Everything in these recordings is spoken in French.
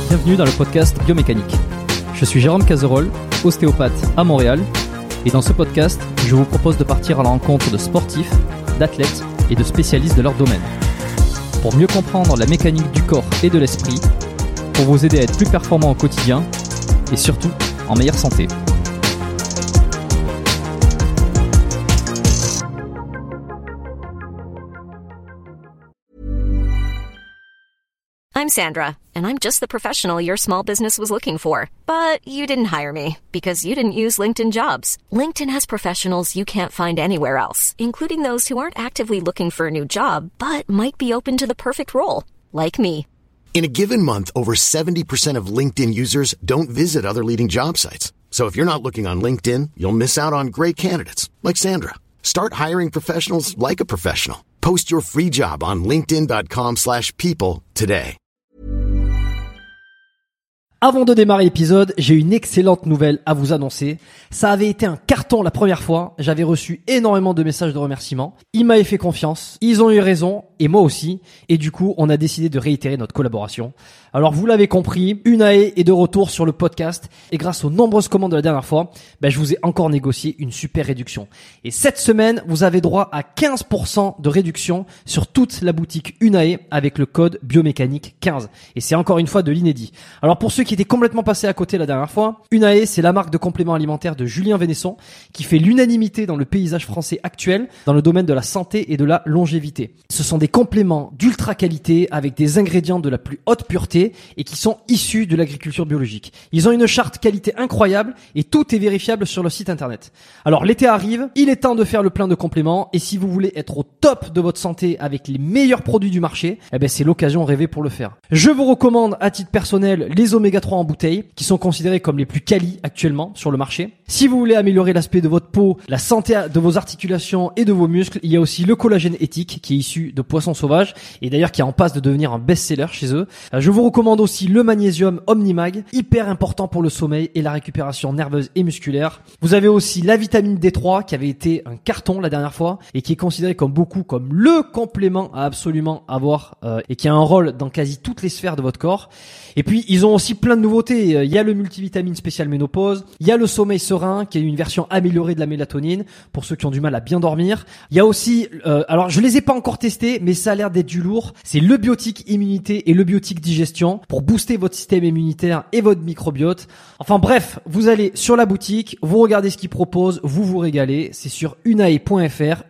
bienvenue dans le podcast Biomécanique. Je suis Jérôme Cazerolle, ostéopathe à Montréal, et dans ce podcast, je vous propose de partir à la rencontre de sportifs, d'athlètes et de spécialistes de leur domaine. Pour mieux comprendre la mécanique du corps et de l'esprit, pour vous aider à être plus performant au quotidien, et surtout en meilleure santé. I'm Sandra, and I'm just the professional your small business was looking for. But you didn't hire me because you didn't use LinkedIn Jobs. LinkedIn has professionals you can't find anywhere else, including those who aren't actively looking for a new job, but might be open to the perfect role, like me. In a given month, over 70% of LinkedIn users don't visit other leading job sites. So if you're not looking on LinkedIn, you'll miss out on great candidates like Sandra. Start hiring professionals like a professional. Post your free job on linkedin.com/people today. Avant de démarrer l'épisode, j'ai une excellente nouvelle à vous annoncer. Ça avait été un carton la première fois. J'avais reçu énormément de messages de remerciements. Ils m'avaient fait confiance. Ils ont eu raison. Et moi aussi. Et du coup, on a décidé de réitérer notre collaboration. Alors, vous l'avez compris, Unae est de retour sur le podcast. Et grâce aux nombreuses commandes de la dernière fois, je vous ai encore négocié une super réduction. Et cette semaine, vous avez droit à 15% de réduction sur toute la boutique Unae avec le code Biomécanique 15. Et c'est encore une fois de l'inédit. Alors, pour ceux qui étaient complètement passés à côté la dernière fois, Unae, c'est la marque de compléments alimentaires de Julien Vénesson qui fait l'unanimité dans le paysage français actuel dans le domaine de la santé et de la longévité. Ce sont des compléments d'ultra qualité avec des ingrédients de la plus haute pureté et qui sont issus de l'agriculture biologique. Ils ont une charte qualité incroyable et tout est vérifiable sur le site internet. Alors l'été arrive, il est temps de faire le plein de compléments et si vous voulez être au top de votre santé avec les meilleurs produits du marché, c'est l'occasion rêvée pour le faire. Je vous recommande à titre personnel les oméga 3 en bouteille qui sont considérés comme les plus quali actuellement sur le marché. Si vous voulez améliorer l'aspect de votre peau, la santé de vos articulations et de vos muscles, il y a aussi le collagène éthique qui est issu de poissons sauvages et d'ailleurs qui est en passe de devenir un best-seller chez eux. Je vous recommande aussi le magnésium Omnimag, hyper important pour le sommeil et la récupération nerveuse et musculaire. Vous avez aussi la vitamine D3 qui avait été un carton la dernière fois et qui est considéré comme le complément à absolument avoir et qui a un rôle dans quasi toutes les sphères de votre corps. Et puis ils ont aussi plein de nouveautés. Il y a le multivitamine spécial ménopause, il y a le sommeil serein qui est une version améliorée de la mélatonine pour ceux qui ont du mal à bien dormir. Il y a aussi, alors je les ai pas encore testés, mais ça a l'air d'être du lourd. C'est le biotique immunité et le biotique digestion pour booster votre système immunitaire et votre microbiote. Enfin bref, vous allez sur la boutique, vous regardez ce qu'ils proposent, vous vous régalez. C'est sur unae.fr,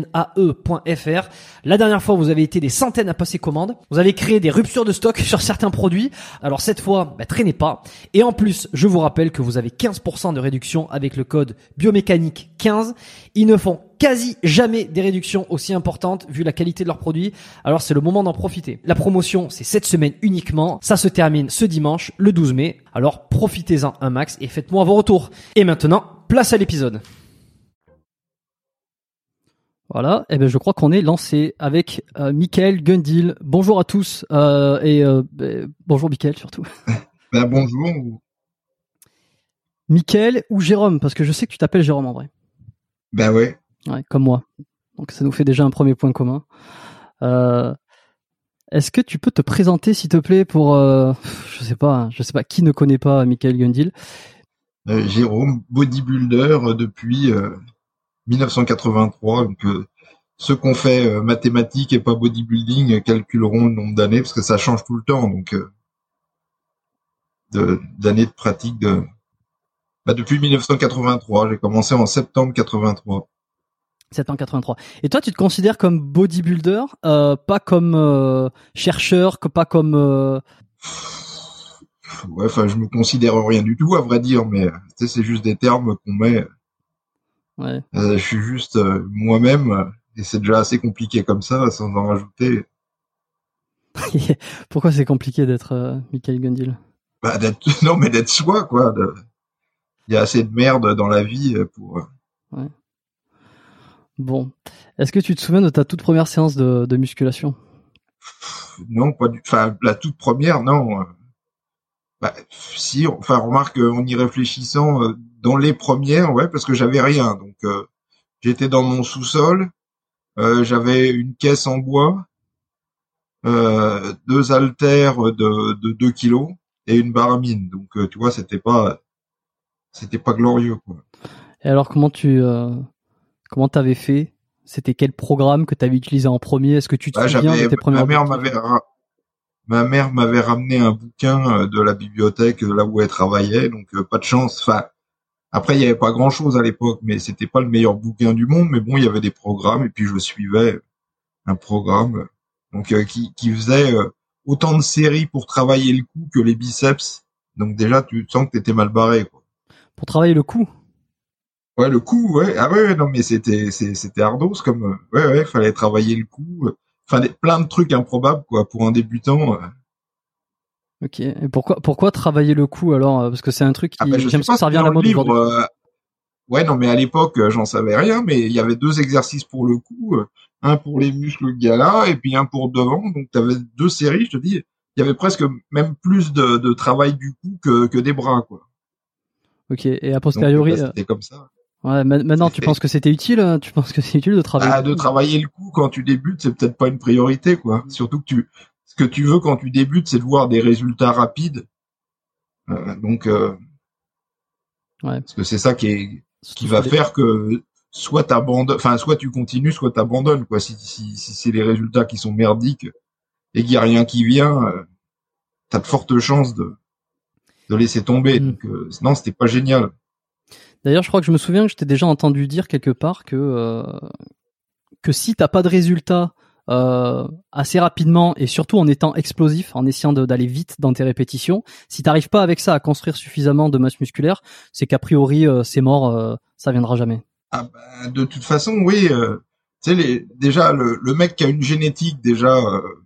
unae.fr. La dernière fois, vous avez été des centaines à passer commande. Vous avez créé des ruptures de stock sur certains produits. Alors cette fois, traînez pas. Et en plus, je vous rappelle que vous avez 15% de réduction avec le code Biomécanique 15. Ils ne font quasi jamais des réductions aussi importantes vu la qualité de leurs produits. Alors c'est le moment d'en profiter. La promotion, c'est cette semaine uniquement. Ça se termine ce dimanche, le 12 mai. Alors profitez-en un max et faites-moi vos retours. Et maintenant, place à l'épisode. Voilà, je crois qu'on est lancé avec Michael Gundil. Bonjour à tous bonjour Michael surtout. Bonjour. Michael ou Jérôme, parce que je sais que tu t'appelles Jérôme en vrai. Ouais. Ouais, comme moi. Donc ça nous fait déjà un premier point commun. Est-ce que tu peux te présenter s'il te plaît pour je sais pas qui ne connaît pas Michael Gundil. Jérôme, bodybuilder depuis 1983, donc ceux qu'on fait mathématiques et pas bodybuilding calculeront le nombre d'années parce que ça change tout le temps, donc d'années de pratique depuis 1983. J'ai commencé en septembre 83. Septembre 83. Et toi, tu te considères comme bodybuilder, pas comme chercheur, pas comme Ouais, je me considère rien du tout à vrai dire, mais c'est juste des termes qu'on met. Ouais. Je suis juste moi-même et c'est déjà assez compliqué comme ça sans en rajouter. Pourquoi c'est compliqué d'être Michael Gundil? d'être soi quoi. Il y a assez de merde dans la vie pour. Ouais. Bon, est-ce que tu te souviens de ta toute première séance de musculation? Non, pas du. Enfin, la toute première, non. Si. Enfin, remarque, en y réfléchissant, dans les premières, ouais, parce que j'avais rien. Donc, j'étais dans mon sous-sol. J'avais une caisse en bois, 2 haltères de 2 kilos et une baramine. Donc tu vois, c'était pas glorieux, quoi. Et alors comment t'avais fait? C'était quel programme que t'avais utilisé en premier? Est-ce que tu te souviens de tes premiers Ma mère m'avait ramené un bouquin de la bibliothèque là où elle travaillait, donc pas de chance. Enfin, après il y avait pas grand-chose à l'époque, mais c'était pas le meilleur bouquin du monde. Mais bon, il y avait des programmes et puis je suivais un programme donc qui faisait autant de séries pour travailler le cou que les biceps. Donc déjà, tu sens que t'étais mal barré, quoi. Pour travailler le cou? Ouais, le cou, ouais. Ah ouais, non, mais c'était ardos comme, ouais, fallait travailler le cou. Enfin, plein de trucs improbables, quoi, pour un débutant. Ok. Et pourquoi travailler le cou alors? Parce que c'est un truc qui, je sais j'aime pas, ça revient à la mode aujourd'hui. Ouais, non, mais à l'époque, j'en savais rien, mais il y avait 2 exercices pour le cou, un pour les muscles gala et puis un pour devant. Donc, t'avais 2 séries, je te dis. Il y avait presque même plus de travail du cou que des bras, quoi. Ok. Et a posteriori, donc, c'était comme ça. Ouais, maintenant, tu penses que c'était utile? Tu penses que c'est utile de travailler? De travailler le cou quand tu débutes, c'est peut-être pas une priorité, quoi. Surtout que ce que tu veux quand tu débutes, c'est de voir des résultats rapides. Ouais. Parce que c'est ça qui va faire que soit tu continues, soit t'abandonnes, quoi. Si c'est les résultats qui sont merdiques et qu'il y a rien qui vient, t'as de fortes chances de laisser tomber. Donc, non, c'était pas génial. D'ailleurs, je crois que je me souviens que je t'ai déjà entendu dire quelque part que si t'as pas de résultat assez rapidement et surtout en étant explosif, en essayant d'aller vite dans tes répétitions, si t'arrives pas avec ça à construire suffisamment de masse musculaire, c'est qu'a priori c'est mort, ça viendra jamais. Ah bah, de toute façon, oui. Tu sais, déjà le mec qui a une génétique déjà,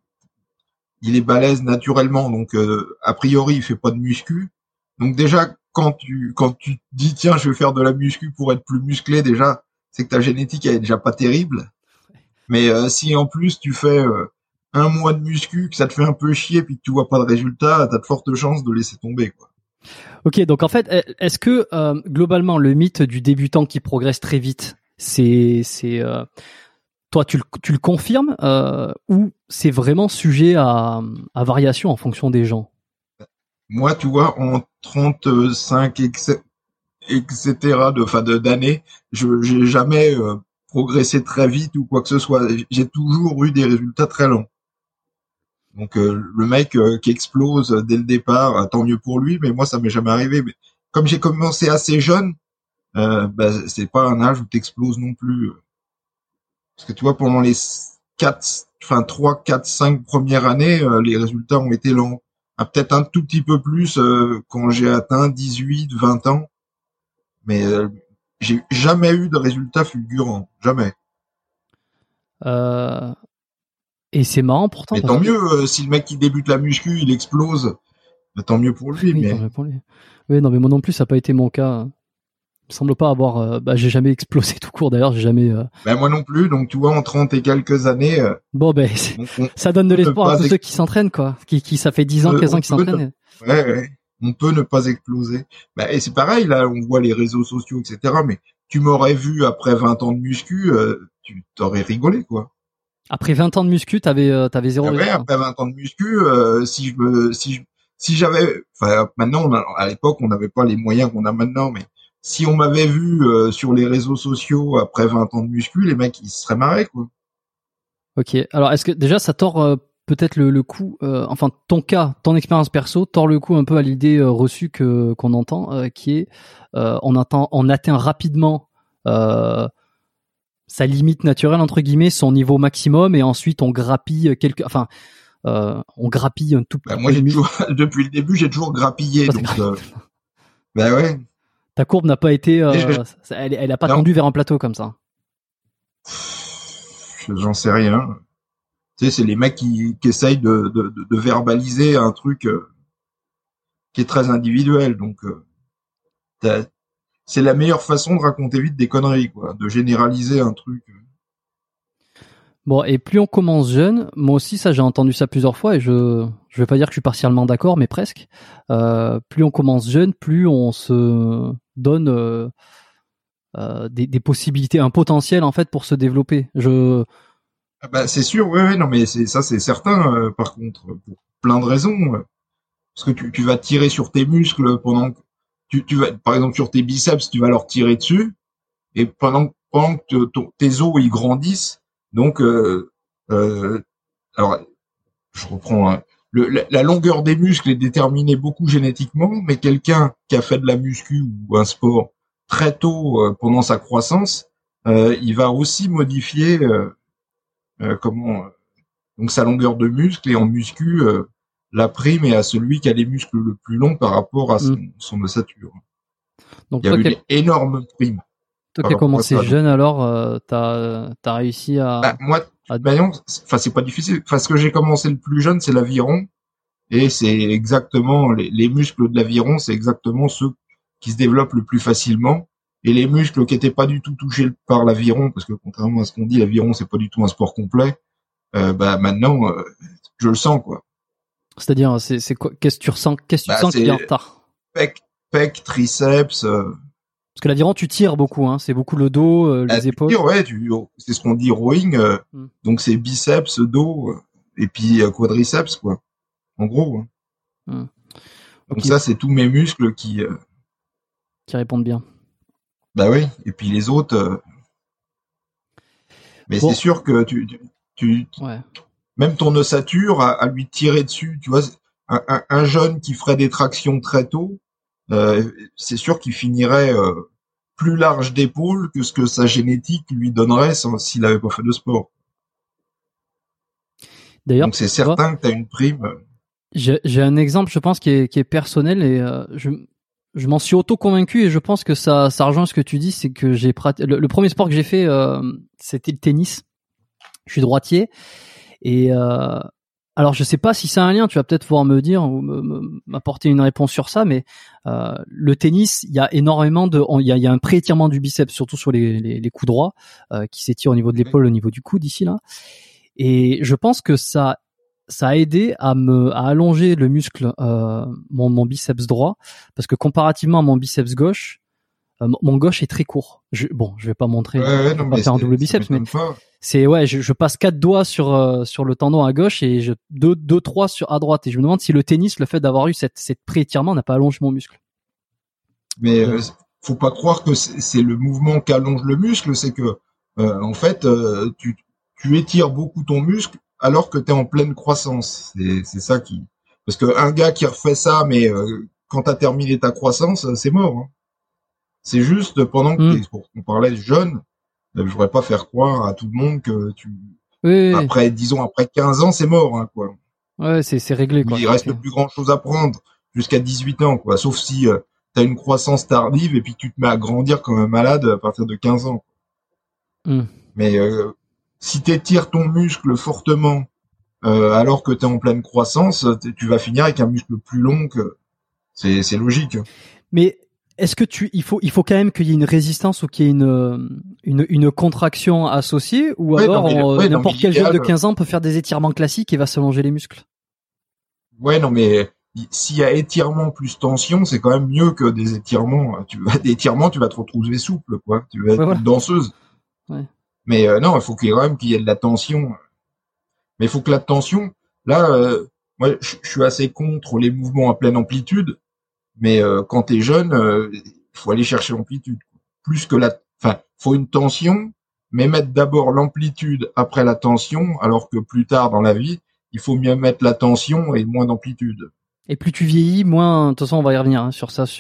il est balèze naturellement, donc a priori il fait pas de muscu. Donc déjà quand tu te dis tiens je vais faire de la muscu pour être plus musclé, déjà c'est que ta génétique elle est déjà pas terrible. Mais si en plus tu fais un mois de muscu, que ça te fait un peu chier puis que tu vois pas de résultat, t'as de fortes chances de laisser tomber, quoi. Ok, donc en fait, est-ce que globalement le mythe du débutant qui progresse très vite, c'est toi tu le confirmes ou c'est vraiment sujet à variation en fonction des gens? Moi, tu vois, en 35 etc. d'années, j'ai jamais progressé très vite ou quoi que ce soit. J'ai toujours eu des résultats très lents. Donc le mec qui explose dès le départ, tant mieux pour lui, mais moi ça m'est jamais arrivé. Mais comme j'ai commencé assez jeune, c'est pas un âge où t'exploses non plus. Parce que tu vois, pendant les 3, 4, 5 premières années, les résultats ont été lents. Peut-être un tout petit peu plus quand j'ai atteint 18, 20 ans. Mais j'ai jamais eu de résultats fulgurants. Jamais. Et c'est marrant pourtant. Mais tant mieux, si le mec qui débute la muscu, il explose, tant mieux pour lui. Oui, mais... tant mieux pour lui. Oui, non, mais moi non plus, ça n'a pas été mon cas. Il me semble pas avoir... j'ai jamais explosé tout court, d'ailleurs, j'ai jamais... moi non plus, donc tu vois, en 30 et quelques années... Bon, ça donne de l'espoir à tous ceux qui s'entraînent, quoi. Qui ça fait 10 ans, 15 ans qu'ils s'entraînent. Ouais. On peut ne pas exploser. Et c'est pareil, là, on voit les réseaux sociaux, etc. Mais tu m'aurais vu après 20 ans de muscu, tu t'aurais rigolé, quoi. Après 20 ans de muscu, t'avais zéro résultat. Après 20 ans de muscu, si j'avais, maintenant, à l'époque, on n'avait pas les moyens qu'on a maintenant, mais si on m'avait vu sur les réseaux sociaux après 20 ans de muscu, les mecs, ils se seraient marrés, quoi. Ok. Alors, est-ce que déjà, ça tord peut-être le coup, ton expérience perso tord le coup un peu à l'idée reçue qu'on entend, qui est on atteint rapidement sa limite naturelle entre guillemets, son niveau maximum, et ensuite on grappille on grappille un tout petit peu. Moi, depuis le début, j'ai toujours grappillé. Donc, ouais. Ta courbe n'a pas été, elle a pas tendu vers un plateau comme ça. J'en sais rien. Tu sais, c'est les mecs qui essayent de verbaliser un truc qui est très individuel. Donc, c'est la meilleure façon de raconter vite des conneries, quoi, de généraliser un truc. Bon, et plus on commence jeune, moi aussi ça j'ai entendu ça plusieurs fois, et je vais pas dire que je suis partiellement d'accord, mais presque. Plus on commence jeune, plus on se donne des possibilités, un potentiel en fait pour se développer. C'est sûr, ouais, non, mais c'est certain. Par contre, pour plein de raisons. parce que tu vas tirer sur tes muscles pendant que tu vas, par exemple, sur tes biceps, tu vas leur tirer dessus, et pendant que tes os ils grandissent, donc alors je reprends. Hein, la longueur des muscles est déterminée beaucoup génétiquement, mais quelqu'un qui a fait de la muscu ou un sport très tôt pendant sa croissance, il va aussi modifier donc sa longueur de muscle, et en muscu la prime est à celui qui a les muscles le plus longs par rapport à son ossature. Donc il y a eu des énormes primes. Toi qui as commencé jeune, alors t'as réussi à. Moi, c'est pas difficile. Parce que j'ai commencé le plus jeune, c'est l'aviron, et c'est exactement les muscles de l'aviron, c'est exactement ceux qui se développent le plus facilement. Et les muscles qui étaient pas du tout touchés par l'aviron, parce que contrairement à ce qu'on dit, l'aviron c'est pas du tout un sport complet. Maintenant, je le sens, quoi. C'est-à-dire, c'est quoi? Qu'est-ce que tu ressens? Qu'est-ce que tu sens qui est en retard? Pec, triceps. Parce que l'aviron, tu tires beaucoup, hein. C'est beaucoup le dos, les épaules. C'est ce qu'on dit rowing. Donc c'est biceps, dos, et puis quadriceps, quoi. En gros. Hein. Donc ça, c'est tous mes muscles qui répondent bien. Bah oui. Et puis les autres. Mais c'est sûr que même ton ossature à lui tirer dessus, tu vois, un jeune qui ferait des tractions très tôt, c'est sûr qu'il finirait plus large d'épaule que ce que sa génétique lui donnerait s'il avait pas fait de sport. D'ailleurs, donc c'est certain que tu as une prime. J'ai un exemple, je pense, qui est personnel, et je m'en suis auto-convaincu, et je pense que ça rejoint ce que tu dis, c'est que j'ai pratiqué le premier sport que j'ai fait, c'était le tennis. Je suis droitier, et alors je sais pas si c'est un lien, tu vas peut-être pouvoir me dire ou m'apporter une réponse sur ça, mais le tennis, il y a énormément il y a un pré-étirement du biceps, surtout sur les coups droits, qui s'étire au niveau de l'épaule, au niveau du coude ici là, et je pense que ça a aidé à allonger le muscle, mon biceps droit, parce que comparativement à mon biceps gauche, mon gauche est très court. Je vais pas montrer, je vais pas faire un double biceps, mais je passe 4 doigts sur le tendon à gauche et 2-3 à droite, et je me demande si le tennis, le fait d'avoir eu cette pré-étirement, n'a pas allongé mon muscle. Mais faut pas croire que c'est le mouvement qui allonge le muscle, c'est que en fait tu étires beaucoup ton muscle alors que tu es en pleine croissance. C'est ça qui, parce que un gars qui refait ça, mais quand tu as terminé ta croissance, c'est mort. Hein. C'est juste pendant que on parlait jeune, je voudrais pas faire croire à tout le monde que après 15 ans, c'est mort, hein, quoi. Ouais, c'est réglé, quoi. Il reste plus grand chose à prendre jusqu'à 18 ans, quoi. Sauf si t'as une croissance tardive et puis tu te mets à grandir comme un malade à partir de 15 ans. Mais si t'étires ton muscle fortement alors que t'es en pleine croissance, tu vas finir avec un muscle plus long que... C'est logique. Mais est-ce que il faut quand même qu'il y ait une résistance ou qu'il y ait une contraction associée, ou alors n'importe quel jeune de 15 ans peut faire des étirements classiques et va s'allonger les muscles? Ouais, non, mais s'il y a étirement plus tension, c'est quand même mieux que des étirements. Tu vas te retrouver souple, quoi. Tu vas être une danseuse. Ouais. Mais non, il faut qu'il y ait de la tension. Mais il faut que la tension, là, moi, je suis assez contre les mouvements à pleine amplitude. Mais quand t'es jeune, il faut aller chercher l'amplitude. Plus que faut une tension, mais mettre d'abord l'amplitude après la tension, alors que plus tard dans la vie, il faut mieux mettre la tension et moins d'amplitude. Et plus tu vieillis, moins... De toute façon, on va y revenir sur ça,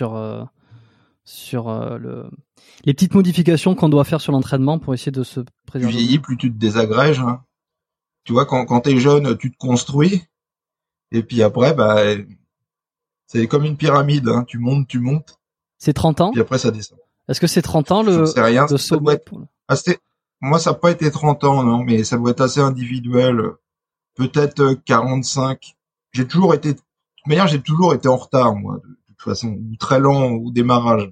les petites modifications qu'on doit faire sur l'entraînement pour essayer de se préserver. Plus tu vieillis, plus tu te désagrèges. Hein. Tu vois, quand t'es jeune, tu te construis, et puis après, c'est comme une pyramide, hein. Tu montes. C'est 30 ans. Puis après, ça descend. Est-ce que c'est 30 ans le sommet? Moi, ça n'a pas été 30 ans, non, mais ça doit être assez individuel. Peut-être 45. J'ai toujours été en retard, moi, de toute façon, ou très lent au démarrage.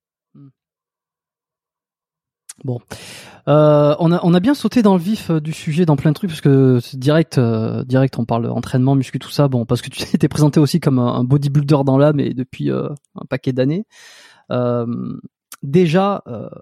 Bon. On a bien sauté dans le vif du sujet, dans plein de trucs, parce que c'est direct, on parle entraînement, muscu, tout ça. Bon, parce que tu t'es présenté aussi comme un bodybuilder dans l'âme, et depuis un paquet d'années. Déjà,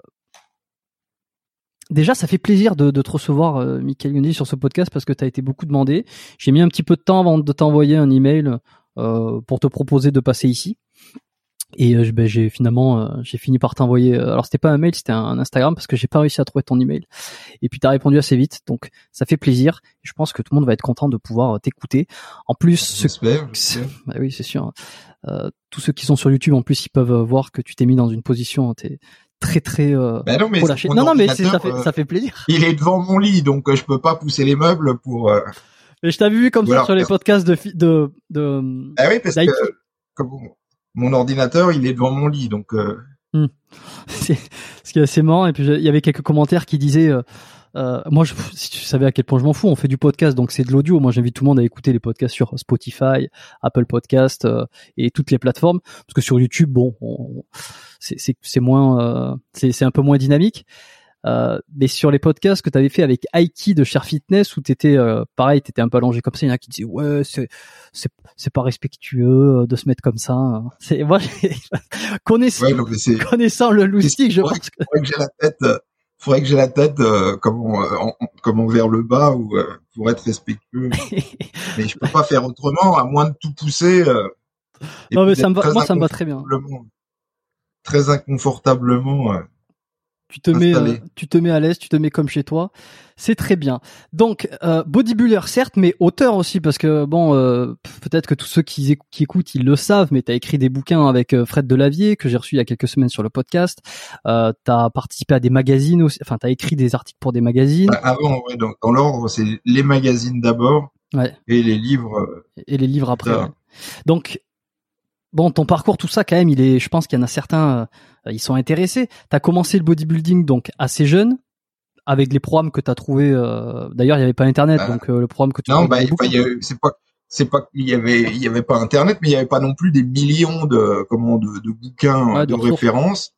ça fait plaisir de te recevoir, Mickaël Gundy, sur ce podcast, parce que tu as été beaucoup demandé. J'ai mis un petit peu de temps avant de t'envoyer un email. pour te proposer de passer ici. Et j'ai fini par t'envoyer. Alors c'était pas un mail, c'était un Instagram parce que j'ai pas réussi à trouver ton email. Et puis t'as répondu assez vite, donc ça fait plaisir. Je pense que tout le monde va être content de pouvoir t'écouter. En plus, J'espère. Bah oui, c'est sûr. Tous ceux qui sont sur YouTube, en plus, ils peuvent voir que tu t'es mis dans une position, t'es très Ben non, mais relâché. Non, mais ça fait plaisir. Il est devant mon lit, donc je peux pas pousser les meubles pour. Mais je t'avais vu comme ça sur les podcasts de. Ah oui, parce que comme mon ordinateur, il est devant mon lit, donc. C'est ce qui est assez marrant. Et puis il y avait quelques commentaires qui disaient. Moi, si tu savais à quel point je m'en fous, on fait du podcast, donc c'est de l'audio. Moi, j'invite tout le monde à écouter les podcasts sur Spotify, Apple Podcast et toutes les plateformes, parce que sur YouTube, bon, c'est moins, c'est un peu moins dynamique. Mais sur les podcasts que tu avais fait avec Aiki de Cher Fitness, où t'étais pareil, t'étais un peu allongé comme ça, il y en a qui disaient ouais, c'est pas respectueux de se mettre comme ça. C'est moi connaissant le loustic, je pense que faudrait que j'ai la tête comment vers le bas ou pour être respectueux. Mais je peux pas faire autrement à moins de tout pousser. Non mais ça me va très bien. Très inconfortablement. Tu te mets à l'aise, tu te mets comme chez toi. C'est très bien. Donc, bodybuilder, certes, mais auteur aussi, parce que bon, peut-être que tous ceux qui écoutent, ils le savent, mais t'as écrit des bouquins avec Fred Delavier, que j'ai reçu il y a quelques semaines sur le podcast. T'as participé à des magazines aussi, enfin, t'as écrit des articles pour des magazines. Avant, ouais, donc, dans l'ordre, c'est les magazines d'abord. Ouais. Et les livres. Et les livres après. Ouais. Donc, bon, ton parcours, tout ça, quand même, je pense qu'il y en a certains, ils sont intéressés. T'as commencé le bodybuilding, donc, assez jeune, avec les programmes que t'as trouvé, d'ailleurs, il y avait pas Internet, donc, le programme que tu non, c'est pas qu'il y avait pas Internet, mais il y avait pas non plus des millions de bouquins de référence,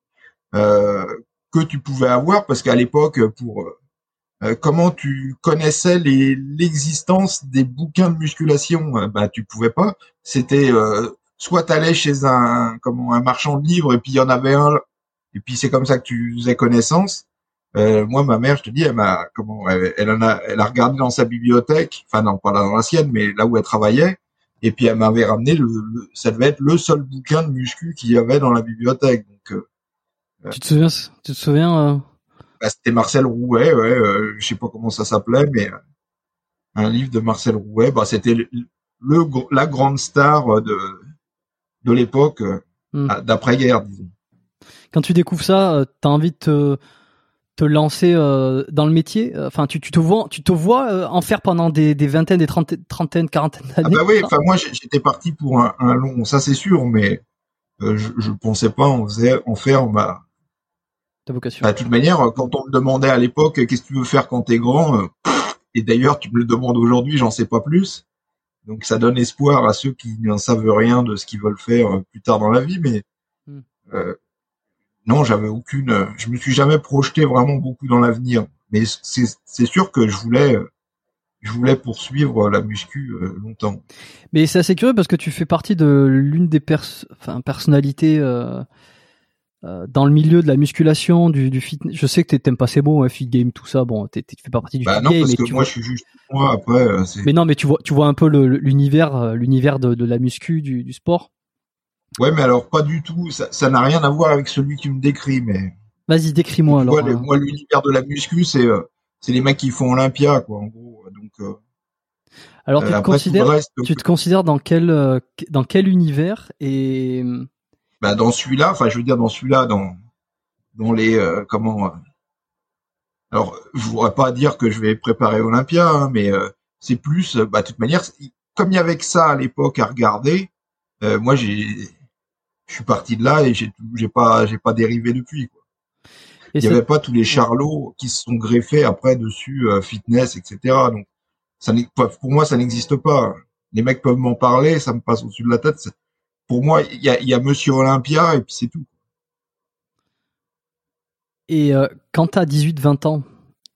que tu pouvais avoir, parce qu'à l'époque, comment tu connaissais l'existence des bouquins de musculation, tu pouvais pas. C'était, soit t'allais chez un marchand de livres et puis il y en avait un et puis c'est comme ça que tu faisais connaissance. Moi, ma mère, je te dis, elle a regardé dans sa bibliothèque, enfin non, pas dans la sienne, mais là où elle travaillait, et puis elle m'avait ramené ça devait être le seul bouquin de muscu qu'il y avait dans la bibliothèque. Donc, tu te souviens c'était Marcel Rouet, je sais pas comment ça s'appelait, mais un livre de Marcel Rouet, c'était la grande star de l'époque, d'après-guerre, disons. Quand tu découvres ça, t'as envie de te lancer dans le métier. Enfin, tu te vois en faire pendant des vingtaines, des trentaines, quarantaines d'années. Ah bah oui, enfin moi j'étais parti pour un long, ça c'est sûr, mais je pensais pas en faire ta vocation. De toute manière, quand on me demandait à l'époque qu'est-ce que tu veux faire quand t'es grand, et d'ailleurs tu me le demandes aujourd'hui, j'en sais pas plus. Donc ça donne espoir à ceux qui n'en savent rien de ce qu'ils veulent faire plus tard dans la vie, mais non, je me suis jamais projeté vraiment beaucoup dans l'avenir. Mais c'est sûr que je voulais poursuivre la muscu longtemps. Mais c'est assez curieux parce que tu fais partie de l'une des personnalités dans le milieu de la musculation, du fitness. Je sais que t'aimes pas ces mots, fit game, tout ça. Bon, tu fais pas partie du fit non, game. parce que moi, je suis juste moi. Après, mais non, mais tu vois un peu l'univers de la muscu, du sport. Ouais, mais alors pas du tout. Ça n'a rien à voir avec celui qui me décrit. Mais vas-y, décris-moi alors. Moi, l'univers de la muscu, c'est les mecs qui font Olympia, quoi, en gros. Donc. Alors tu te considères dans quel univers et dans celui-là, enfin je veux dire dans celui-là, dans les alors je voudrais pas dire que je vais préparer Olympia, hein, mais c'est plus de toute manière comme il y avait que ça à l'époque à regarder, moi je suis parti de là et j'ai pas dérivé depuis, quoi. Il y avait pas tous les charlots qui se sont greffés après dessus fitness, etc. Donc pour moi, ça n'existe pas. Les mecs peuvent m'en parler, ça me passe au-dessus de la tête. Pour moi, il y a Monsieur Olympia et puis c'est tout. Et quand t'as 18-20 ans,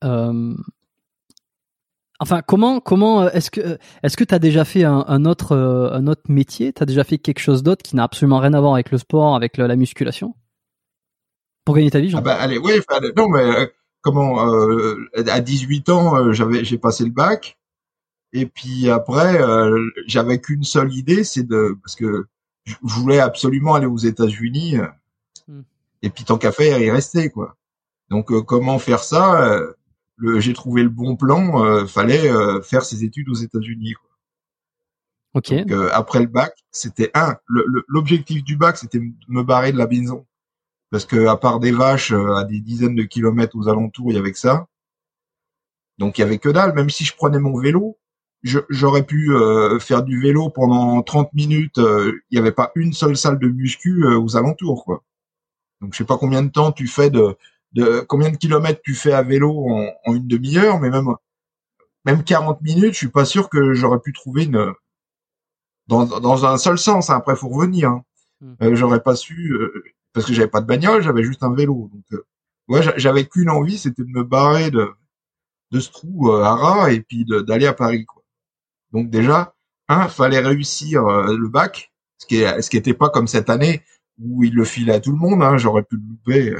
enfin, comment est-ce que t'as déjà fait un autre métier? T'as déjà fait quelque chose d'autre qui n'a absolument rien à voir avec le sport, avec la musculation? Pour gagner ta vie, genre? Allez, oui, non, mais à 18 ans, j'ai passé le bac. Et puis après, j'avais qu'une seule idée, parce que je voulais absolument aller aux États-Unis. Et puis tant qu'à faire, y rester, quoi. Donc comment faire ça? J'ai trouvé le bon plan. Fallait faire ses études aux États-Unis, quoi. Ok. Donc après le bac, c'était l'objectif du bac, c'était de me barrer de la maison, parce que à part des vaches à des dizaines de kilomètres aux alentours, il y avait que ça. Donc il y avait que dalle. Même si je prenais mon vélo, j'aurais pu faire du vélo pendant 30 minutes. Il y avait pas une seule salle de muscu aux alentours, quoi. Donc je sais pas combien de temps tu fais combien de kilomètres tu fais à vélo en une demi-heure, mais même 40 minutes, je suis pas sûr que j'aurais pu trouver dans un seul sens. Hein. Après, faut revenir. Hein. J'aurais pas su parce que j'avais pas de bagnole, j'avais juste un vélo. Donc, ouais, j'avais qu'une envie, c'était de me barrer de ce trou à ras et puis d'aller à Paris, quoi. Donc déjà, fallait réussir le bac, ce qui était pas comme cette année où il le filait à tout le monde. Hein, j'aurais pu le louper.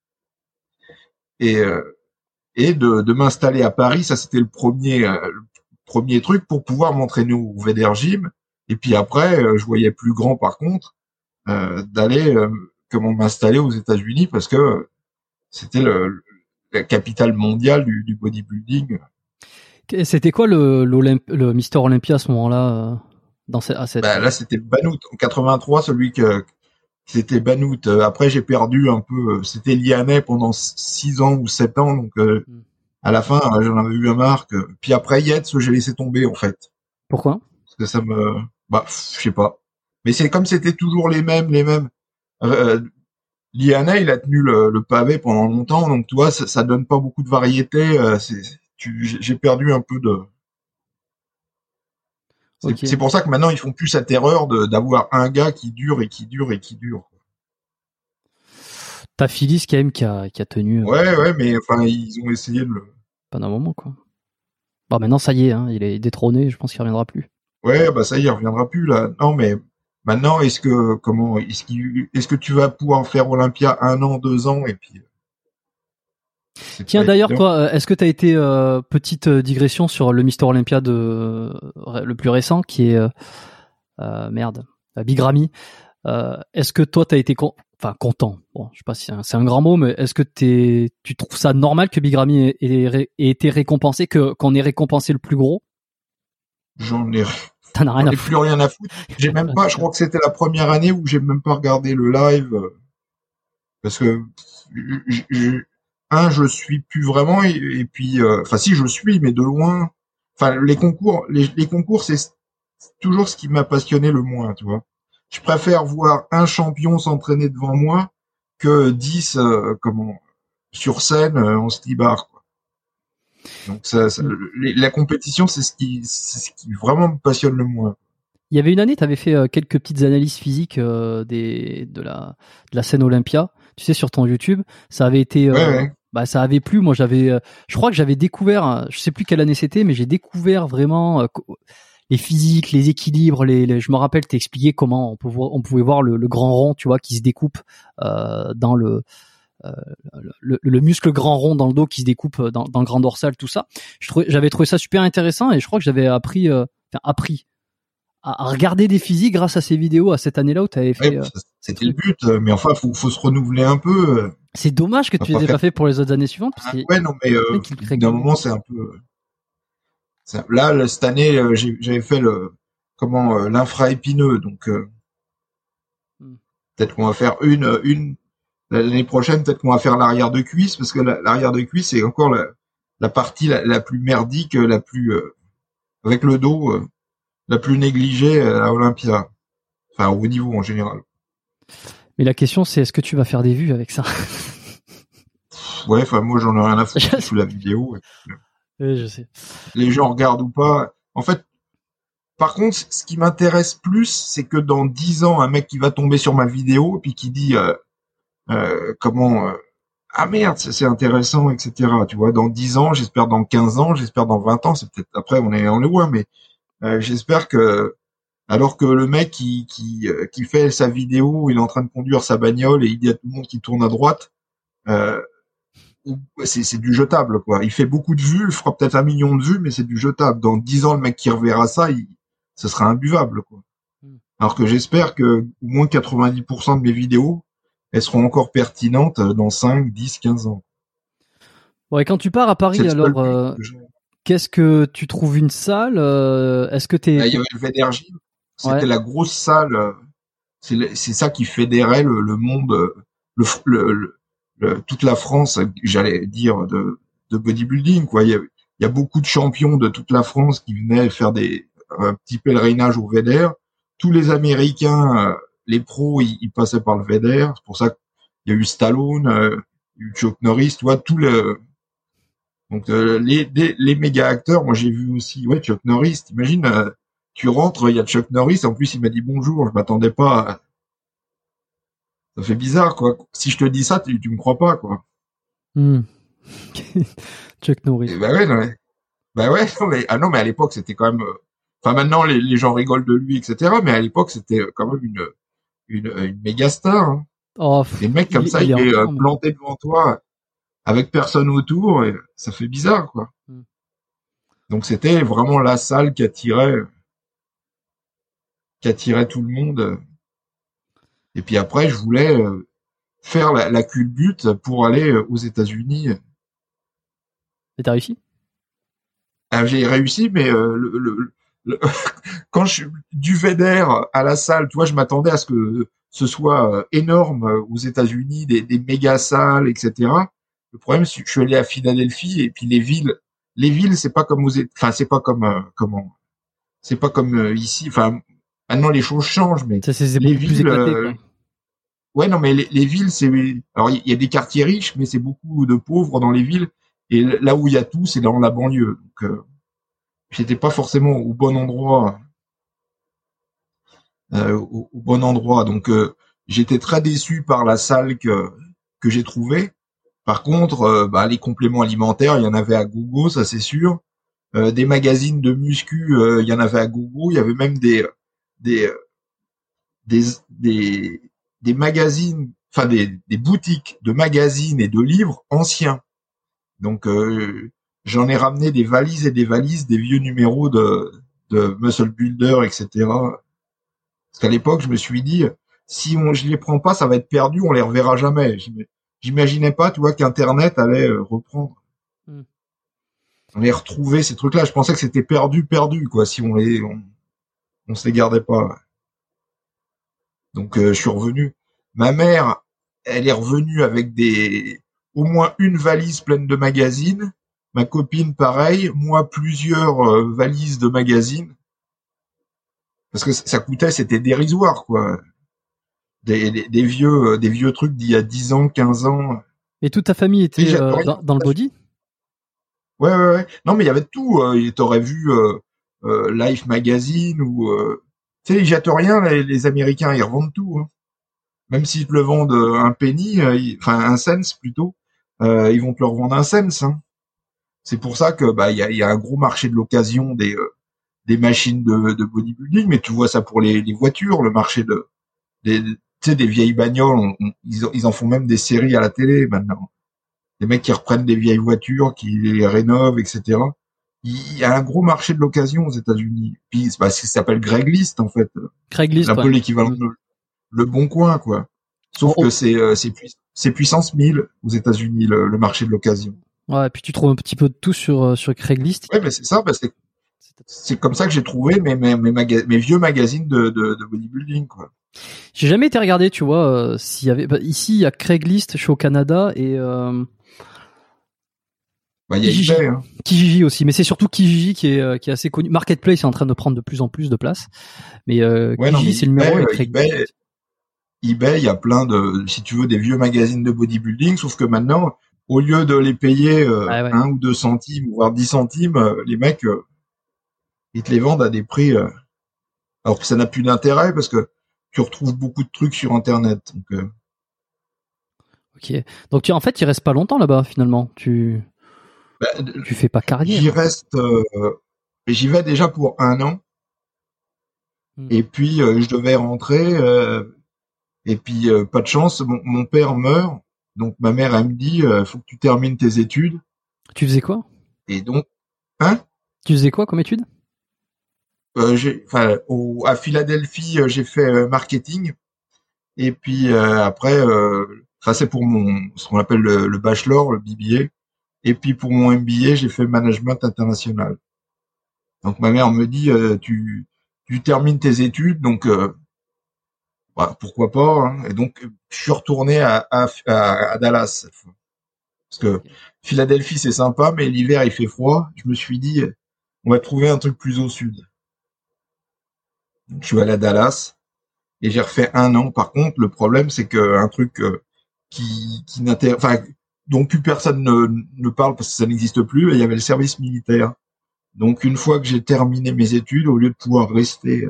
Et de m'installer à Paris, ça c'était le premier truc pour pouvoir m'entraîner au VDR Gym. Et puis après, je voyais plus grand par contre d'aller m'installer aux États-Unis parce que c'était la capitale mondiale du bodybuilding. C'était quoi le Mister Olympia à ce moment-là Là, c'était Banout en 83, c'était Banout. Après, j'ai perdu un peu. C'était Lianais pendant 6 ans ou 7 ans. Donc, à la fin, j'en avais eu un marque. Puis après, Yates, j'ai laissé tomber, en fait. Pourquoi? Parce que ça me... je sais pas. Mais c'est comme c'était toujours les mêmes. Lianais, il a tenu le pavé pendant longtemps. Donc, tu vois, ça donne pas beaucoup de variété. J'ai perdu un peu de... Okay. C'est pour ça que maintenant ils font plus cette erreur d'avoir un gars qui dure et qui dure et qui dure. T'as Phyllis quand même qui a tenu. Ouais, mais enfin ils ont essayé de le. Pendant un moment, quoi. Bon, maintenant ça y est, hein, il est détrôné. Je pense qu'il reviendra plus. Ouais, ça y est, il reviendra plus là. Non, mais maintenant est-ce que tu vas pouvoir faire Olympia 1 an, 2 ans et puis. Tiens, d'ailleurs, toi, est-ce que tu as été petite digression sur le Mister Olympia le plus récent, qui est Big Ramy. Est-ce que toi, tu as été content? Bon, je sais pas si c'est un grand mot, mais est-ce que tu trouves ça normal que Big Ramy ait été récompensé, qu'on ait récompensé le plus gros? J'en ai plus rien à foutre. J'ai même pas. Je crois que c'était la première année où j'ai même pas regardé le live parce que je suis plus vraiment et puis si je suis mais de loin. Enfin les concours c'est toujours ce qui m'a passionné le moins, tu vois. Je préfère voir un champion s'entraîner devant moi que 10 sur scène en slibard, quoi. Donc la compétition c'est ce qui vraiment me passionne le moins. Il y avait une année, tu avais fait quelques petites analyses physiques de la scène Olympia, tu sais, sur ton YouTube. Ça avait été ouais. Ça avait plu. Moi, je crois que j'avais découvert, je sais plus quelle année c'était, mais j'ai découvert vraiment les physiques, les équilibres, je me rappelle, t'as expliqué comment on pouvait voir le grand rond, tu vois, qui se découpe dans le muscle grand rond dans le dos qui se découpe dans le grand dorsal, tout ça. J'avais trouvé ça super intéressant et je crois que j'avais appris à regarder des physiques grâce à ces vidéos à cette année-là où tu avais fait. C'était le but, mais enfin, faut se renouveler un peu. C'est dommage que tu les aies pas fait pour les autres années suivantes. Parce ouais, non, mais d'un moment, c'est un peu. Là, cette année, j'avais fait l'infra-épineux, donc peut-être qu'on va faire l'année prochaine, peut-être qu'on va faire l'arrière de cuisse, parce que l'arrière de cuisse c'est encore la partie la plus merdique, la plus avec le dos. La plus négligée à Olympia. Enfin, au niveau en général. Mais la question, c'est est-ce que tu vas faire des vues avec ça? Ouais, enfin, moi, j'en ai rien à foutre sous la vidéo. Oui, je sais. Les gens regardent ou pas. En fait, par contre, ce qui m'intéresse plus, c'est que dans 10 ans, un mec qui va tomber sur ma vidéo, puis qui dit, ah merde, c'est intéressant, etc. Tu vois, dans 10 ans, j'espère dans 15 ans, j'espère dans 20 ans, c'est peut-être après, on est loin, mais j'espère que, alors que le mec qui fait sa vidéo, il est en train de conduire sa bagnole et il dit à tout le monde qu'il tourne à droite, c'est du jetable, quoi. Il fait beaucoup de vues, il fera peut-être 1 million de vues, mais c'est du jetable. Dans 10 ans, le mec qui reverra ça, ce sera imbuvable, quoi. Alors que j'espère que au moins 90% de mes vidéos, elles seront encore pertinentes dans 5, 10, 15 ans. Bon, et quand tu pars à Paris, alors, qu'est-ce que tu trouves une salle? Est-ce que il y avait le VDRJ. C'était la grosse salle. C'est ça qui fédérait le monde, toute la France, j'allais dire, de bodybuilding, quoi. Il y a beaucoup de champions de toute la France qui venaient faire un petit pèlerinage au VDR. Tous les Américains, les pros, ils passaient par le VDR. C'est pour ça qu'il y a eu Stallone, il y a eu Chuck Norris, tu vois, donc les méga acteurs. Moi, j'ai vu aussi, Chuck Norris. T'imagines, tu rentres, il y a Chuck Norris. En plus, il m'a dit bonjour. Je m'attendais pas. Ça fait bizarre, quoi. Si je te dis ça, tu me crois pas, quoi. Chuck Norris. Et non, mais à l'époque, c'était quand même. Enfin, maintenant, les gens rigolent de lui, etc. Mais à l'époque, c'était quand même une méga star. Hein. Des mecs comme ça, il est planté devant toi, avec personne autour, et ça fait bizarre, quoi. Donc, c'était vraiment la salle qui attirait tout le monde. Et puis après, je voulais faire la culbute pour aller aux États-Unis. Et t'as réussi? J'ai réussi, mais quand je suis du VDR à la salle, tu vois, je m'attendais à ce que ce soit énorme aux États-Unis, des méga salles, etc. Le problème, c'est que je suis allé à Philadelphie, et puis les villes, c'est pas comme c'est pas comme c'est pas comme ici. Enfin, maintenant les choses changent, mais c'est les villes, plus éclaté, quoi. Ouais, non, mais les villes, alors il y a des quartiers riches, mais c'est beaucoup de pauvres dans les villes, et là où il y a tout, c'est dans la banlieue. Donc, j'étais pas forcément au bon endroit, au bon endroit. Donc, j'étais très déçu par la salle que j'ai trouvée. Par contre, les compléments alimentaires, il y en avait à gogo, ça c'est sûr. Des magazines de muscu, il y en avait à gogo. Il y avait même des magazines, enfin des boutiques de magazines et de livres anciens. Donc j'en ai ramené des valises et des valises, des vieux numéros de Muscle Builder, etc. Parce qu'à l'époque, je me suis dit, si je les prends pas, ça va être perdu, on les reverra jamais. J'imaginais pas, tu vois, qu'Internet allait reprendre. On les retrouvait, ces trucs-là. Je pensais que c'était perdu, quoi, si on se les gardait pas. Donc je suis revenu. Ma mère, elle est revenue avec au moins une valise pleine de magazines. Ma copine, pareil. Moi, plusieurs valises de magazines. Parce que ça coûtait, c'était dérisoire, quoi. Des vieux trucs d'il y a 10 ans, 15 ans. Et toute ta famille était dans le body? Ouais. Non, mais il y avait de tout. T'aurais vu Life Magazine ou... tu sais, ils jettent rien, les Américains, ils revendent tout. Hein. Même s'ils te le vendent un penny, un cent plutôt, ils vont te le revendre un cent. Hein. C'est pour ça que il y a un gros marché de l'occasion des machines de bodybuilding, mais tu vois ça pour les voitures, le marché des vieilles bagnoles, ils en font même des séries à la télé maintenant. Des mecs qui reprennent des vieilles voitures, qui les rénovent, etc. Il y a un gros marché de l'occasion aux États-Unis. Puis ça s'appelle Craigslist en fait. Craigslist, un peu l'équivalent de Le Bon Coin, quoi. Sauf que c'est puissance 1000 aux États-Unis le marché de l'occasion. Ouais, et puis tu trouves un petit peu de tout sur Craigslist. Ouais, mais c'est ça, c'est comme ça que j'ai trouvé mes vieux magazines de bodybuilding, quoi. J'ai jamais été regarder, tu vois, s'il y avait ici il y a Craigslist, je suis au Canada, et il y a Kijiji. eBay, hein. Kijiji aussi, mais c'est surtout Kijiji qui est assez connu. Marketplace est en train de prendre de plus en plus de place, mais Kijiji c'est le numéro et Craigslist. eBay, il y a plein si tu veux, des vieux magazines de bodybuilding, sauf que maintenant, au lieu de les payer 1 ou 2 centimes, voire 10 centimes, les mecs, ils te les vendent à des prix, alors que ça n'a plus d'intérêt parce que tu retrouves beaucoup de trucs sur Internet. Donc, Ok. Donc en fait, il reste pas longtemps là-bas finalement. Tu fais pas carrière. J'y vais déjà pour 1 an. Et puis je devais rentrer. Et puis pas de chance, mon père meurt. Donc ma mère, elle me dit, faut que tu termines tes études. Tu faisais quoi? Et donc, hein? Tu faisais quoi comme étude? À Philadelphie, j'ai fait marketing. Et puis après, c'est pour ce qu'on appelle le bachelor, le BBA. Et puis pour mon MBA, j'ai fait management international. Donc ma mère me dit, tu termines tes études, donc pourquoi pas. Hein. Et donc je suis retourné à Dallas cette fois. Parce que Philadelphie c'est sympa, mais l'hiver il fait froid. Je me suis dit, on va trouver un truc plus au sud. Donc, je suis allé à Dallas et j'ai refait 1 an. Par contre, le problème c'est que un truc dont plus personne ne parle parce que ça n'existe plus, et il y avait le service militaire. Donc une fois que j'ai terminé mes études, au lieu de pouvoir rester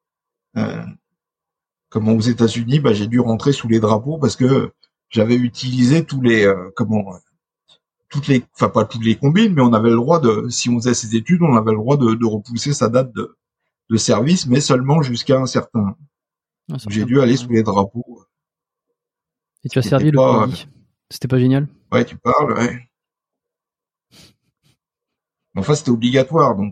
comme aux États-Unis, j'ai dû rentrer sous les drapeaux parce que j'avais utilisé pas toutes les combines, mais on avait le droit si on faisait ses études, on avait le droit de repousser sa date de service, mais seulement jusqu'à un certain. J'ai dû aller sous les drapeaux. Et tu as servi le pays. C'était pas génial? Ouais, tu parles, ouais. Enfin, c'était obligatoire, donc.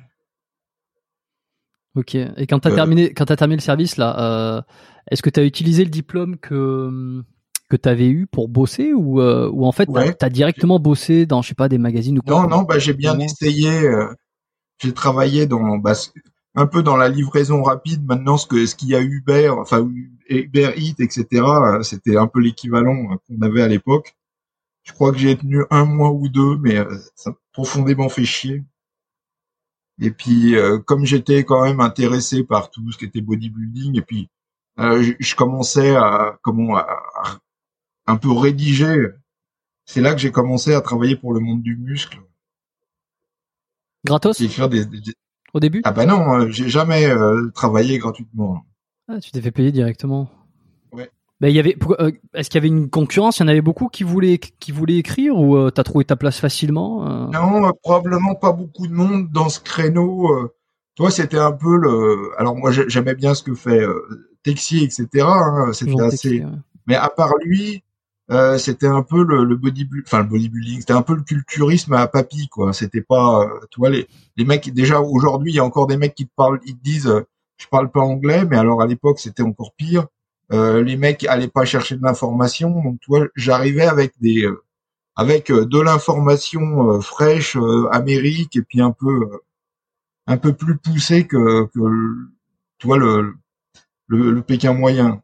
Ok. Et quand t'as terminé le service là, est-ce que t'as utilisé le diplôme que t'avais eu pour bosser ou en fait t'as directement bossé dans, je sais pas, des magazines ou quoi? Non, j'ai bien essayé. J'ai travaillé un peu dans la livraison rapide. Maintenant, ce qu'il y a Uber Eats, etc. C'était un peu l'équivalent qu'on avait à l'époque. Je crois que j'ai tenu 1 mois ou 2, mais ça m'a profondément fait chier. Et puis, comme j'étais quand même intéressé par tout ce qui était bodybuilding, et puis je commençais à un peu rédiger. C'est là que j'ai commencé à travailler pour le monde du muscle. Gratos? Au début? Ah bah non, j'ai jamais travaillé gratuitement. Ah, tu t'es fait payer directement. Ouais. Ben est-ce qu'il y avait une concurrence? Il y en avait beaucoup qui voulaient écrire ou t'as trouvé ta place facilement? Non, probablement pas beaucoup de monde dans ce créneau. Toi, c'était un peu alors moi j'aimais bien ce que fait Texier, etc. Hein, c'était assez. Texier, ouais. Mais à part lui, c'était un peu le bodybuilding, c'était un peu le culturisme à papy, quoi. C'était pas, tu vois, les mecs, déjà aujourd'hui, il y a encore des mecs qui te disent, je parle pas anglais, mais alors à l'époque, c'était encore pire. Les mecs allaient pas chercher de l'information, donc tu vois, j'arrivais avec de l'information fraîche, Amérique, et puis un peu plus poussé que tu vois, le Pékin moyen.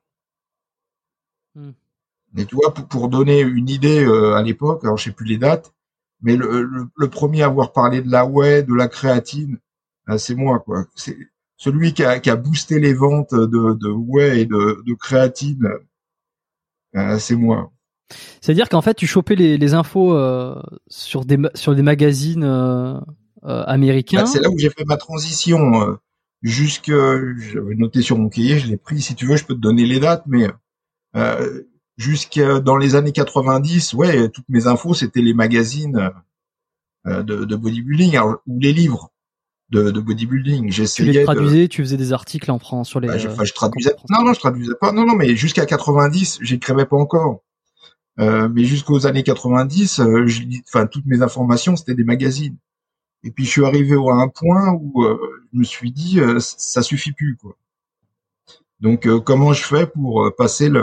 Mais tu vois, pour donner une idée à l'époque, alors je sais plus les dates, mais le premier à avoir parlé de la whey, de la créatine, c'est moi, quoi. C'est celui qui a boosté les ventes de whey et de créatine, c'est moi. C'est-à-dire qu'en fait, tu chopais les infos sur des magazines américains. C'est là où j'ai fait ma transition. J'avais noté sur mon cahier, je l'ai pris. Si tu veux, je peux te donner les dates, mais jusqu'à dans les années 90, ouais, toutes mes infos c'était les magazines de bodybuilding ou les livres de bodybuilding. Tu les traduisais, tu faisais des articles en France sur les. Je traduisais. Non, je traduisais pas. Non, mais jusqu'à 90, j'écrivais pas encore. Mais jusqu'aux années 90, toutes mes informations c'était des magazines. Et puis je suis arrivé à un point où je me suis dit ça suffit plus, quoi. Donc comment je fais pour passer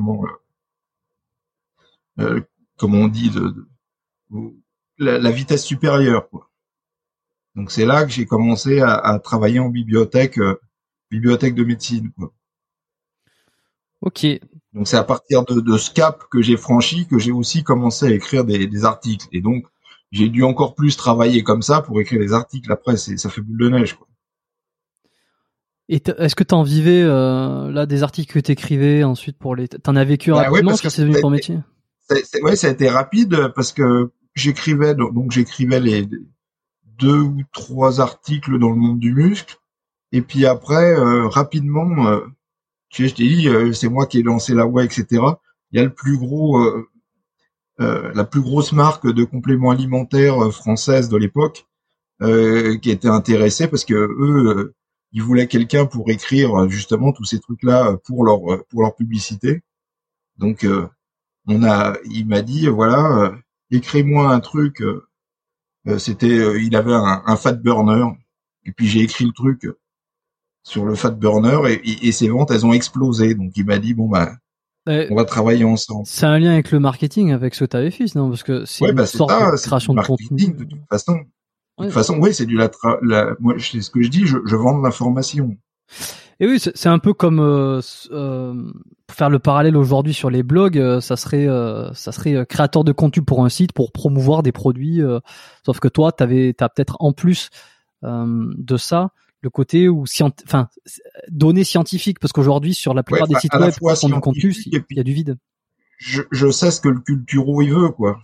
comme on dit la vitesse supérieure, quoi. Donc c'est là que j'ai commencé à travailler en bibliothèque de médecine, quoi. Ok. Donc c'est à partir de ce cap que j'ai franchi que j'ai aussi commencé à écrire des articles. Et donc j'ai dû encore plus travailler comme ça pour écrire des articles. Après ça fait boule de neige, quoi. Et est-ce que t'en vivais là des articles que t'écrivais ensuite t'en as vécu rapidement parce que c'est devenu ton métier? Ça a été rapide parce que j'écrivais les 2 ou 3 articles dans le monde du muscle, et puis après rapidement, je t'ai dit, c'est moi qui ai lancé la whey, etc. Il y a la plus grosse marque de compléments alimentaires française de l'époque qui était intéressée parce que eux ils voulaient quelqu'un pour écrire justement tous ces trucs là pour leur publicité. Donc il m'a dit, voilà, écris-moi un truc. Il avait un fat burner. Et puis j'ai écrit le truc sur le fat burner et ses ventes, elles ont explosé. Donc il m'a dit, bon, bah, on va travailler ensemble. C'est un lien avec le marketing, avec ce que tu avais fait, non? Parce que c'est une sorte de création de contenu. De toute façon. De toute façon, oui, c'est moi, c'est ce que je dis, je vends de l'information. Et oui, c'est un peu comme pour faire le parallèle aujourd'hui sur les blogs, ça serait créateur de contenu pour un site pour promouvoir des produits. Sauf que toi, t'as peut-être en plus de ça le côté où données scientifiques, parce qu'aujourd'hui sur la plupart des sites web qui font du contenu, il y a du vide. Je sais ce que le culturo il veut, quoi.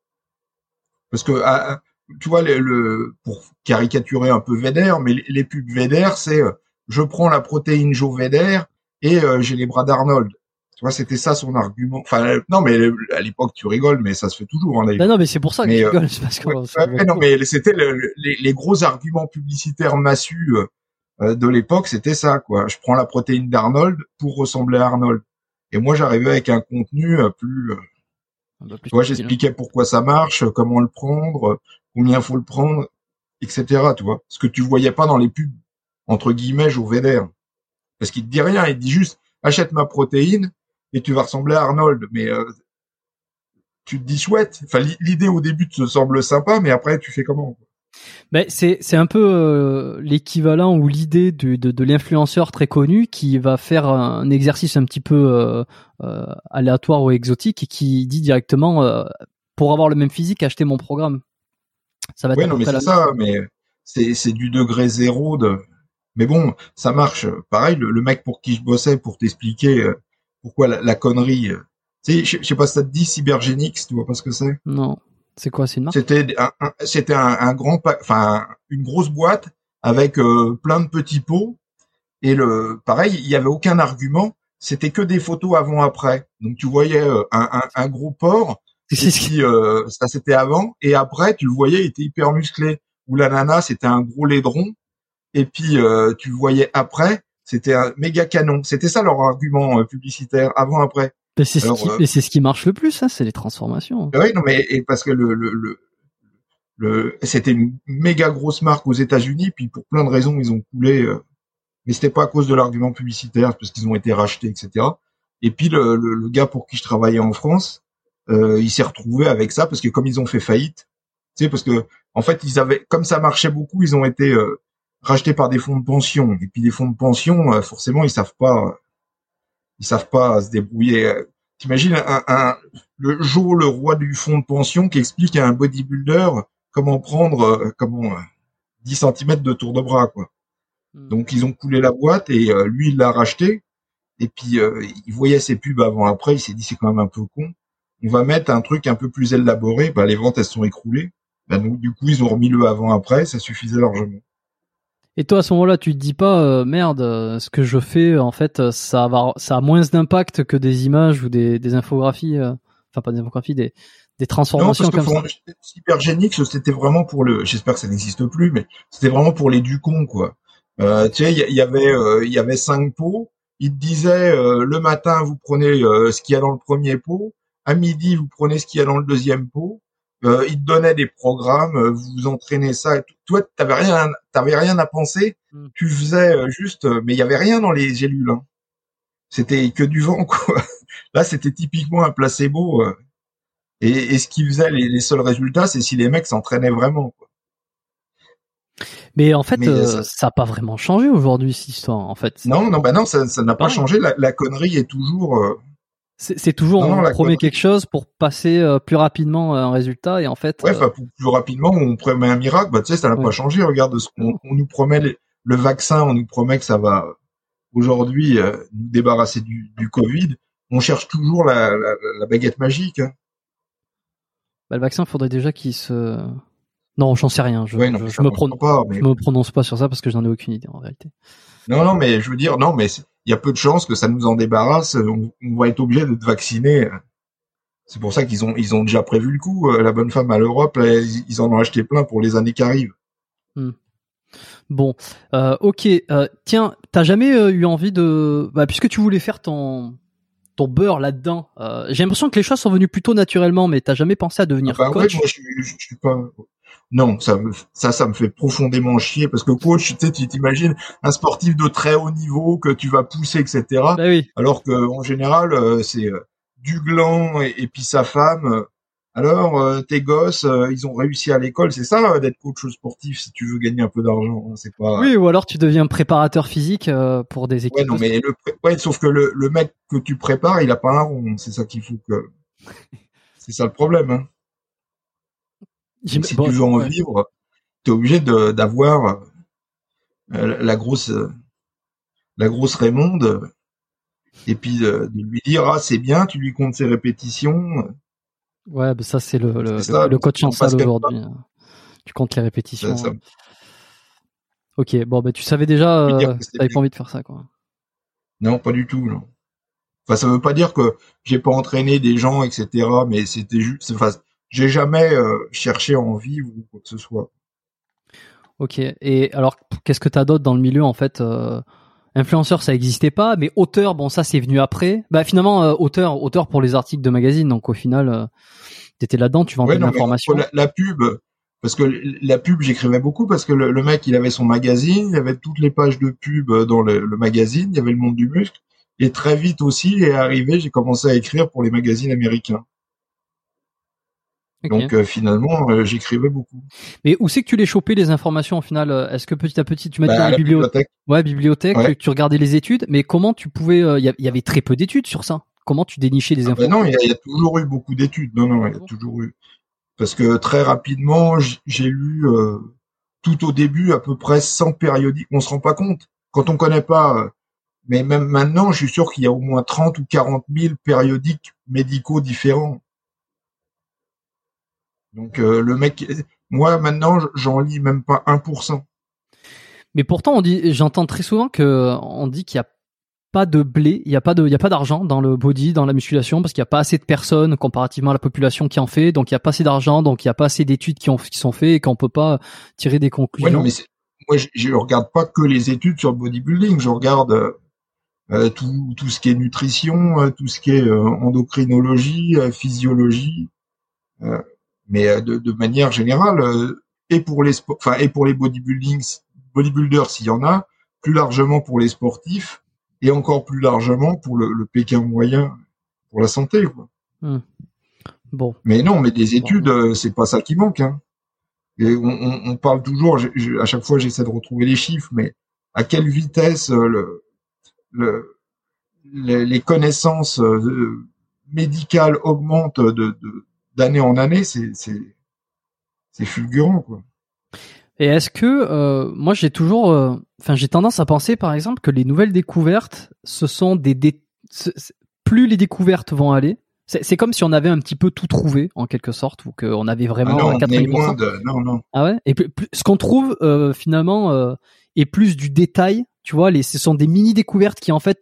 Parce que tu vois, pour caricaturer un peu Védère, mais les pubs Védère, c'est je prends la protéine Joe Védère et j'ai les bras d'Arnold. Tu vois, c'était ça son argument. Enfin, non, mais à l'époque, tu rigoles, mais ça se fait toujours. Hein, non, mais c'est pour ça que je rigole. C'est parce que non, mais c'était les gros arguments publicitaires massus de l'époque, c'était ça, quoi. Je prends la protéine d'Arnold pour ressembler à Arnold. Et moi, j'arrivais avec un contenu plus tu vois, j'expliquais pourquoi ça marche, comment le prendre, combien faut le prendre, etc. Tu vois, ce que tu voyais pas dans les pubs entre guillemets Joe Védère, parce qu'il te dit rien, il te dit juste achète ma protéine et tu vas ressembler à Arnold. Mais tu te dis chouette. Enfin, l'idée au début te semble sympa, mais après tu fais comment, quoi. Ben c'est un peu l'équivalent ou l'idée de l'influenceur très connu qui va faire un exercice un petit peu aléatoire ou exotique et qui dit directement pour avoir le même physique achetez mon programme. Ça va être non, mais c'est ça, mais c'est du degré zéro de. Mais bon, ça marche. Pareil, le mec pour qui je bossais pour t'expliquer pourquoi la connerie. Tu sais, je sais pas si ça te dit Cybergenics, tu vois pas ce que c'est? Non. C'est quoi, c'est une marque? C'était un grand, une grosse boîte avec plein de petits pots et pareil, il y avait aucun argument. C'était que des photos avant-après. Donc tu voyais un gros porc. Et puis ça c'était avant et après tu le voyais, il était hyper musclé. Ou la nana, c'était un gros laidron. Et puis tu le voyais après, c'était un méga canon. C'était ça leur argument publicitaire avant-après. Mais c'est ce qui marche le plus, hein, c'est les transformations. Oui, non, mais parce que c'était une méga grosse marque aux États-Unis, puis pour plein de raisons ils ont coulé, mais c'était pas à cause de l'argument publicitaire, parce qu'ils ont été rachetés, etc. Et puis le gars pour qui je travaillais en France, il s'est retrouvé avec ça parce que comme ils ont fait faillite, tu sais, parce que en fait comme ça marchait beaucoup, ils ont été rachetés par des fonds de pension. Et puis les fonds de pension, forcément, ils savent pas se débrouiller. T'imagines le jour le roi du fonds de pension qui explique à un bodybuilder comment prendre 10 cm de tour de bras, quoi. Donc ils ont coulé la boîte et lui il l'a racheté et puis il voyait ses pubs avant après, il s'est dit c'est quand même un peu con. On va mettre un truc un peu plus élaboré, les ventes elles sont écroulées. Donc du coup ils ont remis le avant après, ça suffisait largement. Et toi, à ce moment-là, tu te dis pas, merde, ce que je fais, en fait, ça a moins d'impact que des images ou des infographies, enfin pas des infographies, des transformations comme ça. Cybergenics, c'était vraiment j'espère que ça n'existe plus, mais c'était vraiment pour les ducons, quoi. Tu sais, il y avait 5 pots. Il te disait, le matin, vous prenez ce qu'il y a dans le premier pot. À midi, vous prenez ce qu'il y a dans le deuxième pot. Il te donnait des programmes, vous entraînez ça et tout. Toi, t'avais rien à penser. Tu faisais juste, mais il y avait rien dans les gélules, hein. C'était que du vent, quoi. Là, c'était typiquement un placebo. Et ce qui faisait les seuls résultats, c'est si les mecs s'entraînaient vraiment, quoi. Mais en fait, ça n'a pas vraiment changé aujourd'hui, cette histoire, en fait. Non, ça n'a pas changé. La connerie est toujours. C'est toujours on promet quelque chose pour passer plus rapidement un résultat et en fait. Ouais, plus rapidement on promet un miracle. Tu sais, ça n'a pas changé. Regarde on nous promet le vaccin, on nous promet que ça va aujourd'hui nous débarrasser du Covid. On cherche toujours la baguette magique. Hein. Le vaccin, faudrait déjà qu'il se. Non, j'en sais rien. Je me prononce pas sur ça parce que j'en ai aucune idée en réalité. Non, mais je veux dire, non, mais il y a peu de chances que ça nous en débarrasse. On va être obligé de te vacciner. C'est pour ça qu'ils ont déjà prévu le coup. La bonne femme à l'Europe, ils en ont acheté plein pour les années qui arrivent. Bon, ok. Tiens, t'as jamais eu envie de, puisque tu voulais faire ton ton beurre là-dedans. J'ai l'impression que les choses sont venues plutôt naturellement, mais t'as jamais pensé à devenir coach? Ouais, moi, je suis pas. Non, ça me fait profondément chier parce que coach, tu sais, tu t'imagines un sportif de très haut niveau que tu vas pousser, etc. Bah oui. Alors que en général, c'est du gland et puis sa femme. Alors, tes gosses, ils ont réussi à l'école, c'est ça d'être coach sportif si tu veux gagner un peu d'argent. Hein, c'est pas. Oui, ou alors tu deviens préparateur physique pour des équipes. Ouais, non, mais sauf que le mec que tu prépares, il a pas un rond. C'est ça qu'il faut que. C'est ça le problème. Hein. Donc, si tu veux en vivre, t'es obligé d'avoir la grosse Raymonde et puis de lui dire c'est bien, tu lui comptes ses répétitions. Ouais, bah ça c'est le coach en salle aujourd'hui. Tu comptes les répétitions. Ça. Ok, bon bah tu savais déjà, t'avais pas envie de faire ça quoi. Non, pas du tout, non. Enfin, ça veut pas dire que j'ai pas entraîné des gens, etc. Mais c'était juste, enfin, j'ai jamais cherché à en vivre ou quoi que ce soit. Ok. Et alors, qu'est-ce que t'as d'autre dans le milieu en fait? Influenceur, ça existait pas, mais auteur, bon, ça c'est venu après. Bah finalement, auteur pour les articles de magazine. Donc au final, t'étais là-dedans, tu vendais de l'information. La pub, parce que la pub, j'écrivais beaucoup parce que le mec, il avait son magazine, il y avait toutes les pages de pub dans le magazine, il y avait le monde du muscle. Et très vite aussi, est arrivé, j'ai commencé à écrire pour les magazines américains. Okay. Donc finalement, j'écrivais beaucoup. Mais où c'est que tu les chopais les informations au final? Est-ce que petit à petit tu m'as dit dans les bibliothèques? Ouais, bibliothèque. Ouais. Tu regardais les études, mais comment tu pouvais? Il y avait très peu d'études sur ça. Comment tu dénichais les informations? Non, il y a toujours eu beaucoup d'études. Non, il y a toujours eu. Parce que très rapidement, j'ai lu tout au début à peu près 100 périodiques. On se rend pas compte quand on connaît pas. Mais même maintenant, je suis sûr qu'il y a au moins 30 ou 40 000 périodiques médicaux différents. Donc le mec, moi maintenant, j'en lis même pas 1%. Mais pourtant, j'entends très souvent on dit qu'il y a pas de blé, il y a pas d'argent dans le body, dans la musculation, parce qu'il y a pas assez de personnes comparativement à la population qui en fait, donc il y a pas assez d'argent, donc il y a pas assez d'études qui sont faites et qu'on peut pas tirer des conclusions. Ouais, non, mais moi je regarde pas que les études sur le bodybuilding, je regarde tout ce qui est nutrition, tout ce qui est endocrinologie, physiologie, mais de manière générale, et pour les bodybuilders s'il y en a, plus largement pour les sportifs et encore plus largement pour le Pékin moyen, pour la santé, quoi. Bon. Mais non, mais des études, c'est pas ça qui manque, hein. Et on parle toujours, à chaque fois j'essaie de retrouver les chiffres, mais à quelle vitesse les connaissances médicales augmentent d'année en année, c'est fulgurant, quoi. Et est-ce que moi j'ai tendance à penser par exemple que les nouvelles découvertes, ce sont plus les découvertes vont aller, c'est comme si on avait un petit peu tout trouvé en quelque sorte, ou qu'on avait vraiment 80%. Non. Ah ouais. Et plus, ce qu'on trouve finalement est plus du détail. Tu vois, ce sont des mini découvertes qui en fait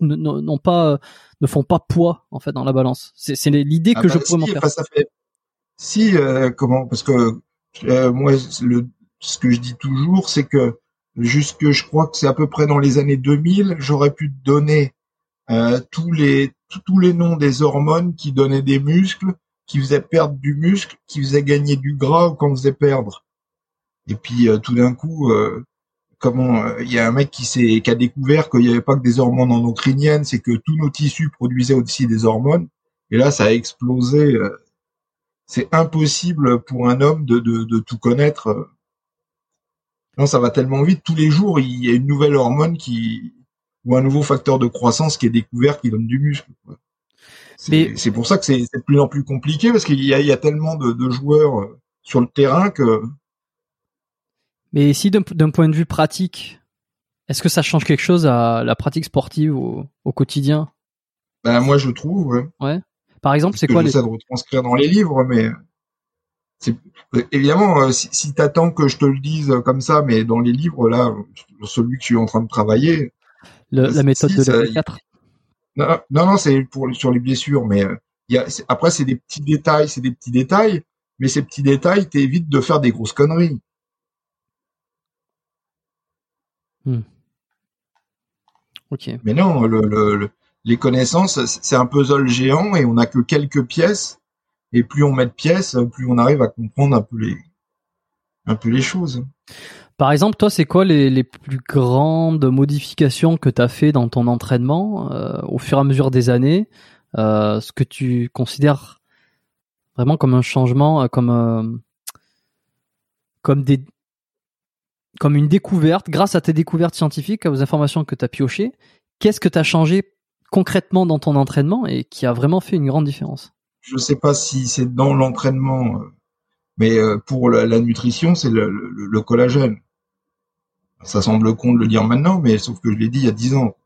ne font pas poids en fait dans la balance. C'est l'idée que je pourrais m'en faire. Ça fait. Si parce que moi ce que je dis toujours, c'est que je crois que c'est à peu près dans les années 2000, j'aurais pu te donner tous les noms des hormones qui donnaient des muscles, qui faisaient perdre du muscle, qui faisaient gagner du gras ou qu'on faisait perdre. Et puis tout d'un coup, il y a un mec qui a découvert qu'il n'y avait pas que des hormones endocriniennes, c'est que tous nos tissus produisaient aussi des hormones. Et là, ça a explosé. C'est impossible pour un homme de tout connaître. Non, ça va tellement vite. Tous les jours, il y a une nouvelle hormone ou un nouveau facteur de croissance qui est découvert qui donne du muscle. C'est pour ça que c'est de plus en plus compliqué parce qu'il y a tellement de joueurs sur le terrain que. Mais si d'un point de vue pratique, est-ce que ça change quelque chose à la pratique sportive au quotidien? Ben moi je trouve, ouais. Ouais. Par exemple, c'est quoi j'essaie de retranscrire dans les livres, mais c'est évidemment si t'attends que je te le dise comme ça, mais dans les livres là, celui que je suis en train de travailler, la méthode de level 4. Non, c'est sur les blessures, mais après c'est des petits détails, mais ces petits détails t'évitent de faire des grosses conneries. Ok. Mais non, les connaissances, c'est un puzzle géant et on n'a que quelques pièces. Et plus on met de pièces, plus on arrive à comprendre un peu les choses. Par exemple, toi, c'est quoi les plus grandes modifications que tu as fait dans ton entraînement au fur et à mesure des années, ce que tu considères vraiment comme un changement, comme une découverte, grâce à tes découvertes scientifiques, aux informations que tu as piochées, qu'est-ce que tu as changé concrètement dans ton entraînement et qui a vraiment fait une grande différence? Je sais pas si c'est dans l'entraînement, mais pour la nutrition, c'est le collagène. Ça semble con de le dire maintenant, mais sauf que je l'ai dit il y a 10 ans.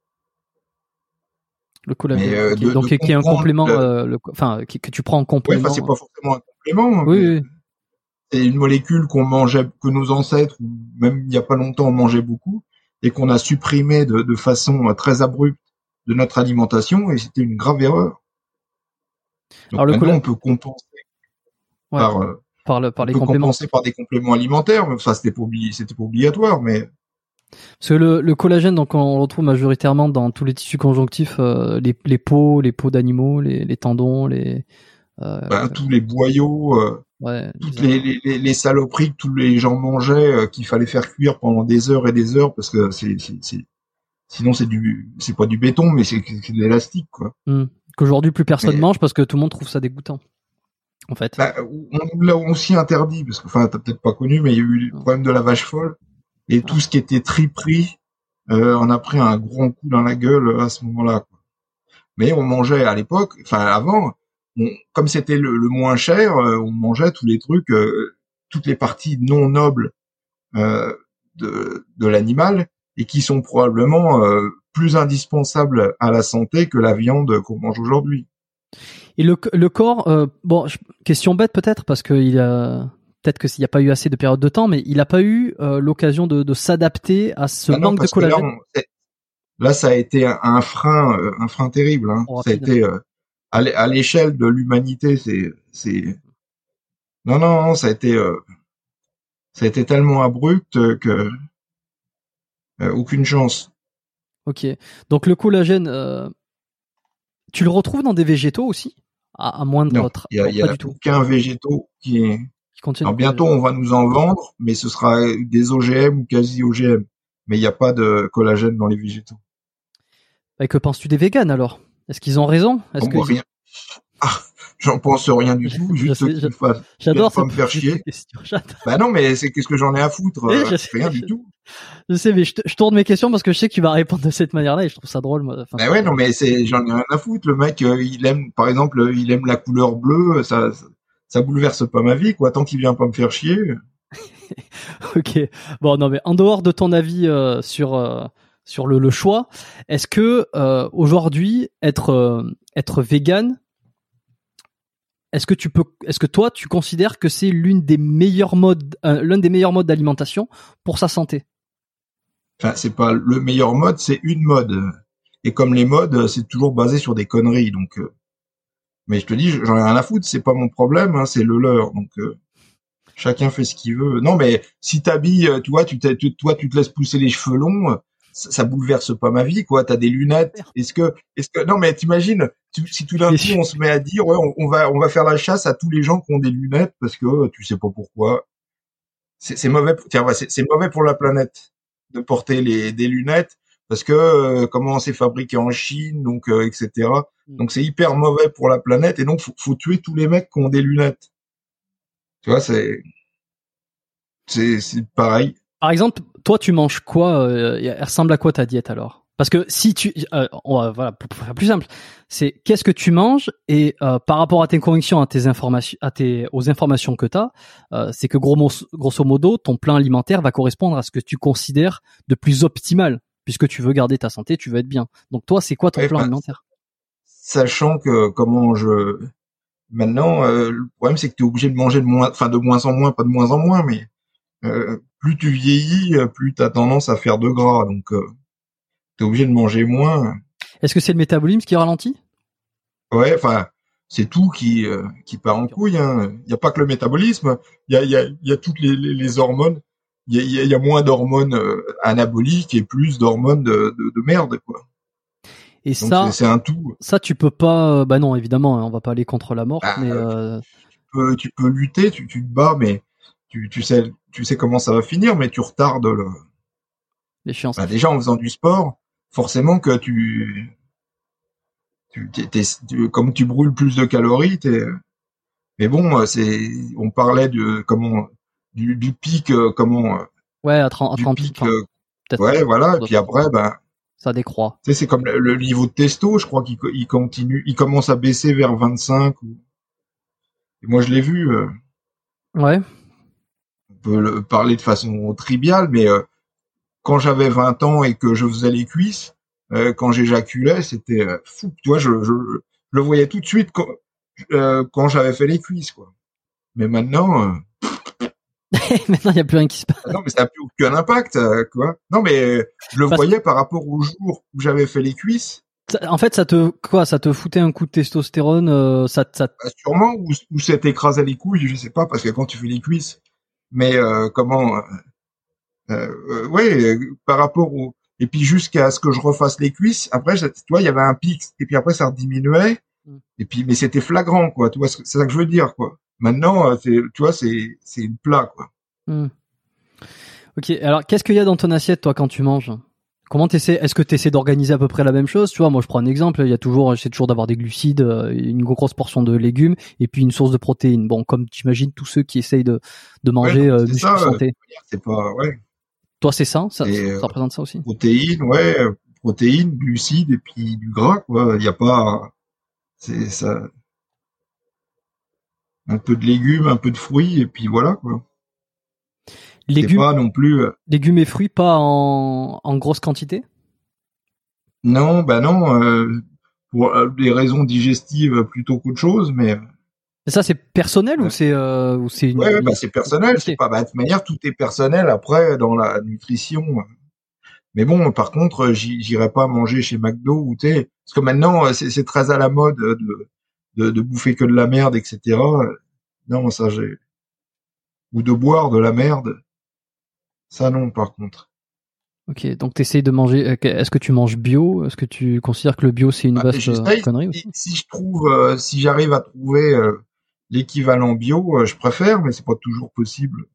Le collagène, donc qui est un complément, que tu prends en complément. Ouais, c'est pas forcément un complément. Oui. C'est une molécule qu'on mangeait, que nos ancêtres, ou même il y a pas longtemps, on mangeait beaucoup, et qu'on a supprimé de façon très abrupte de notre alimentation, et c'était une grave erreur. Donc alors, maintenant, on peut compenser par les compléments. Compenser par des compléments alimentaires, mais ça c'était pas obligatoire, mais parce que le collagène, donc on le retrouve majoritairement dans tous les tissus conjonctifs, les peaux d'animaux, les tendons, tous les boyaux, toutes les saloperies que tous les gens mangeaient, qu'il fallait faire cuire pendant des heures et des heures parce que sinon c'est pas du béton, mais c'est de l'élastique, quoi. Qu'aujourd'hui plus personne mange parce que tout le monde trouve ça dégoûtant. En fait. On l'a aussi interdit parce que, t'as peut-être pas connu, mais il y a eu le problème de la vache folle et tout ce qui était triperie, on a pris un grand coup dans la gueule à ce moment-là, quoi. Mais on mangeait à l'époque, avant, comme c'était le moins cher, on mangeait tous les trucs, toutes les parties non nobles de l'animal et qui sont probablement plus indispensables à la santé que la viande qu'on mange aujourd'hui. Et le corps, question bête peut-être parce que peut-être que s'il n'y a pas eu assez de période de temps, mais il n'a pas eu l'occasion de s'adapter à ce manque de collagène. Là, ça a été un frein terrible. Hein. Ça a été à l'échelle de l'humanité, non, ça a été tellement abrupt que aucune chance. Ok, donc le collagène, tu le retrouves dans des végétaux aussi, à moindre autre. Il y a aucun végétaux qui contient. Alors bientôt, on va nous en vendre, mais ce sera des OGM ou quasi OGM. Mais il n'y a pas de collagène dans les végétaux. Et que penses-tu des véganes alors? Est-ce qu'ils ont raison? Rien. J'en pense rien du tout. J'adore ça me faire chier. Bah non, mais qu'est-ce que j'en ai à foutre? Rien du tout. Je sais, mais je tourne mes questions parce que je sais que tu vas répondre de cette manière-là et je trouve ça drôle. Mais ouais, non, mais j'en ai rien à foutre. Le mec, il aime la couleur bleue. Ça bouleverse pas ma vie, quoi. Tant qu'il vient pas me faire chier. Ok. Bon, non, mais en dehors de ton avis sur le choix, est-ce que aujourd'hui être vegan, est-ce que toi tu considères que c'est l'un des meilleurs modes d'alimentation pour sa santé? Enfin, c'est pas le meilleur mode, c'est une mode. Et comme les modes, c'est toujours basé sur des conneries, donc. Mais je te dis, j'en ai rien à foutre, c'est pas mon problème, hein, c'est le leur, donc. Chacun fait ce qu'il veut. Non, mais si t'habilles, tu vois, tu te laisses pousser les cheveux longs, ça bouleverse pas ma vie, quoi. T'as des lunettes. Est-ce que, non, mais t'imagines, si tout d'un coup on se met à dire, ouais, on va faire la chasse à tous les gens qui ont des lunettes parce que tu sais pas pourquoi. C'est mauvais. Tiens, c'est mauvais pour la planète de porter des lunettes parce que comment c'est fabriqué en Chine, donc etc. Donc c'est hyper mauvais pour la planète et donc faut tuer tous les mecs qui ont des lunettes. Tu vois, c'est pareil. Par exemple, toi, tu manges quoi? Elle ressemble à quoi ta diète alors? Parce que si voilà, pour faire plus simple, c'est qu'est-ce que tu manges et par rapport à tes convictions, à tes informations, aux informations que t'as, c'est que grosso modo, ton plan alimentaire va correspondre à ce que tu considères de plus optimal, puisque tu veux garder ta santé, tu veux être bien. Donc toi, c'est quoi ton plan alimentaire? Sachant que maintenant, le problème c'est que tu es obligé de manger de moins en moins, pas de moins en moins, mais plus tu vieillis, plus tu as tendance à faire de gras, donc tu es obligé de manger moins. Est-ce que c'est le métabolisme qui ralentit? Ouais, c'est tout qui part en couille, hein. Il y a pas que le métabolisme, il y a toutes les hormones, il y a moins d'hormones anaboliques et plus d'hormones de merde, quoi. Et Donc c'est un tout. Ça tu peux pas. Bah non, évidemment, on va pas aller contre la mort, mais tu peux lutter, tu te bats, mais tu sais comment ça va finir, mais tu retardes l'échéance. Bah, déjà en faisant du sport, forcément que comme tu brûles plus de calories, mais bon, on parlait du pic, ouais, à 30, du 30 pic, peut-être. ouais, voilà, et puis après, ben, ça décroît. Tu sais, c'est comme le niveau de testo, je crois qu'il commence à baisser vers 25 et moi je l'ai vu, ouais. on peut le parler de façon triviale, mais quand j'avais 20 ans et que je faisais les cuisses, quand j'éjaculais, c'était fou. Tu vois, je le voyais tout de suite quand j'avais fait les cuisses, quoi. Mais maintenant, maintenant il y a plus rien qui se passe. non, mais ça n'a plus aucun impact, quoi. Non, mais je le voyais par rapport au jour où j'avais fait les cuisses. En fait, ça te foutait un coup de testostérone, Bah, sûrement, ou ça t'écrasait les couilles, je sais pas, parce que quand tu fais les cuisses, mais ouais, par rapport et puis jusqu'à ce que je refasse les cuisses, après, tu vois, il y avait un pic, et puis après ça rediminuait, et puis, mais c'était flagrant, quoi, tu vois, c'est ça que je veux dire, quoi. Maintenant, tu vois, c'est plat, quoi. Ok, alors qu'est-ce qu'il y a dans ton assiette, toi, quand tu manges? Est-ce que t'essaies d'organiser à peu près la même chose? Tu vois, moi je prends un exemple, j'essaie toujours d'avoir des glucides, une grosse portion de légumes, et puis une source de protéines. Bon, comme j'imagine tous ceux qui essayent de manger muscle santé. C'est pas, ouais. Toi, c'est ça représente ça aussi? Protéines, glucides, et puis du gras, quoi. Il y a pas, c'est ça. Un peu de légumes, un peu de fruits, et puis voilà, quoi. Légumes, pas non plus. Légumes et fruits, pas en grosse quantité? Non, bah non, pour des raisons digestives plutôt qu'autre chose, mais. Et ça, c'est personnel ou c'est une... Ouais, bah c'est personnel. Okay. C'est pas, bah de toute manière, tout est personnel après dans la nutrition. Mais bon, par contre, j'irai pas manger chez McDo ou parce que maintenant c'est très à la mode de bouffer que de la merde, etc. Non, ça ou de boire de la merde. Ça non, par contre. Ok, donc t'essayes de manger. Est-ce que tu manges bio? Est-ce que tu considères que le bio c'est une vaste connerie aussi? Si j'arrive à trouver l'équivalent bio, je préfère, mais c'est pas toujours possible.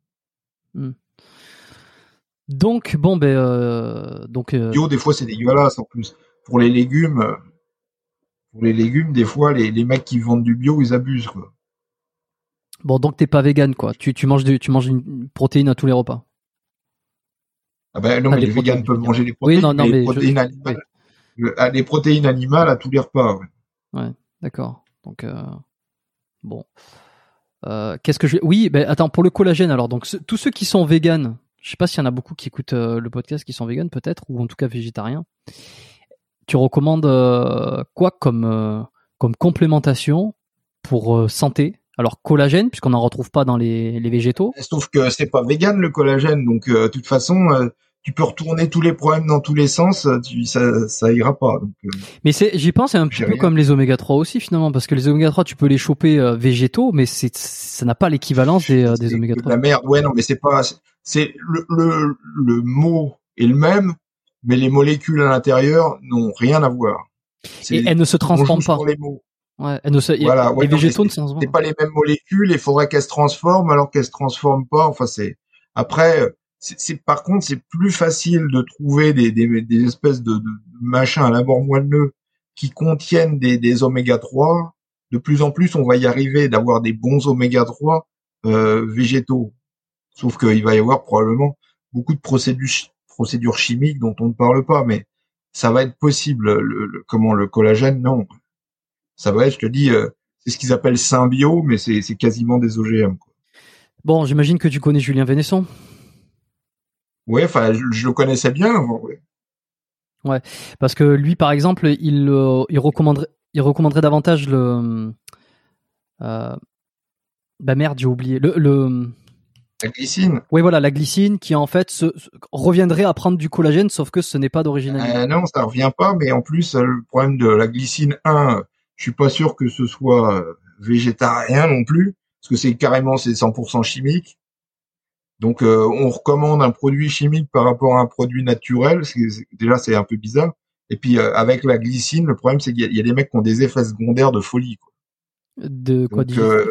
Donc bon, bio des fois c'est dégueulasse en plus. Pour les légumes, des fois les mecs qui vendent du bio ils abusent, quoi. Bon, donc t'es pas vegan, quoi. Tu manges une protéine à tous les repas. Ah ben non, mais les véganes peuvent manger les protéines. Oui, non, mais les protéines animales, les protéines animales à tous les repas. Ouais, d'accord. Donc bon, qu'est-ce que Oui, ben attends, pour le collagène, alors donc tous ceux qui sont véganes, je sais pas s'il y en a beaucoup qui écoutent le podcast qui sont véganes peut-être, ou en tout cas végétariens. Tu recommandes quoi comme complémentation pour santé? Alors collagène, puisqu'on n'en retrouve pas dans les végétaux. Sauf que c'est pas vegan le collagène, donc de toute façon, tu peux retourner tous les problèmes dans tous les sens, ça ira pas. Donc, mais j'y pense, c'est un petit peu comme les oméga 3 aussi finalement, parce que les oméga 3 tu peux les choper végétaux, mais ça n'a pas l'équivalence des oméga 3. La merde, ouais, non, mais c'est pas, c'est le mot est le même, mais les molécules à l'intérieur n'ont rien à voir. Et elles ne se transforment pas. Les mots. Ouais, voilà, les végétaux ne se transforment pas. C'est pas les mêmes molécules, il faudrait qu'elles se transforment alors qu'elles se transforment pas. Enfin, après, par contre, c'est plus facile de trouver des espèces de machins à l'abord moelleux qui contiennent des oméga 3. De plus en plus, on va y arriver d'avoir des bons oméga 3 végétaux. Sauf qu'il va y avoir probablement beaucoup de procédures chimiques dont on ne parle pas, mais ça va être possible. Le collagène, non. Ça va être, je te dis, c'est ce qu'ils appellent symbio, mais c'est quasiment des OGM, quoi. Bon, j'imagine que tu connais Julien Vénesson. Ouais, enfin, je le connaissais bien avant, ouais. Ouais, parce que lui, par exemple, il recommanderait davantage bah merde, j'ai oublié la glycine. Oui, voilà, la glycine qui en fait reviendrait à prendre du collagène, sauf que ce n'est pas d'origine animale. Non, ça revient pas, mais en plus, le problème de la glycine 1, je suis pas sûr que ce soit végétarien non plus, parce que c'est 100% chimique. Donc, on recommande un produit chimique par rapport à un produit naturel. Déjà, c'est un peu bizarre. Et puis avec la glycine, le problème c'est qu'il y a des mecs qui ont des effets secondaires de folie, quoi. De quoi Donc dire?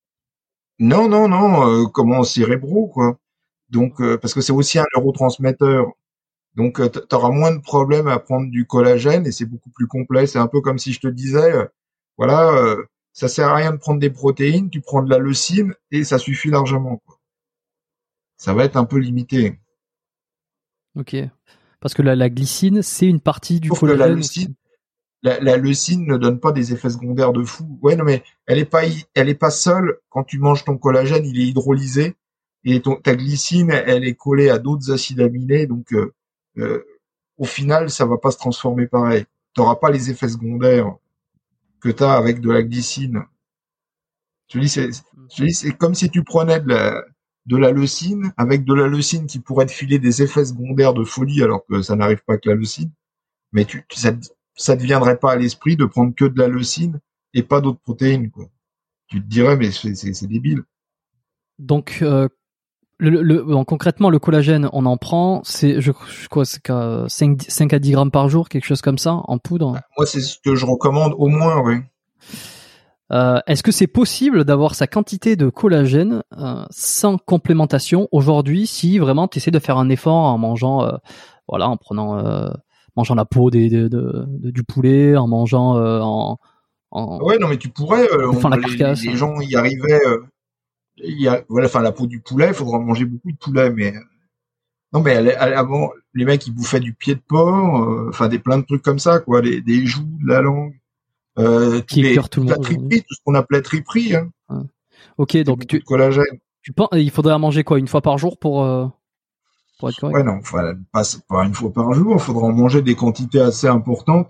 non, comment cérébraux, quoi. Donc parce que c'est aussi un neurotransmetteur. Donc t'auras moins de problèmes à prendre du collagène et c'est beaucoup plus complet. C'est un peu comme si je te disais, voilà, ça sert à rien de prendre des protéines, tu prends de la leucine et ça suffit largement, quoi. Ça va être un peu limité. Ok. Parce que la glycine, c'est une partie du Sauf que la collagène. leucine, la leucine ne donne pas des effets secondaires de fou. Ouais, non, mais elle est pas seule. Quand tu manges ton collagène, il est hydrolysé et ta glycine, elle est collée à d'autres acides aminés. Donc, au final, ça va pas se transformer pareil. T'auras pas les effets secondaires que t'as avec de la glycine. Je te dis, c'est comme si tu prenais de la leucine avec de la leucine qui pourrait te filer des effets secondaires de folie alors que ça n'arrive pas avec la leucine. Mais ça te viendrait pas à l'esprit de prendre que de la leucine et pas d'autres protéines, quoi. Tu te dirais, mais c'est débile. Donc, bon, concrètement, le collagène, on en prend, c'est 5 à 10 grammes par jour, quelque chose comme ça, en poudre. Moi, c'est ce que je recommande au moins, oui. Est-ce que c'est possible d'avoir sa quantité de collagène sans complémentation aujourd'hui, si vraiment tu essaies de faire un effort en mangeant, voilà, en prenant, mangeant la peau du poulet, en mangeant Ouais, non, mais tu pourrais, la carcasse. les gens y arrivaient, voilà, enfin, la peau du poulet, il faudra manger beaucoup de poulet, mais, non, mais avant, les mecs, ils bouffaient du pied de porc, enfin, plein de trucs comme ça, quoi, des joues, de la langue, toute la triperie, tout ce qu'on appelait triperie, hein. Ouais. Ok, donc de collagène. Tu penses, il faudrait en manger quoi, une fois par jour pour être correct? Ouais, non, pas une fois par jour, il faudra en manger des quantités assez importantes,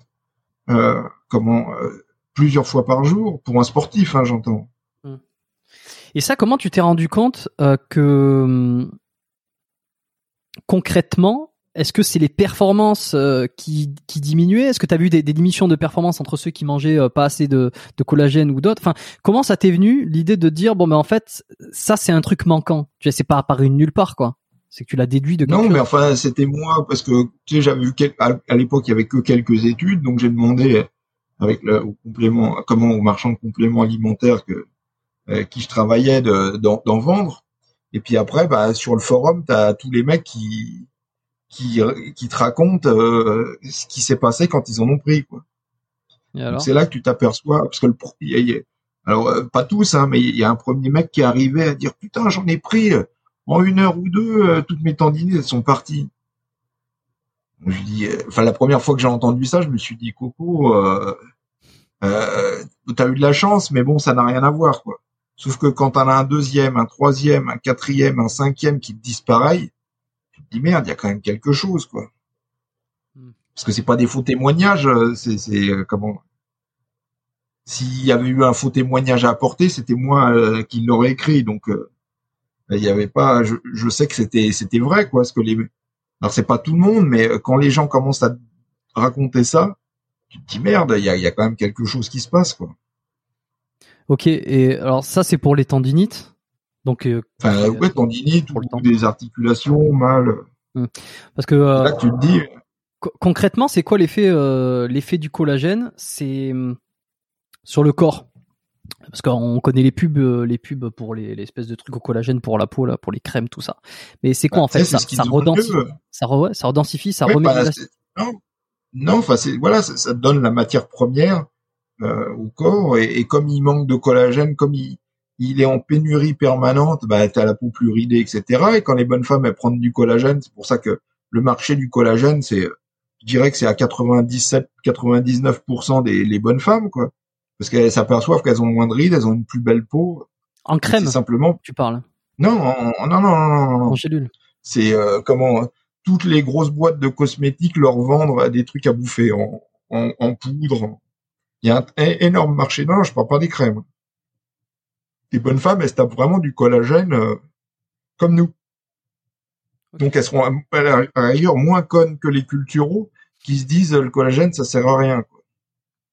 plusieurs fois par jour, pour un sportif, hein, j'entends. Et ça, comment tu t'es rendu compte que concrètement, est-ce que c'est les performances qui diminuaient? Est-ce que tu as vu des diminutions de performance entre ceux qui mangeaient pas assez de collagène ou d'autres? Enfin, comment ça t'est venu l'idée de dire bon, mais en fait, ça c'est un truc manquant. Tu sais, c'est pas apparu de nulle part, quoi. C'est que tu l'as déduit de quelque chose. Non, mais enfin, c'était moi parce que tu sais, j'avais vu à l'époque il y avait que quelques études, donc j'ai demandé avec au marchand de compléments alimentaires qui je travaillais d'en vendre. Et puis après, bah sur le forum, t'as tous les mecs qui te racontent ce qui s'est passé quand ils en ont pris, quoi. Donc c'est là que tu t'aperçois, parce que alors pas tous, hein, mais il y a un premier mec qui est arrivé à dire putain, j'en ai pris en 1 heure ou 2, toutes mes tendinites elles sont parties. Je dis, la première fois que j'ai entendu ça, je me suis dit Coco, t'as eu de la chance, mais bon, ça n'a rien à voir, quoi. Sauf que quand t'en as un deuxième, un troisième, un quatrième, un cinquième qui te disent pareil, tu te dis merde, il y a quand même quelque chose, quoi. Parce que c'est pas des faux témoignages, c'est comment. S'il y avait eu un faux témoignage à apporter, c'était moi qui l'aurais écrit, donc il y avait pas. Je sais que c'était vrai, quoi. Parce que alors c'est pas tout le monde, mais quand les gens commencent à raconter ça, tu te dis merde, il y a quand même quelque chose qui se passe, quoi. Ok, et alors ça c'est pour les tendinites, donc tendinites ou des articulations mal. Parce que là tu te dis concrètement c'est quoi l'effet du collagène, c'est sur le corps, parce qu'on connaît les pubs pour les espèces de trucs au collagène pour la peau là, pour les crèmes tout ça, mais c'est quoi en fait, ça redensifie, ça remet non, enfin ça donne la matière première au corps, et comme il manque de collagène, comme il est en pénurie permanente, bah t'as la peau plus ridée, etc. Et quand les bonnes femmes elles prennent du collagène, c'est pour ça que le marché du collagène, je dirais que c'est à 97-99% les bonnes femmes, quoi, parce qu'elles s'aperçoivent qu'elles ont moins de rides, elles ont une plus belle peau. En crème, simplement. Tu parles? Non. En gélule. C'est toutes les grosses boîtes de cosmétiques leur vendre des trucs à bouffer en poudre. Il y a un énorme marché. Non, je parle pas des crèmes. Les bonnes femmes, elles se tapent vraiment du collagène comme nous. Okay. Donc elles seront à la rigueur moins connes que les culturaux qui se disent le collagène ça sert à rien, quoi.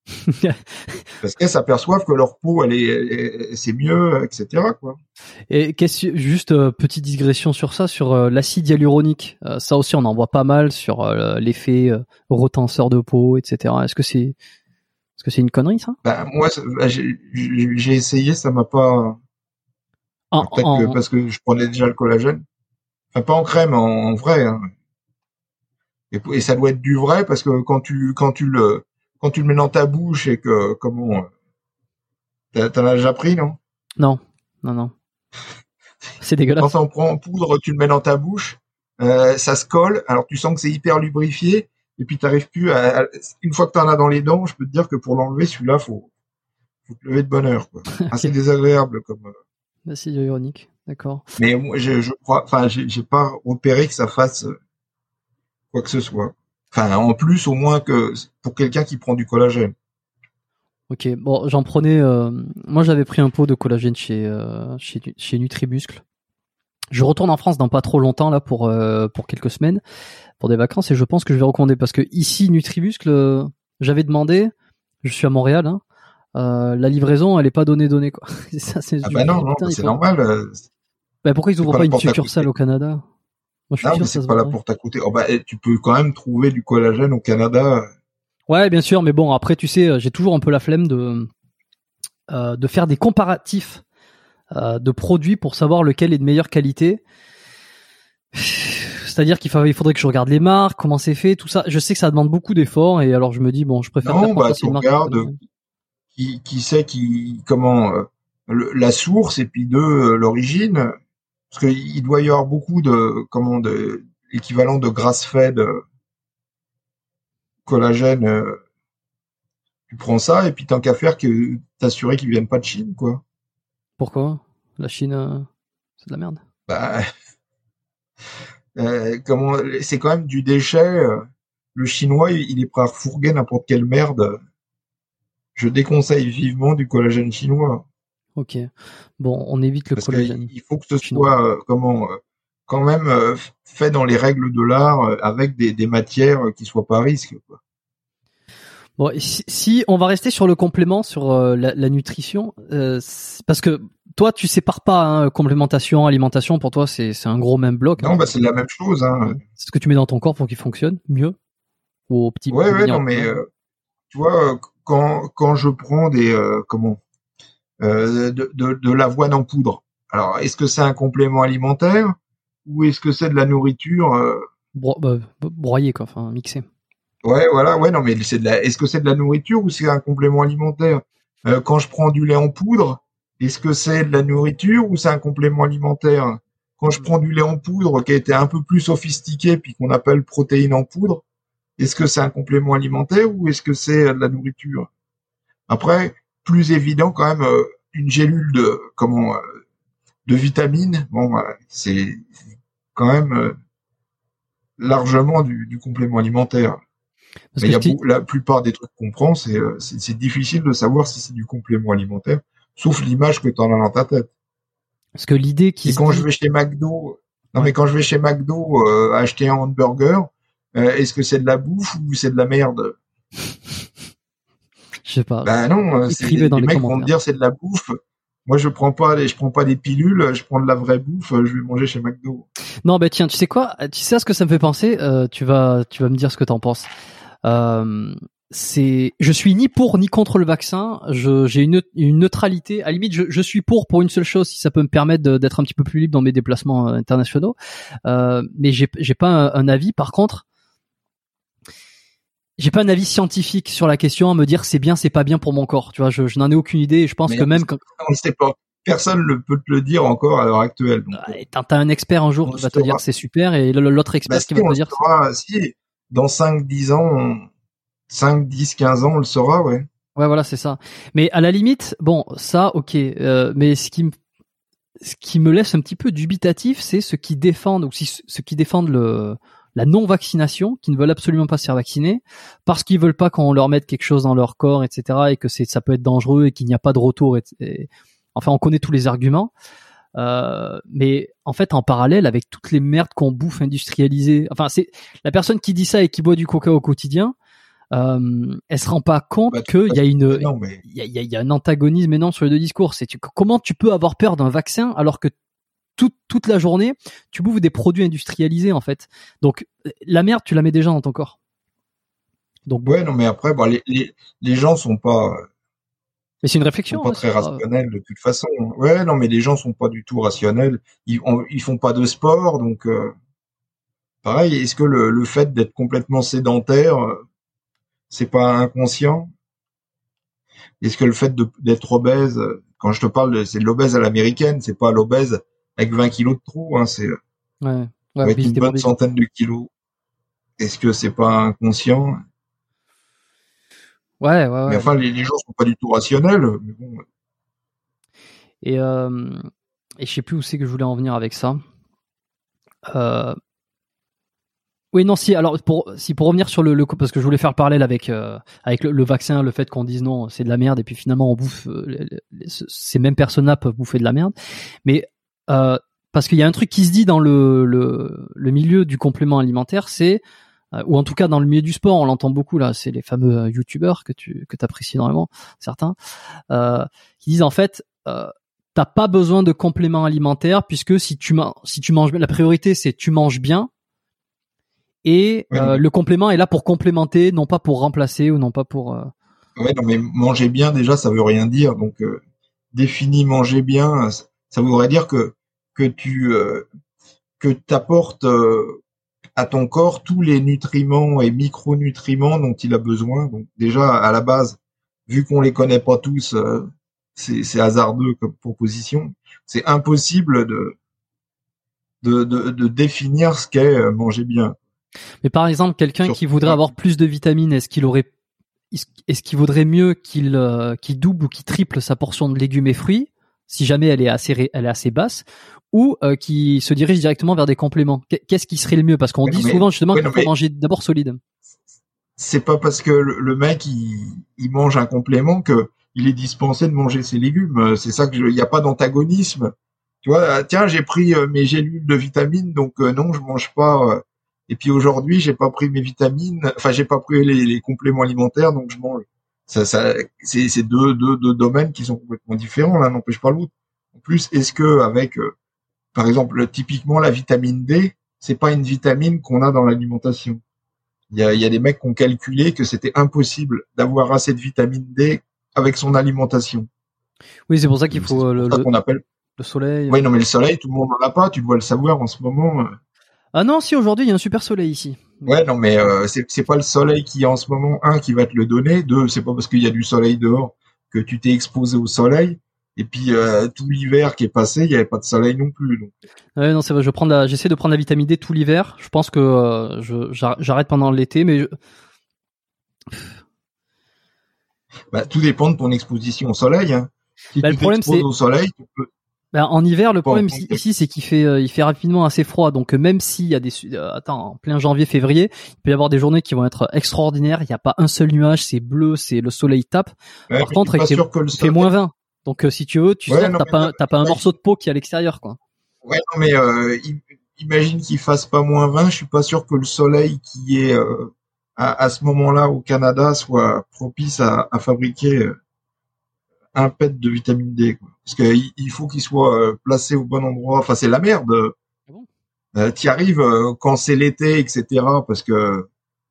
Parce qu'elles s'aperçoivent que leur peau, c'est mieux, etc., quoi. Et juste petite digression sur ça, sur l'acide hyaluronique. Ça aussi, on en voit pas mal sur l'effet retenseur de peau, etc. Est-ce que c'est une connerie, ça? Moi, j'ai essayé, ça m'a pas. Peut-être que parce que je prenais déjà le collagène. Enfin, pas en crème, en vrai. Hein. Et ça doit être du vrai parce que quand tu le mets dans ta bouche et que t'en as déjà pris, non? Non. C'est dégueulasse. Quand t'en prends en poudre, tu le mets dans ta bouche, ça se colle. Alors tu sens que c'est hyper lubrifié et puis t'arrives plus une fois que t'en as dans les dents, je peux te dire que pour l'enlever, celui-là, faut te lever de bonne heure, quoi. Okay. C'est désagréable comme. L'acide hyaluronique, d'accord. Mais moi, je crois, enfin, j'ai pas repéré que ça fasse quoi que ce soit. Enfin, en plus, au moins que pour quelqu'un qui prend du collagène. Ok, bon, j'en prenais. Moi, j'avais pris un pot de collagène chez Nutrimuscle. Je retourne en France dans pas trop longtemps là pour quelques semaines pour des vacances et je pense que je vais recommander parce que ici Nutrimuscle, j'avais demandé. Je suis à Montréal. Hein, la livraison, elle est pas donnée quoi. Ça, c'est non, c'est normal. Pourquoi ils ouvrent pas une succursale au Canada? Moi, je suis sûr mais c'est pas la porte à côté. Tu peux quand même trouver du collagène au Canada. Ouais, bien sûr, mais bon, après, tu sais, j'ai toujours un peu la flemme de faire des comparatifs de produits pour savoir lequel est de meilleure qualité. C'est-à-dire qu'il faudrait que je regarde les marques, comment c'est fait, tout ça. Je sais que ça demande beaucoup d'efforts et alors je me dis bon, je préfère. Non, tu regardes qui sait la source et puis l'origine. Parce qu'il doit y avoir beaucoup de l'équivalent de grass-fed collagène. Tu prends ça et puis tant qu'à faire que t'assurer qu'ils viennent pas de Chine, quoi. Pourquoi? La Chine, c'est de la merde. C'est quand même du déchet. Le chinois, il est prêt à refourguer n'importe quelle merde. Je déconseille vivement du collagène chinois. Ok. Bon, on évite le collagène. Il faut que ce soit quand même fait dans les règles de l'art avec des matières qui soient pas à risque, quoi. Bon, si on va rester sur le complément, sur la nutrition, parce que toi, tu sépares pas hein, complémentation, alimentation. Pour toi, c'est un gros même bloc. Non, c'est la même chose. Hein. C'est ce que tu mets dans ton corps pour qu'il fonctionne mieux. Ou au petit. Ouais, non, mais tu vois, quand je prends des de l'avoine en poudre. Alors, est-ce que c'est un complément alimentaire ou est-ce que c'est de la nourriture broyée, quoi, enfin mixée. Ouais, voilà, ouais, non, mais est-ce que c'est de la nourriture ou c'est un complément alimentaire? Quand je prends du lait en poudre, est-ce que c'est de la nourriture ou c'est un complément alimentaire? Quand je prends du lait en poudre qui a été un peu plus sophistiqué puis qu'on appelle protéines en poudre, est-ce que c'est un complément alimentaire ou est-ce que c'est de la nourriture? Après, plus évident quand même, une gélule de vitamines, c'est quand même largement du complément alimentaire. Mais la plupart des trucs qu'on prend, c'est difficile de savoir si c'est du complément alimentaire, sauf l'image que tu en as dans ta tête. Parce que l'idée qui. Et quand je vais chez McDo, mais quand je vais chez McDo acheter un hamburger, est-ce que c'est de la bouffe ou c'est de la merde? Je sais pas. Non, les mecs vont me dire c'est de la bouffe. Moi, je prends pas des pilules, je prends de la vraie bouffe, je vais manger chez McDo. Non, tiens, tu sais quoi? Tu sais à ce que ça me fait penser? Tu vas me dire ce que t'en penses. Je suis ni pour ni contre le vaccin. J'ai une neutralité. À la limite, je suis pour une seule chose, si ça peut me permettre d'être un petit peu plus libre dans mes déplacements internationaux. Mais j'ai pas un avis. Par contre, j'ai pas un avis scientifique sur la question à me dire c'est bien, c'est pas bien pour mon corps. Tu vois, je n'en ai aucune idée. Et je pense que même quand on ne sait pas, personne ne peut te le dire encore à l'heure actuelle. Donc, t'as un expert un jour qui va te dire c'est super et l'autre expert qui va te dire. Si dans 5-10 ans, 5, 10, 15 ans, on le saura, ouais. Ouais, voilà, c'est ça. Mais à la limite, bon, ça, ok. Mais ce qui me laisse un petit peu dubitatif, c'est ceux qui défendent la non-vaccination, qui ne veulent absolument pas se faire vacciner, parce qu'ils veulent pas qu'on leur mette quelque chose dans leur corps, etc., et que ça peut être dangereux et qu'il n'y a pas de retour. Enfin, on connaît tous les arguments. Mais en fait, en parallèle, avec toutes les merdes qu'on bouffe industrialisées, enfin, c'est la personne qui dit ça et qui boit du coca au quotidien. elle se rend pas compte Bah, qu'il y a non, mais il y a un antagonisme énorme sur les deux discours. Comment tu peux avoir peur d'un vaccin alors que toute la journée, tu bouffes des produits industrialisés, en fait. Donc, la merde, tu la mets déjà dans ton corps. Donc, ouais, non, mais après, bon, les gens sont pas mais c'est une réflexion. très rationnels de toute façon. Ouais, non, mais les gens sont pas du tout rationnels. Ils font pas de sport, donc pareil. Est-ce que le fait d'être complètement sédentaire, c'est pas inconscient? Est-ce que le fait d'être obèse, quand je te parle, c'est de l'obèse à l'américaine, c'est pas l'obèse avec 20 kilos de trop, hein, c'est avec une bonne centaine de kilos. Est-ce que c'est pas inconscient? Ouais. Mais enfin, les gens sont pas du tout rationnels. Mais bon. Et je sais plus où c'est que je voulais en venir avec ça. Oui, non, pour revenir sur le parce que je voulais faire le parallèle avec le vaccin, le fait qu'on dise non, c'est de la merde, et puis finalement on bouffe ces mêmes personnes-là peuvent bouffer de la merde. Mais parce qu'il y a un truc qui se dit dans le milieu du complément alimentaire, c'est ou en tout cas dans le milieu du sport, on l'entend beaucoup là, c'est les fameux youtubeurs que t'apprécies énormément, certains, qui disent en fait t'as pas besoin de complément alimentaire puisque si tu manges bien, la priorité c'est tu manges bien. Et le complément est là pour complémenter, non pas pour remplacer ou non pas pour. Ouais, non, mais manger bien déjà, ça veut rien dire. Donc définis manger bien, ça voudrait dire que t'apportes à ton corps tous les nutriments et micronutriments dont il a besoin. Donc déjà à la base, vu qu'on les connaît pas tous, c'est hasardeux comme proposition. C'est impossible de définir ce qu'est manger bien. Mais par exemple, quelqu'un qui voudrait avoir plus de vitamines, est-ce qu'il vaudrait mieux qu'il double ou qu'il triple sa portion de légumes et fruits, si jamais elle est assez basse, ou qui se dirige directement vers des compléments? Qu'est-ce qui serait le mieux? Parce qu'on dit souvent justement qu'il faut manger d'abord solide. C'est pas parce que le mec il mange un complément que il est dispensé de manger ses légumes. C'est ça que il y a pas d'antagonisme. Tu vois, tiens, j'ai pris mes gélules de vitamines, donc non, je mange pas. Et puis aujourd'hui, j'ai pas pris mes vitamines, enfin j'ai pas pris les compléments alimentaires, donc je mange. C'est deux domaines qui sont complètement différents. L'un n'empêche pas l'autre. En plus, est-ce que avec, par exemple, typiquement la vitamine D, c'est pas une vitamine qu'on a dans l'alimentation. Il y a des mecs qui ont calculé que c'était impossible d'avoir assez de vitamine D avec son alimentation. Oui, c'est pour ça qu'il faut qu'on appelle le soleil. Oui, non, mais le soleil, tout le monde n'en a pas. Tu dois le savoir en ce moment. Ah non, si aujourd'hui il y a un super soleil ici. Ouais, non, mais c'est pas le soleil qui est en ce moment, qui va te le donner. Deux, c'est pas parce qu'il y a du soleil dehors que tu t'es exposé au soleil. Et puis tout l'hiver qui est passé, il y avait pas de soleil non plus. Donc. Ouais, non, c'est vrai. J'essaie de prendre la vitamine D tout l'hiver. Je pense que j'arrête pendant l'été, mais tout dépend de ton exposition au soleil. Hein. Si tu t'exposes au soleil, tu peux. En hiver, le problème ici, c'est qu'il fait rapidement assez froid. Donc même s'il y a en plein janvier, février, il peut y avoir des journées qui vont être extraordinaires. Il n'y a pas un seul nuage, c'est bleu, c'est le soleil tape. Par contre, il fait moins 20. Donc si tu veux, t'as pas un morceau de peau qui est à l'extérieur, quoi. Ouais, non, mais imagine qu'il fasse pas moins 20. Je suis pas sûr que le soleil qui est à ce moment-là au Canada soit propice à fabriquer un pet de vitamine D, quoi. Parce qu'il faut qu'il soit placé au bon endroit. Enfin, c'est la merde. T'y arrives quand c'est l'été, etc. Parce que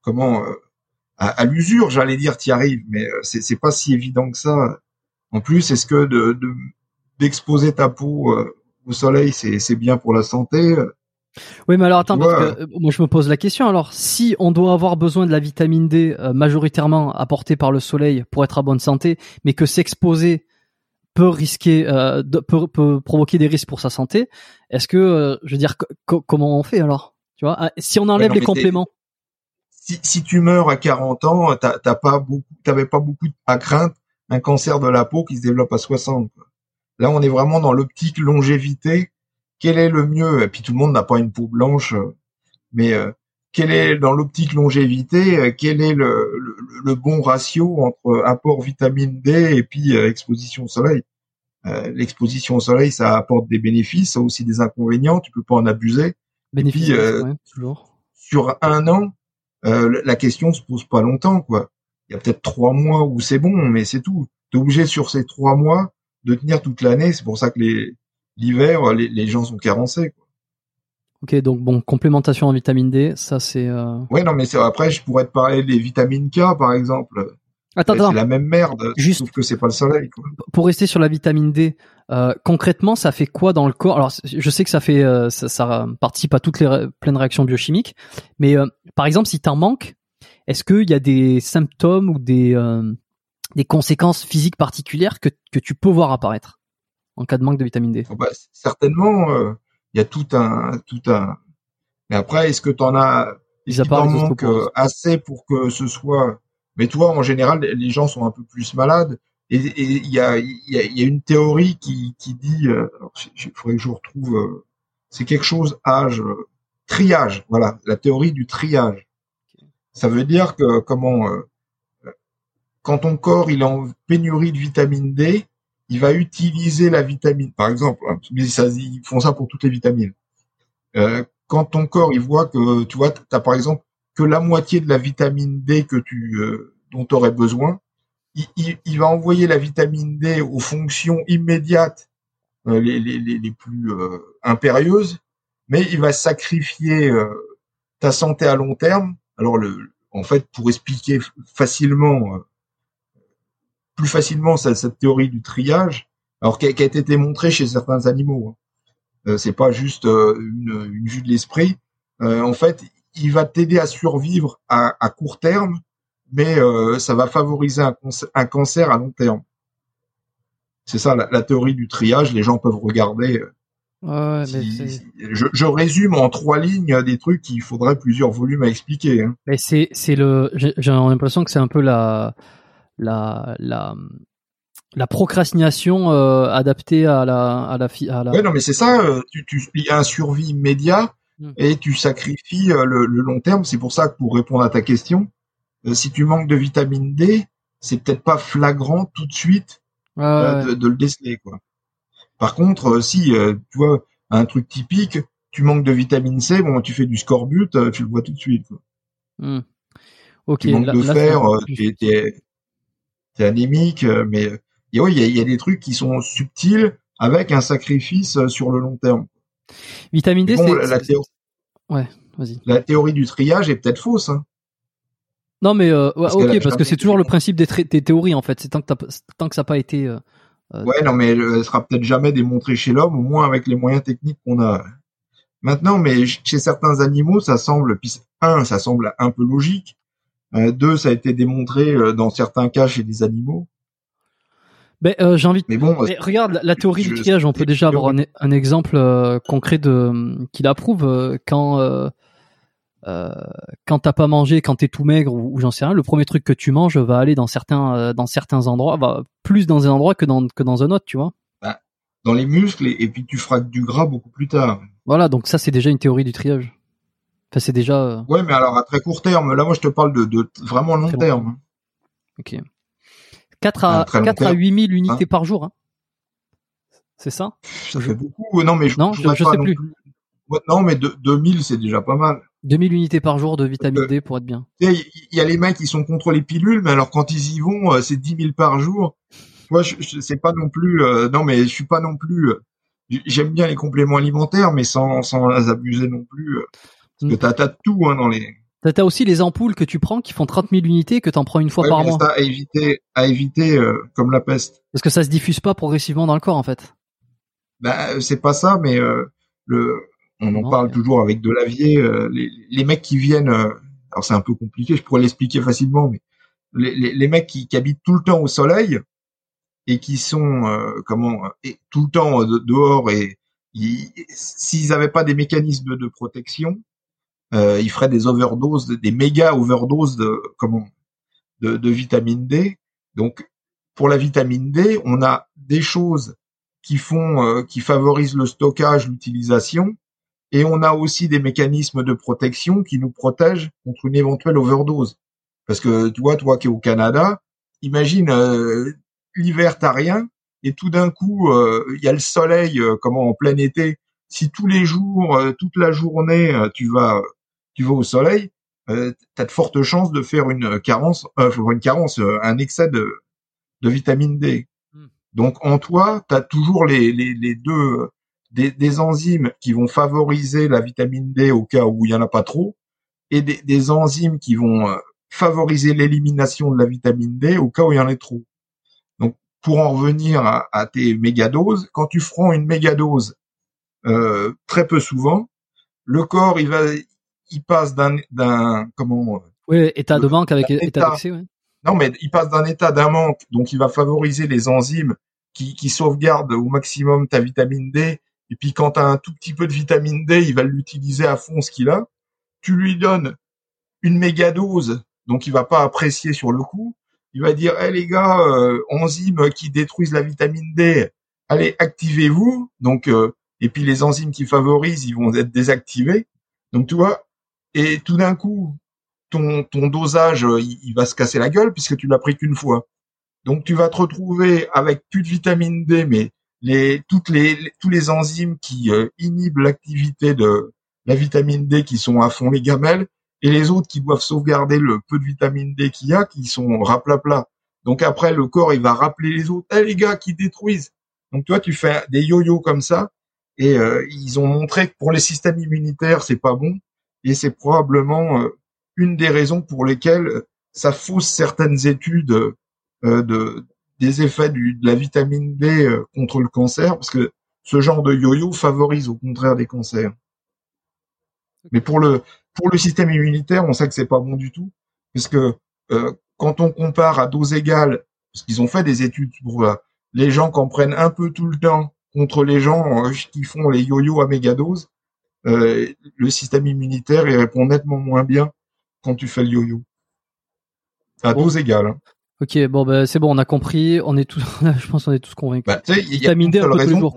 à l'usure, j'allais dire, t'y arrives, mais c'est pas si évident que ça. En plus, est-ce que d'exposer ta peau au soleil, c'est bien pour la santé? Oui, mais alors attends, parce que moi je me pose la question. Alors, si on doit avoir besoin de la vitamine D majoritairement apportée par le soleil pour être à bonne santé, mais que s'exposer peut risquer, peut provoquer des risques pour sa santé, est-ce que, je veux dire, comment on fait alors? Tu vois, si on enlève les compléments. Si tu meurs à 40 ans, t'avais pas beaucoup à craindre un cancer de la peau qui se développe à 60. Quoi. Là, on est vraiment dans l'optique longévité. Quel est le mieux? Et puis tout le monde n'a pas une peau blanche, mais quel est dans l'optique longévité, quel est le bon ratio entre apport vitamine D et puis exposition au soleil? L'exposition au soleil, ça apporte des bénéfices, ça a aussi des inconvénients. Tu peux pas en abuser. Bénéfices, ouais, toujours. Sur un an, la question se pose pas longtemps, quoi. Il y a peut-être 3 mois où c'est bon, mais c'est tout. T'es obligé sur ces 3 mois de tenir toute l'année. C'est pour ça que l'hiver, les gens sont carencés, quoi. Ok, donc bon, complémentation en vitamine D, ça c'est. Ouais, non, mais après, je pourrais te parler des vitamines K, par exemple. Attends. C'est la même merde, Juste sauf que c'est pas le soleil, quoi. pour rester sur la vitamine D, concrètement, ça fait quoi dans le corps? Alors, je sais que ça fait, ça participe à toutes les pleines réactions biochimiques, mais par exemple, si t'en manques, est-ce qu'il y a des symptômes ou des conséquences physiques particulières que tu peux voir apparaître en cas de manque de vitamine D? Bah, certainement, il y a tout un. Mais après, est-ce que t'en as, est-ce qu'il t'en manque assez pour que ce soit. Mais toi, en général, les gens sont un peu plus malades. Et il y a une théorie qui dit, alors, il faudrait que je retrouve, c'est quelque chose triage. Voilà, la théorie du triage. Ça veut dire que quand ton corps il est en pénurie de vitamine D, il va utiliser la vitamine. Par exemple, mais ils font ça pour toutes les vitamines. Quand ton corps il voit que, tu vois, t'as par exemple que la moitié de la vitamine D que dont tu aurais besoin, il va envoyer la vitamine D aux fonctions immédiates les plus impérieuses, mais il va sacrifier ta santé à long terme. Alors en fait, pour expliquer plus facilement cette théorie du triage, alors qui a été démontrée chez certains animaux, hein. C'est pas juste une vue de l'esprit. En fait, il va t'aider à survivre à court terme, mais ça va favoriser un cancer à long terme. C'est ça la théorie du triage. Les gens peuvent regarder. Ouais, je résume en 3 lignes des trucs qu'il faudrait plusieurs volumes à expliquer, hein. Mais j'ai l'impression que c'est un peu la procrastination adaptée à la. Ouais, non, mais c'est ça. Il y a un survie immédiat et tu sacrifies le long terme. C'est pour ça que pour répondre à ta question, si tu manques de vitamine D, c'est peut-être pas flagrant tout de suite de le déceler, quoi. Par contre, si tu vois un truc typique, tu manques de vitamine C, bon, tu fais du scorbut, tu le vois tout de suite, quoi. Ok. Tu manques de fer, t'es anémique, mais il y a des trucs qui sont subtils avec un sacrifice sur le long terme. Vitamine D, bon, ouais, vas-y. La théorie du triage est peut-être fausse, hein. Non, mais parce que c'est toujours le principe des théories en fait. C'est tant que ça n'a pas été. Ouais, non, mais elle sera peut-être jamais démontrée chez l'homme, au moins avec les moyens techniques qu'on a maintenant. Mais chez certains animaux, ça semble un peu logique. 2, ça a été démontré dans certains cas chez des animaux. Ben, j'ai envie. Mais bon, regarde la théorie du triage. On peut déjà avoir un exemple concret qui l'approuve. Quand t'as pas mangé, quand t'es tout maigre ou j'en sais rien, le premier truc que tu manges va aller dans certains endroits, va plus dans un endroit que dans un autre, tu vois. Bah, dans les muscles et puis tu feras du gras beaucoup plus tard. Voilà, donc ça c'est déjà une théorie du triage. Enfin, c'est déjà. Ouais, mais alors à très court terme. Là, moi, je te parle de vraiment long terme. Ok. 4 à 8 000 unités par jour, hein. C'est ça? Ça fait beaucoup. Non, mais je sais plus. Non, mais 2000, c'est déjà pas mal. 2000 unités par jour de vitamine D pour être bien. Il y a les mecs qui sont contre les pilules, mais alors quand ils y vont, c'est 10 000 par jour. Moi, c'est pas non plus. Non, mais je suis pas non plus. J'aime bien les compléments alimentaires, mais sans abuser non plus. Parce que t'as tout, hein, dans les. T'as aussi les ampoules que tu prends qui font 30 000 unités que t'en prends une fois par mois. Ça à éviter comme la peste. Parce que ça se diffuse pas progressivement dans le corps en fait. Bah c'est pas ça, mais on en parle toujours avec de l'avier. Les mecs qui viennent, alors c'est un peu compliqué, je pourrais l'expliquer facilement, mais les mecs qui habitent tout le temps au soleil et qui sont tout le temps dehors et s'ils avaient pas des mécanismes de protection, ils feraient des overdoses, des méga overdoses de vitamine D. Donc pour la vitamine D, on a des choses qui favorisent le stockage, l'utilisation. Et on a aussi des mécanismes de protection qui nous protègent contre une éventuelle overdose. Parce que tu vois, toi qui es au Canada, imagine l'hiver t'as rien et tout d'un coup il y a le soleil en plein été. Si tous les jours, toute la journée tu vas au soleil, t'as de fortes chances de faire une carence, un excès de vitamine D. Donc en toi, t'as toujours les deux des enzymes qui vont favoriser la vitamine D au cas où il y en a pas trop, et des enzymes qui vont favoriser l'élimination de la vitamine D au cas où il y en a trop. Donc pour en revenir à tes mégadoses, quand tu prends une mégadose très peu souvent, le corps il passe d'un comment Oui, état de manque avec état d'excès, ouais. Non, mais il passe d'un manque, donc il va favoriser les enzymes qui sauvegardent au maximum ta vitamine D, et puis quand tu as un tout petit peu de vitamine D, il va l'utiliser à fond ce qu'il a. Tu lui donnes une mégadose, donc il va pas apprécier sur le coup. Il va dire, les gars, enzymes qui détruisent la vitamine D, allez, activez-vous. Donc, et puis les enzymes qui favorisent, ils vont être désactivés. Donc, tu vois, et tout d'un coup, ton dosage, il va se casser la gueule puisque tu l'as pris qu'une fois. Donc, tu vas te retrouver avec plus de vitamine D, mais tous les enzymes qui inhibent l'activité de la vitamine D qui sont à fond les gamelles, et les autres qui doivent sauvegarder le peu de vitamine D qu'il y a, qui sont raplapla. Donc après, le corps, il va rappeler les autres. Les gars, qui détruisent. Donc toi, tu fais des yo-yo comme ça, et ils ont montré que pour les systèmes immunitaires, c'est pas bon, et c'est probablement une des raisons pour lesquelles ça fausse certaines études des effets de la vitamine D contre le cancer, parce que ce genre de yo-yo favorise au contraire des cancers. Mais pour le système immunitaire, on sait que c'est pas bon du tout, puisque quand on compare à dose égale, parce qu'ils ont fait des études pour les gens qui en prennent un peu tout le temps contre les gens qui font les yo-yo à mégadose, le système immunitaire il répond nettement moins bien quand tu fais le yo-yo à dose égale. Hein. Ok, bon bah c'est bon, on a compris, on est tous, je pense qu'on est tous convaincus. Bah, tu sais, il y a qu'une seule raison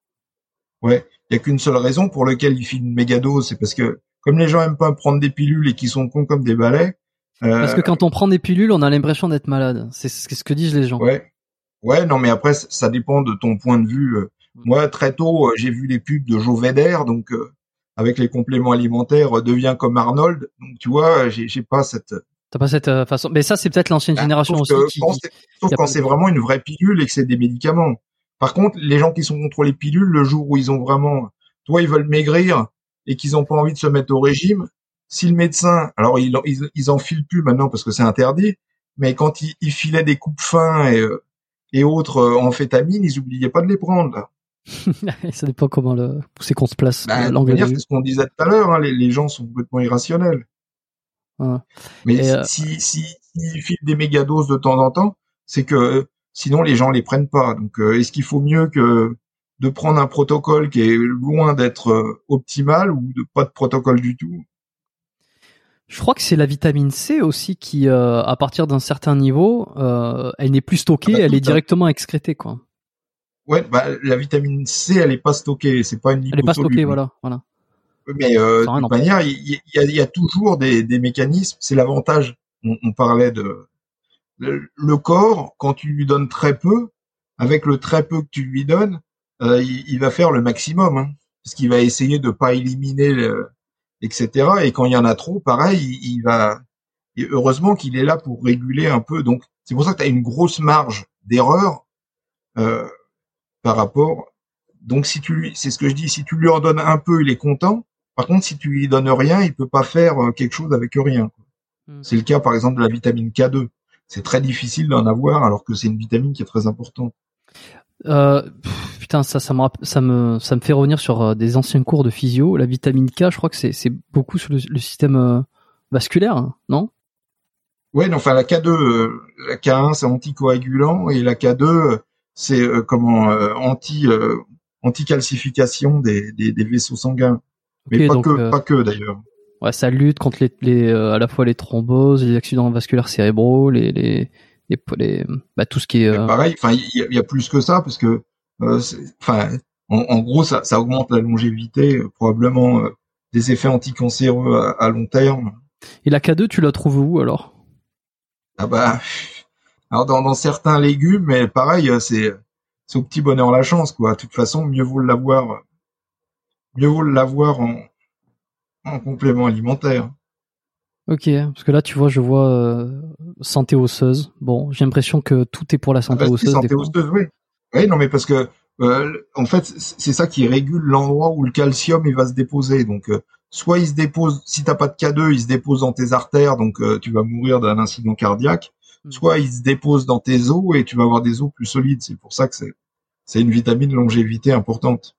il y a qu'une seule raison pour laquelle il filent une mégadose, c'est parce que comme les gens aiment pas prendre des pilules et qu'ils sont cons comme des balais. Parce que quand on prend des pilules, on a l'impression d'être malade. C'est ce que disent les gens. Ouais, non mais après ça dépend de ton point de vue. Moi très tôt, j'ai vu les pubs de Joveder, donc avec les compléments alimentaires, deviens comme Arnold. Donc tu vois, j'ai pas cette. T'as pas cette façon. Mais ça, c'est peut-être l'ancienne génération aussi. Sauf quand c'est vraiment une vraie pilule et que c'est des médicaments. Par contre, les gens qui sont contre les pilules, le jour où ils ont vraiment, ils veulent maigrir et qu'ils ont pas envie de se mettre au régime, si le médecin, alors ils en filent plus maintenant parce que c'est interdit, mais quand ils filaient des coupes-fins et autres amphétamines, ils oubliaient pas de les prendre, là. Ça dépend comment c'est qu'on se place. C'est ce qu'on disait tout à l'heure, hein, les gens sont complètement irrationnels. Mais s'ils filent des mégadoses de temps en temps, c'est que sinon les gens les prennent pas. Donc est-ce qu'il faut mieux que de prendre un protocole qui est loin d'être optimal ou de pas de protocole du tout? Je crois que c'est la vitamine C aussi qui, à partir d'un certain niveau, elle n'est plus stockée, elle est directement excrétée, quoi. Ouais, la vitamine C, elle est pas stockée, c'est pas une liposoluble. Elle est pas stockée, voilà. Mais de toute manière, il y a toujours des mécanismes. C'est l'avantage. On parlait de le corps, quand tu lui donnes très peu, avec le très peu que tu lui donnes, il va faire le maximum, hein, parce qu'il va essayer de pas éliminer, etc. Et quand il y en a trop, pareil, il va. Et heureusement qu'il est là pour réguler un peu. Donc c'est pour ça que tu as une grosse marge d'erreur par rapport. Donc c'est ce que je dis, si tu lui en donnes un peu, il est content. Par contre, si tu lui donnes rien, il peut pas faire quelque chose avec rien. C'est le cas, par exemple, de la vitamine K2. C'est très difficile d'en avoir, alors que c'est une vitamine qui est très importante. Putain, ça me fait revenir sur des anciens cours de physio. La vitamine K, je crois que c'est beaucoup sur le système vasculaire, hein, non? Ouais, non, enfin la K2, la K1 c'est anticoagulant et la K2 c'est anti-calcification des vaisseaux sanguins. Mais okay, pas que d'ailleurs. Ouais, ça lutte contre à la fois les thromboses, les accidents vasculaires cérébraux, tout ce qui est. Pareil, enfin il y a plus que ça parce que, en gros ça augmente la longévité, probablement des effets anticancéreux à long terme. Et la K2, tu la trouves où alors? Alors dans certains légumes, mais pareil, c'est au petit bonheur la chance, quoi. De toute façon, mieux vaut l'avoir en complément alimentaire. Ok, parce que là, tu vois, je vois santé osseuse. Bon, j'ai l'impression que tout est pour la santé osseuse. Santé osseuse, oui. Oui, non, mais parce que en fait, c'est ça qui régule l'endroit où le calcium il va se déposer. Donc, soit il se dépose, si t'as pas de K2, il se dépose dans tes artères, donc tu vas mourir d'un incident cardiaque. Soit il se dépose dans tes os et tu vas avoir des os plus solides. C'est pour ça que c'est une vitamine longévité importante.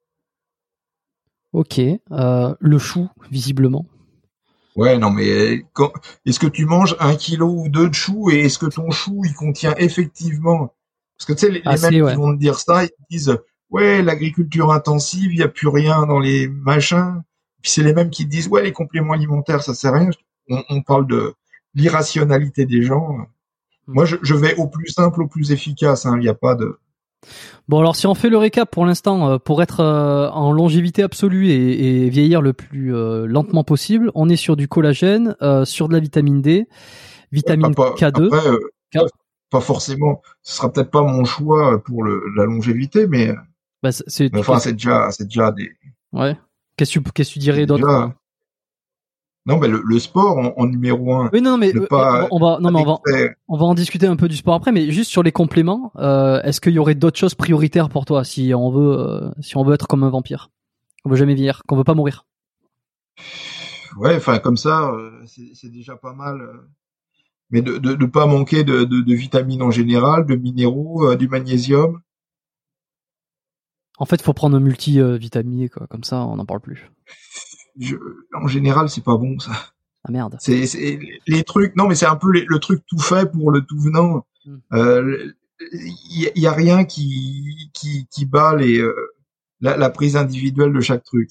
Ok, le chou, visiblement. Ouais, non, mais est-ce que tu manges 1 kilo ou 2 de choux et est-ce que ton chou, il contient effectivement... Parce que tu sais, les mêmes qui vont te dire ça, ils te disent « Ouais, l'agriculture intensive, il n'y a plus rien dans les machins. » Puis c'est les mêmes qui te disent « Ouais, les compléments alimentaires, ça sert à rien. » On parle de l'irrationalité des gens. Moi, je vais au plus simple, au plus efficace. Il n'y a pas de... Bon, alors si on fait le récap pour l'instant, pour être en longévité absolue et vieillir le plus lentement possible, on est sur du collagène, sur de la vitamine D, vitamine K2. Après, pas forcément. Ce sera peut-être pas mon choix pour la longévité, mais c'est déjà des. Ouais. Qu'est-ce que tu dirais d'autre? Non, mais le sport en numéro 1. Oui, non, mais on va en discuter un peu du sport après, mais juste sur les compléments, est-ce qu'il y aurait d'autres choses prioritaires pour toi si on veut être comme un vampire, qu'on veut jamais vieillir, qu'on veut pas mourir? Ouais, enfin comme ça, c'est déjà pas mal. Mais de pas manquer de vitamines en général, de minéraux, du magnésium. En fait, faut prendre un multivitaminé, quoi. Comme ça, on n'en parle plus. En général, c'est pas bon, ça. Ah merde. C'est les trucs. Non, mais c'est un peu le truc tout fait pour le tout venant. Y a rien qui bat la prise individuelle de chaque truc.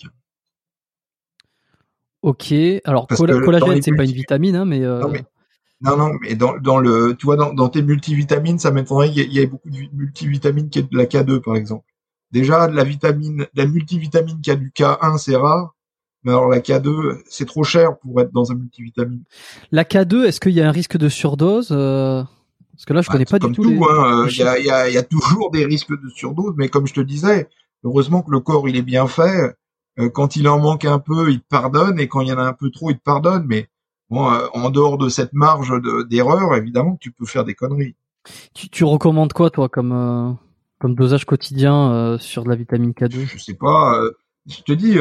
Ok. Alors, collagène, c'est pas une vitamine, hein, mais. Non, mais dans le, tu vois, dans tes multivitamines, ça m'étonnerait qu'il y ait beaucoup de multivitamines qui est de la K2, par exemple. Déjà, la multivitamine qui a du K1, c'est rare. Mais alors, la K2, c'est trop cher pour être dans un multivitamine. La K2, est-ce qu'il y a un risque de surdose? Parce que là, je connais pas du tout. Comme tout, il y a toujours des risques de surdose, mais comme je te disais, heureusement que le corps, il est bien fait. Quand il en manque un peu, il te pardonne, et quand il y en a un peu trop, il te pardonne, mais bon, en dehors de cette marge d'erreur, évidemment que tu peux faire des conneries. Tu recommandes quoi, toi, comme dosage quotidien sur de la vitamine K2? Je sais pas. Je te dis,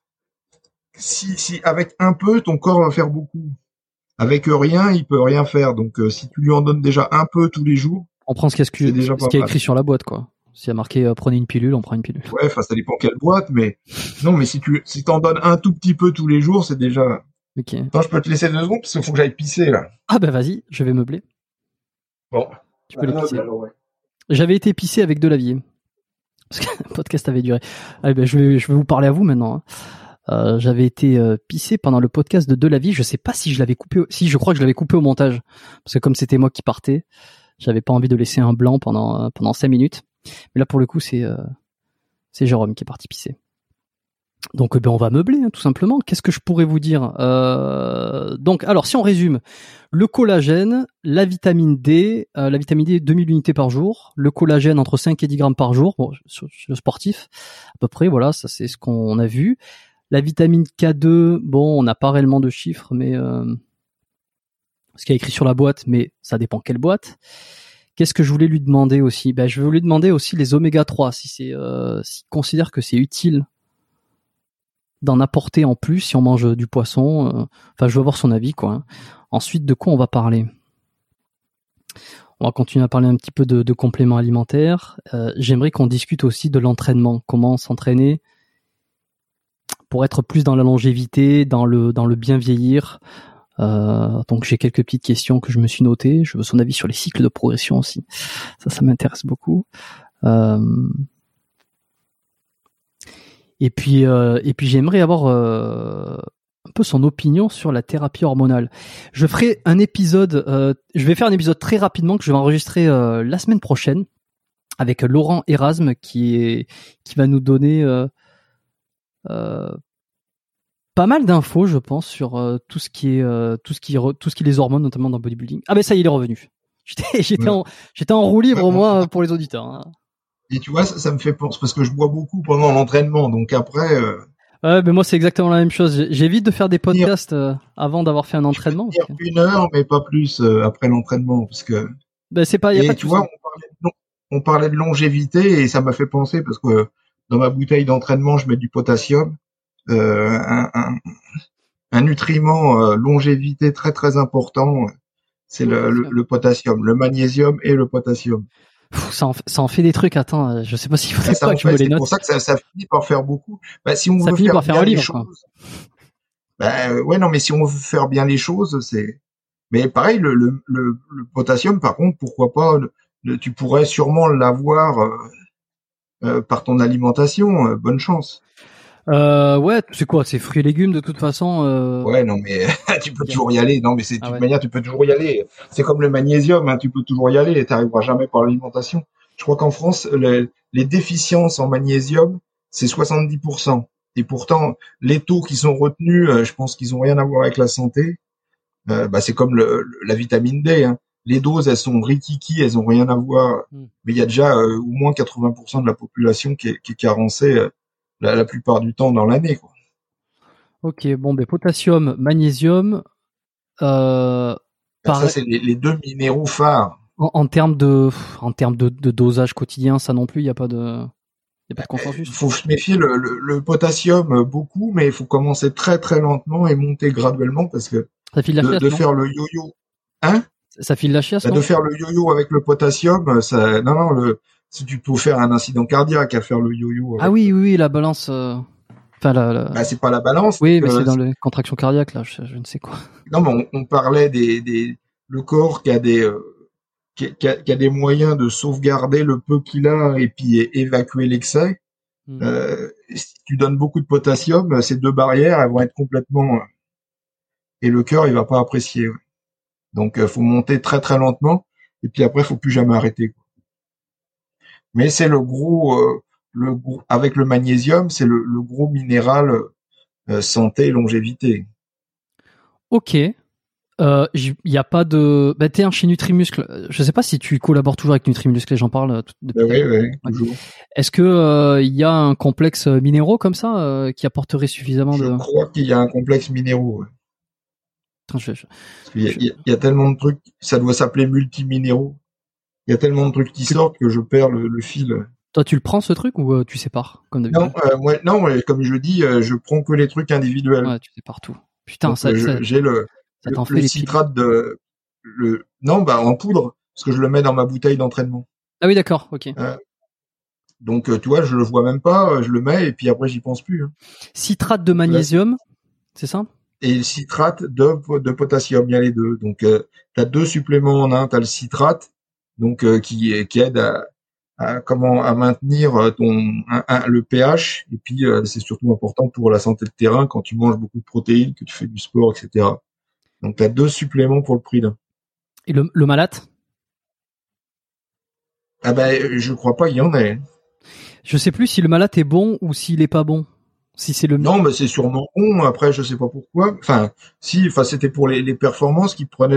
si avec un peu, ton corps va faire beaucoup. Avec rien, il peut rien faire. Donc, si tu lui en donnes déjà un peu tous les jours, on prend ce qu'il y a écrit sur la boîte, quoi. S'il y a marqué prenez une pilule, on prend une pilule. Ouais, enfin, ça dépend quelle boîte, mais non, mais si t'en donnes un tout petit peu tous les jours, c'est déjà. Ok. Attends, je peux te laisser 2 secondes parce qu'il faut que j'aille pisser là. Ah bah vas-y, je vais meubler. Bon. Tu peux les pisser. Ouais. J'avais été pissé avec Delavier parce que le podcast avait duré. Allez, ben je vais vous parler à vous maintenant. J'avais été pissé pendant le podcast de Delavier. Je sais pas si je l'avais coupé. Si, je crois que je l'avais coupé au montage parce que comme c'était moi qui partais, j'avais pas envie de laisser un blanc pendant 5 minutes. Mais là, pour le coup, c'est Jérôme qui est parti pisser. Donc, on va meubler, hein, tout simplement. Qu'est-ce que je pourrais vous dire? Donc, alors, si on résume, le collagène, la vitamine D 2000 unités par jour, le collagène entre 5 et 10 grammes par jour, bon, sur le sportif, à peu près, voilà, ça c'est ce qu'on a vu. La vitamine K2, bon, on n'a pas réellement de chiffres, mais ce qui est écrit sur la boîte, mais ça dépend quelle boîte. Qu'est-ce que je voulais lui demander aussi? Je voulais lui demander aussi les oméga 3, s'il considère que c'est utile d'en apporter en plus si on mange du poisson. Enfin, je veux avoir son avis, quoi. Ensuite, de quoi on va parler? On va continuer à parler un petit peu de compléments alimentaires. J'aimerais qu'on discute aussi de l'entraînement. Comment s'entraîner pour être plus dans la longévité, dans le bien vieillir. Donc j'ai quelques petites questions que je me suis notées. Je veux son avis sur les cycles de progression aussi. Ça m'intéresse beaucoup. Et puis j'aimerais avoir un peu son opinion sur la thérapie hormonale. Je ferai un épisode, je vais faire un épisode très rapidement que je vais enregistrer la semaine prochaine avec Laurent Erasme qui va nous donner pas mal d'infos, je pense, sur tout ce qui est les hormones, notamment dans le bodybuilding. Ah ben ça y est, il est revenu. J'étais en roue libre, moi, pour les auditeurs. Hein. Et tu vois, ça me fait penser parce que je bois beaucoup pendant l'entraînement, donc après. Ouais, mais moi c'est exactement la même chose. J'évite de faire des podcasts avant d'avoir fait un entraînement. Je peux tenir 1 heure, mais pas plus après l'entraînement, parce que. Ben c'est pas. Y a Et pas de tu vois, on parlait de longévité et ça m'a fait penser parce que dans ma bouteille d'entraînement, je mets du potassium, un nutriment longévité très très important. C'est le potassium, le magnésium et le potassium. Ça en fait des trucs. Attends, je sais pas s'il faudrait Ça pas en que je me fait, les c'est note. pour ça que ça finit par faire beaucoup. Bah, si on Ça veut finit faire par faire bien un les livre, choses, ouais, non, mais si on veut faire bien les choses, c'est. Mais pareil, le potassium, par contre, pourquoi pas tu pourrais sûrement l'avoir par ton alimentation. Bonne chance. Ouais, c'est quoi? C'est fruits et légumes de toute façon. Ouais, non, mais tu peux toujours y aller. Non, mais de toute manière, tu peux toujours y aller. C'est comme le magnésium, hein, tu peux toujours y aller et t'arriveras jamais par l'alimentation. Je crois qu'en France, les déficiences en magnésium, c'est 70%. Et pourtant, les taux qui sont retenus, je pense qu'ils ont rien à voir avec la santé. C'est comme la vitamine D. Hein. Les doses, elles sont rikiki, elles ont rien à voir. Mais il y a déjà au moins 80% de la population qui est carencée la plupart du temps dans l'année, quoi. Ok, bon, potassium, magnésium. Ça, c'est les 2 minéraux phares. En termes de dosage quotidien, ça non plus, il y a pas de consensus. Il faut se méfier le potassium beaucoup, mais il faut commencer très très lentement et monter graduellement parce que ça file la chiasse, de faire le yo-yo, hein? Ça file la chiasse, non? De faire le yo-yo avec le potassium, ça, si tu peux faire un incident cardiaque à faire le yo-yo. Ah oui, la balance. C'est pas la balance. Oui, mais c'est dans les contractions cardiaques là, je ne sais quoi. Non, mais on parlait le corps qui a des moyens de sauvegarder le peu qu'il a et puis évacuer l'excès. Si tu donnes beaucoup de potassium, ces 2 barrières, elles vont être complètement et le cœur, il va pas apprécier. Ouais. Donc, faut monter très très lentement et puis après, faut plus jamais arrêter, quoi. Mais c'est le gros avec le magnésium, c'est le gros minéral santé et longévité. Ok. Il y a pas de. T'es chez Nutrimuscle. Je sais pas si tu collabores toujours avec Nutrimuscle. J'en parle depuis. Oui, toujours. Est-ce que il y a un complexe minéraux comme ça qui apporterait suffisamment de. Je crois qu'il y a un complexe minéraux. Ouais. Attends, il y a tellement de trucs. Ça doit s'appeler multiminéraux. Il y a tellement de trucs qui sortent que je perds le fil. Toi, tu le prends ce truc ou tu sépares comme d'habitude? Non, comme je dis, je prends que les trucs individuels. Ouais, tu sépares tout. Putain, donc, j'ai le citrate en poudre parce que je le mets dans ma bouteille d'entraînement. Ah oui, d'accord, ok. Donc tu vois, je le vois même pas, je le mets et puis après j'y pense plus. Hein. Citrate de magnésium, c'est ça? Et citrate de potassium, il y a les deux. Donc t'as 2 suppléments en un, t'as le citrate donc qui aide à maintenir le pH et puis c'est surtout important pour la santé de terrain quand tu manges beaucoup de protéines, que tu fais du sport, etc. Donc t'as 2 suppléments pour le prix d'un. Et le malate? Je crois pas, il y en a. Je sais plus si le malate est bon ou s'il est pas bon. Si c'est le. Non, mais c'est sûrement bon. Après, je sais pas pourquoi. C'était pour les performances qui prenaient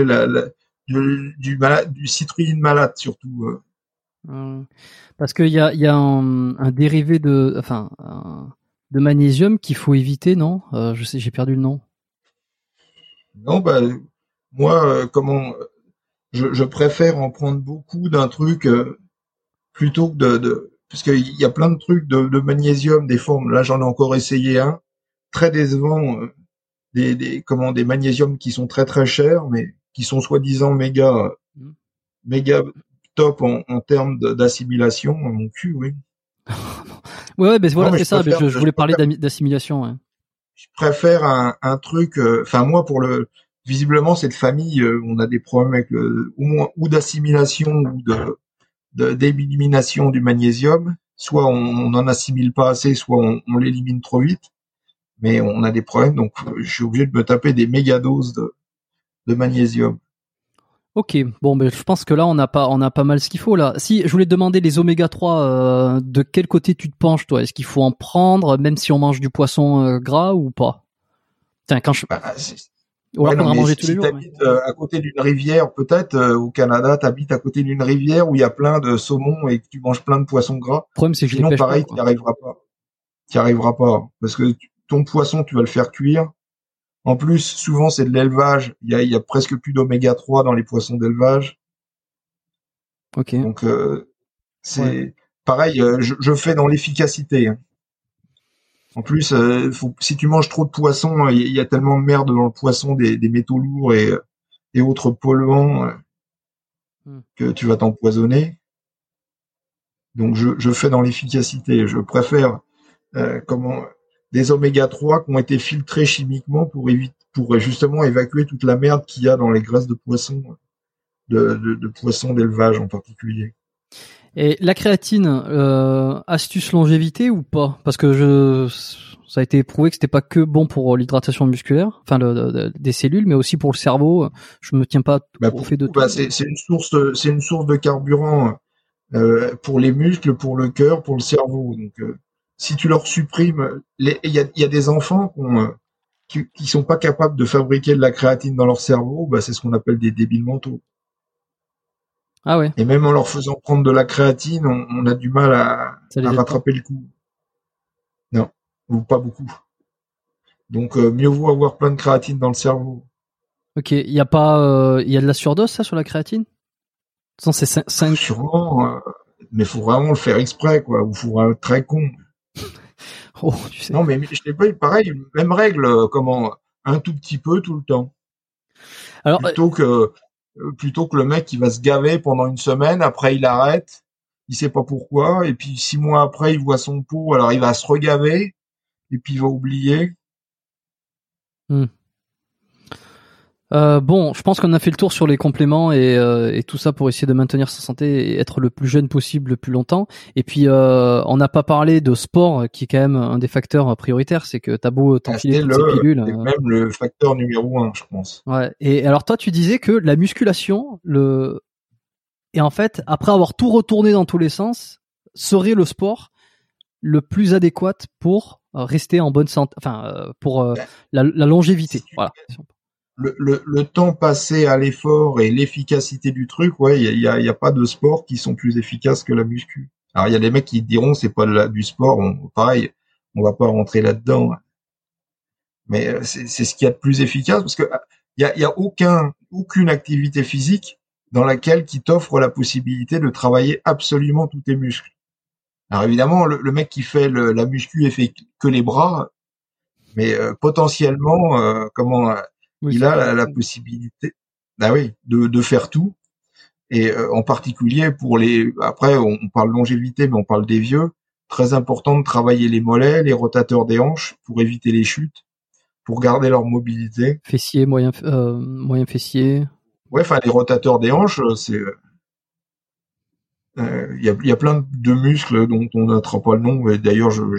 du citruline malate surtout. Parce qu'il y a un dérivé de magnésium qu'il faut éviter, non? Je sais, j'ai perdu le nom. Non, moi, je préfère en prendre beaucoup d'un truc plutôt que parce qu'il y a plein de trucs de magnésium, des formes. Là, j'en ai encore essayé un très décevant, des magnésiums qui sont très très chers, mais qui sont soi-disant méga top en termes d'assimilation. Mon cul, oui. ouais, voilà, c'est ça. Je voulais parler d'assimilation. Ouais. Je préfère un truc. Moi, visiblement, cette famille, on a des problèmes avec ou d'assimilation ou d'élimination du magnésium. Soit on n'en assimile pas assez, soit on l'élimine trop vite. Mais on a des problèmes, donc je suis obligé de me taper des méga doses de magnésium. Ok, bon, je pense que là on a pas mal ce qu'il faut là. Si je voulais te demander les oméga 3, de quel côté tu te penches toi? Est-ce qu'il faut en prendre même si on mange du poisson gras ou pas? Tiens, quand ou alors manger tous les jours. T'habites à côté d'une rivière, peut-être au Canada, t'habites à côté d'une rivière où il y a plein de saumon et que tu manges plein de poissons gras. Le problème c'est que sinon pareil, t'y arriveras pas parce que ton poisson, tu vas le faire cuire. En plus, souvent, c'est de l'élevage. Il y a presque plus d'oméga 3 dans les poissons d'élevage. Ok. Donc, c'est pareil, je fais dans l'efficacité. Hein. En plus, si tu manges trop de poissons, il y a tellement de merde dans le poisson, des métaux lourds et autres polluants que tu vas t'empoisonner. Donc, je fais dans l'efficacité. Je préfère des oméga 3 qui ont été filtrés chimiquement pour justement évacuer toute la merde qu'il y a dans les graisses de poissons, de poissons d'élevage en particulier. Et la créatine, astuce longévité ou pas? Parce que ça a été prouvé que c'était pas que bon pour l'hydratation musculaire, enfin des cellules, mais aussi pour le cerveau. Je me tiens pas au fait de tout. C'est une source de carburant pour les muscles, pour le cœur, pour le cerveau. Donc si tu leur supprimes, il y a des enfants qui sont pas capables de fabriquer de la créatine dans leur cerveau, c'est ce qu'on appelle des débiles mentaux. Ah ouais. Et même en leur faisant prendre de la créatine, on a du mal à rattraper le coup. Non, ou pas beaucoup. Donc mieux vaut avoir plein de créatine dans le cerveau. Ok, il y a de la surdose ça sur la créatine? Sans c'est 5. Sûrement, mais faut vraiment le faire exprès quoi, ou faut être très con. Oh, tu sais. Non mais je sais pas, pareil, même règle, un tout petit peu tout le temps. Alors plutôt que le mec qui va se gaver pendant une semaine, après il arrête, il sait pas pourquoi, et puis 6 mois après il voit son pot, alors il va se regaver, et puis il va oublier. Bon, je pense qu'on a fait le tour sur les compléments et tout ça pour essayer de maintenir sa santé et être le plus jeune possible le plus longtemps. Et puis on n'a pas parlé de sport qui est quand même un des facteurs prioritaires. C'est que t'as beau t'enfiler toutes ces pilules. C'est même le facteur numéro 1, je pense. Ouais. Et alors toi, tu disais que la musculation, et en fait, après avoir tout retourné dans tous les sens, serait le sport le plus adéquat pour rester en bonne santé, enfin pour la longévité. Voilà. Le temps passé à l'effort et l'efficacité du truc, il y a pas de sport qui sont plus efficaces que la muscu. Alors il y a des mecs qui diront c'est pas du sport, pareil, on va pas rentrer là-dedans. Mais c'est ce qu'il y a de plus efficace parce que il y a aucune activité physique dans laquelle qui t'offre la possibilité de travailler absolument tous tes muscles. Alors évidemment le mec qui fait la muscu et fait que les bras, mais potentiellement il a la possibilité, de faire tout. Et en particulier après on parle longévité, mais on parle des vieux. Très important de travailler les mollets, les rotateurs des hanches pour éviter les chutes, pour garder leur mobilité. Fessier, moyen fessier. Ouais, enfin les rotateurs des hanches, c'est il y a plein de muscles dont on n'attrape pas le nom. Et d'ailleurs, je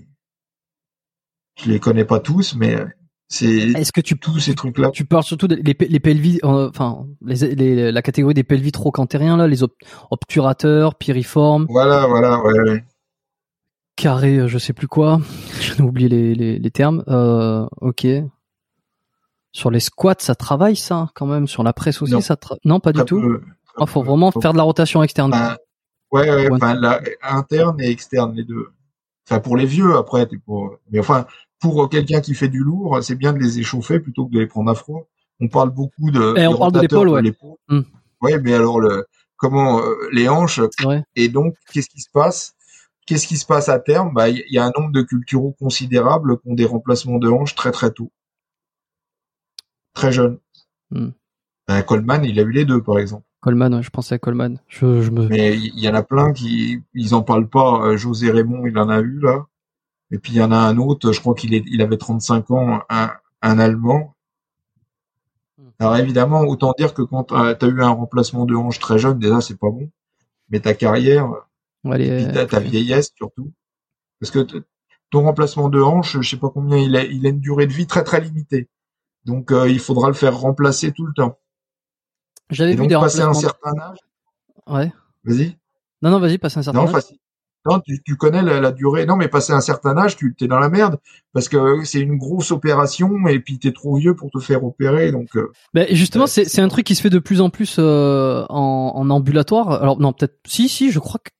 les connais pas tous, mais est-ce que tous ces trucs-là. Tu parles surtout des pelvis, la catégorie des pelvis trochantériens là, les obturateurs, piriformes. Voilà, ouais. Carré, je sais plus quoi. J'en ai oublié les termes. Ok. Sur les squats, ça travaille ça quand même. Sur la presse aussi, non, pas du tout. Faut vraiment faire de la rotation externe. Ouais. Interne et externe les deux. Enfin pour les vieux après, mais enfin. Pour quelqu'un qui fait du lourd, c'est bien de les échauffer plutôt que de les prendre à froid. On parle beaucoup on parle de l'épaule, ouais. Ouais, mais alors les hanches. Ouais. Et donc, qu'est-ce qui se passe? Qu'est-ce qui se passe à terme? Il y a un nombre de culturaux considérables qui ont des remplacements de hanches très très tôt, très jeunes. Coleman, il a eu les deux, par exemple. Coleman, ouais, je pensais à Coleman. Mais il y en a plein ils en parlent pas. José Raymond, il en a eu là. Et puis il y en a un autre, je crois il avait 35 ans, un Allemand. Alors évidemment, autant dire que quand t'as eu un remplacement de hanche très jeune, déjà c'est pas bon. Mais ta carrière, et puis ta vieillesse surtout, parce que ton remplacement de hanche, je sais pas combien il a une durée de vie très très limitée. Donc il faudra le faire remplacer tout le temps. J'avais vu des remplacements. Passer un certain âge. Ouais. Vas-y. Non, vas-y, passer un certain âge. Non, tu connais la durée. Non, mais passé un certain âge, t'es dans la merde parce que c'est une grosse opération et puis t'es trop vieux pour te faire opérer. Donc. Justement, c'est un truc qui se fait de plus en plus en ambulatoire. Alors non, peut-être. Si, je crois que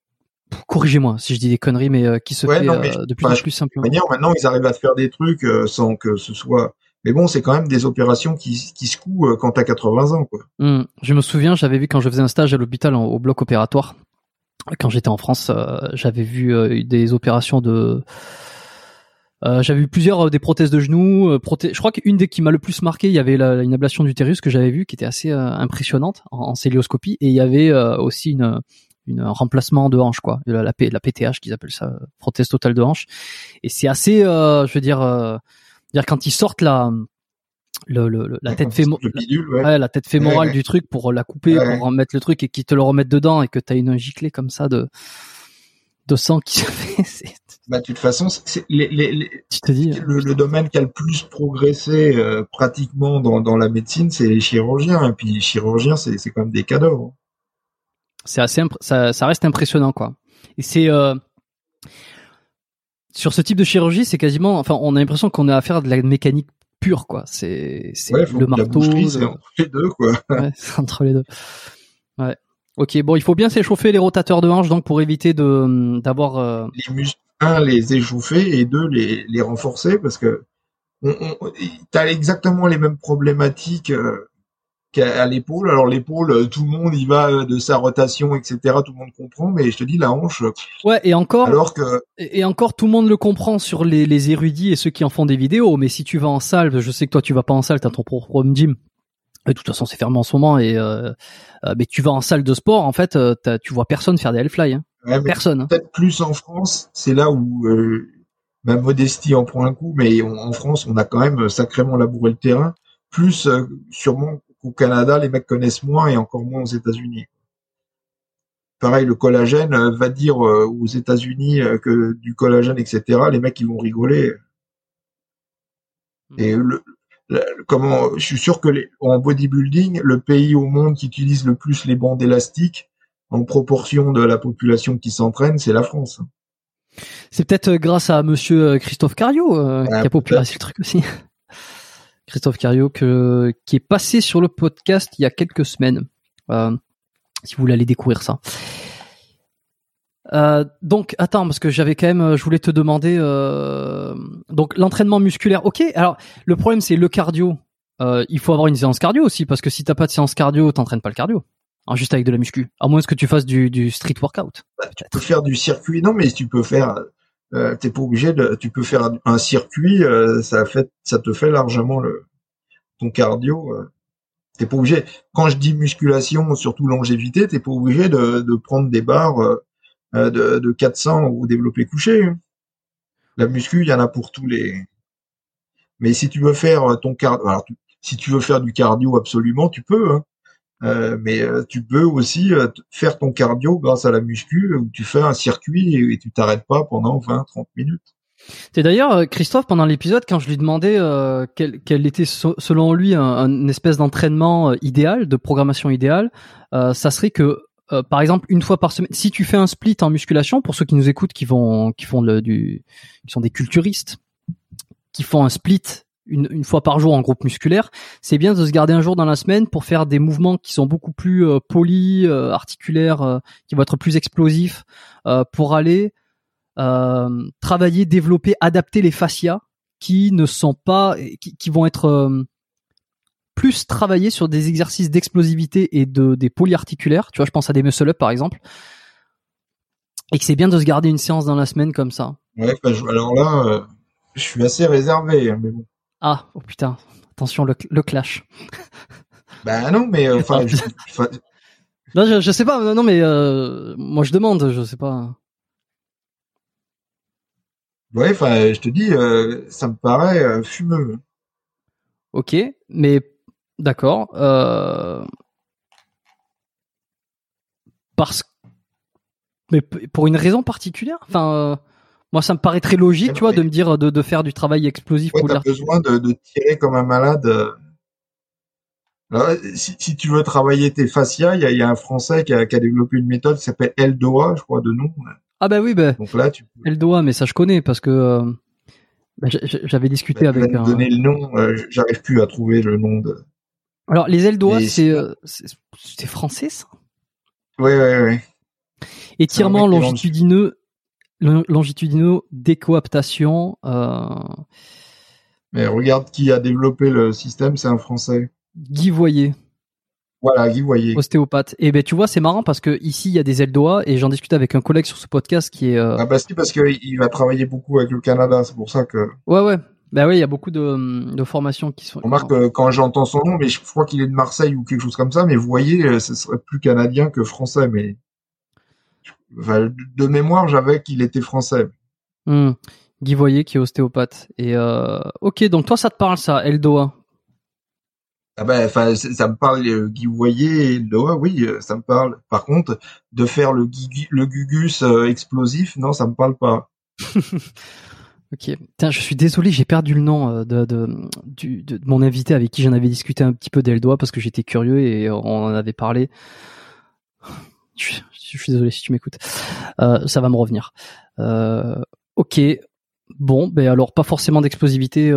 corrigez-moi si je dis des conneries, mais qui se fait de plus en plus simplement. Maintenant, ils arrivent à te faire des trucs sans que ce soit. Mais bon, c'est quand même des opérations qui secouent quand t'as 80 ans, quoi. Je me souviens, j'avais vu quand je faisais un stage à l'hôpital au bloc opératoire. Quand j'étais en France, j'avais vu des opérations de. J'avais vu plusieurs des prothèses de genoux. Je crois qu'une des qui m'a le plus marqué, il y avait une ablation d'utérus que j'avais vue, qui était assez impressionnante en cœlioscopie, et il y avait aussi une remplacement de hanche, quoi, la PTH qu'ils appellent ça, prothèse totale de hanche. Et c'est assez, je veux dire quand ils sortent la tête la tête fémorale du truc pour la couper, pour remettre le truc et qu'ils te le remettent dedans et que t'as une giclée comme ça de sang qui se fait. De toute façon, c'est tu te dis, le domaine qui a le plus progressé pratiquement dans la médecine, c'est les chirurgiens. Et puis les chirurgiens, c'est quand même des cadavres. C'est assez ça reste impressionnant, quoi. Et c'est sur ce type de chirurgie, c'est quasiment, enfin, on a l'impression qu'on a affaire à de la mécanique pure, quoi. C'est le marteau. C'est entre les deux, quoi. Ouais, c'est entre les deux. Ouais. Ok, bon, il faut bien s'échauffer les rotateurs de hanche, donc, pour éviter d'avoir les muscles, les échauffer, et 2, les renforcer, parce que t'as exactement les mêmes problématiques qu'à l'épaule. Alors l'épaule, tout le monde y va de sa rotation, etc. Tout le monde comprend, mais je te dis, la hanche. Ouais, et encore. Alors que. Et encore, tout le monde le comprend sur les érudits et ceux qui en font des vidéos. Mais si tu vas en salle, je sais que toi tu vas pas en salle, t'as ton propre home gym. Et de toute façon, c'est fermé en ce moment. Mais tu vas en salle de sport, en fait, tu vois personne faire des hellfly. Hein. Ouais, personne. Peut-être plus en France, c'est là où ma modestie en prend un coup. Mais en France, on a quand même sacrément labouré le terrain. Plus sûrement qu'au Canada, les mecs connaissent moins, et encore moins aux États-Unis. Pareil, le collagène, va dire aux États-Unis que du collagène, etc. Les mecs, ils vont rigoler. Et je suis sûr que en bodybuilding, le pays au monde qui utilise le plus les bandes élastiques en proportion de la population qui s'entraîne, c'est la France. C'est peut-être grâce à monsieur Christophe Cario qui a popularisé le truc aussi. Christophe Cario qui est passé sur le podcast il y a quelques semaines. Si vous voulez aller découvrir ça. Donc attends, parce que j'avais quand même, je voulais te demander donc l'entraînement musculaire. Ok, alors le problème c'est le cardio. Il faut avoir une séance cardio aussi, parce que si t'as pas de séance cardio, t'entraînes pas le cardio. Juste avec de la muscu. À moins que tu fasses du street workout. Tu peux faire du circuit, non, mais tu peux faire. T'es pas obligé tu peux faire un circuit. Ça te fait largement ton cardio. T'es pas obligé. Quand je dis musculation, surtout longévité, t'es pas obligé de prendre des barres de 400 au développé couché. La muscu, il y en a pour tous les. Mais si tu veux faire ton cardio, alors si tu veux faire du cardio, absolument, tu peux. Mais tu peux aussi faire ton cardio grâce à la muscu, où tu fais un circuit et tu t'arrêtes pas pendant 20-30 minutes. C'est d'ailleurs Christophe, pendant l'épisode, quand je lui demandais quel était selon lui un espèce d'entraînement idéal, de programmation idéale, ça serait que par exemple une fois par semaine, si tu fais un split en musculation, pour ceux qui nous écoutent, qui sont des culturistes, qui font un split une fois par jour en groupe musculaire, c'est bien de se garder un jour dans la semaine pour faire des mouvements qui sont beaucoup plus polis, articulaires, qui vont être plus explosifs, pour aller travailler, développer, adapter les fascias qui ne sont pas, qui vont être plus travaillés sur des exercices d'explosivité et des polyarticulaires. Tu vois, je pense à des muscle-up par exemple, et que c'est bien de se garder une séance dans la semaine comme ça. Ouais, alors là, je suis assez réservé, mais bon. Ah, oh putain, attention le clash. Bah non, mais non, je sais pas, non mais moi je demande, je sais pas. Ouais, je te dis, ça me paraît fumeux. Ok, mais d'accord. Mais pour une raison particulière. Enfin, moi, ça me paraît très logique, tu vois, de me dire de faire du travail explosif. Ouais, t'as besoin de tirer comme un malade. Alors, si tu veux travailler tes fascias, il y a un Français qui a développé une méthode qui s'appelle Eldoa, je crois, de nom. Ah bah oui, bah. Donc là, Eldoa, mais ça je connais parce que j'avais discuté avec un. Donner le nom, j'arrive plus à trouver le nom de. Alors les Eldoa, c'est français ça. Ouais. Étirement longitudinaux d'écoaptation. Mais regarde qui a développé le système, c'est un Français. Guy Voyer. Voilà, Guy Voyer. Ostéopathe. Et ben tu vois, c'est marrant parce que ici il y a des ailes doigts et j'en discute avec un collègue sur ce podcast qui est. Ah bah si, parce que il va travailler beaucoup avec le Canada, c'est pour ça que. Ouais. Bah oui, il y a beaucoup de formations qui sont. Remarque quand j'entends son nom, mais je crois qu'il est de Marseille ou quelque chose comme ça, mais Voyer, ce serait plus canadien que français, mais. Enfin, de mémoire, j'avais qu'il était français. Guy Voyer qui est ostéopathe. Et ok, donc toi ça te parle ça, Eldoa. Ah ben, enfin, ça me parle Guy Voyer et Eldoa, oui, ça me parle. Par contre, de faire le gugus explosif, non, ça me parle pas. Ok. Tiens, je suis désolé, j'ai perdu le nom de mon invité avec qui j'en avais discuté un petit peu d'Eldoa parce que j'étais curieux et on en avait parlé. Je suis désolé si tu m'écoutes. Ça va me revenir. Ok. Bon, ben alors pas forcément d'explosivité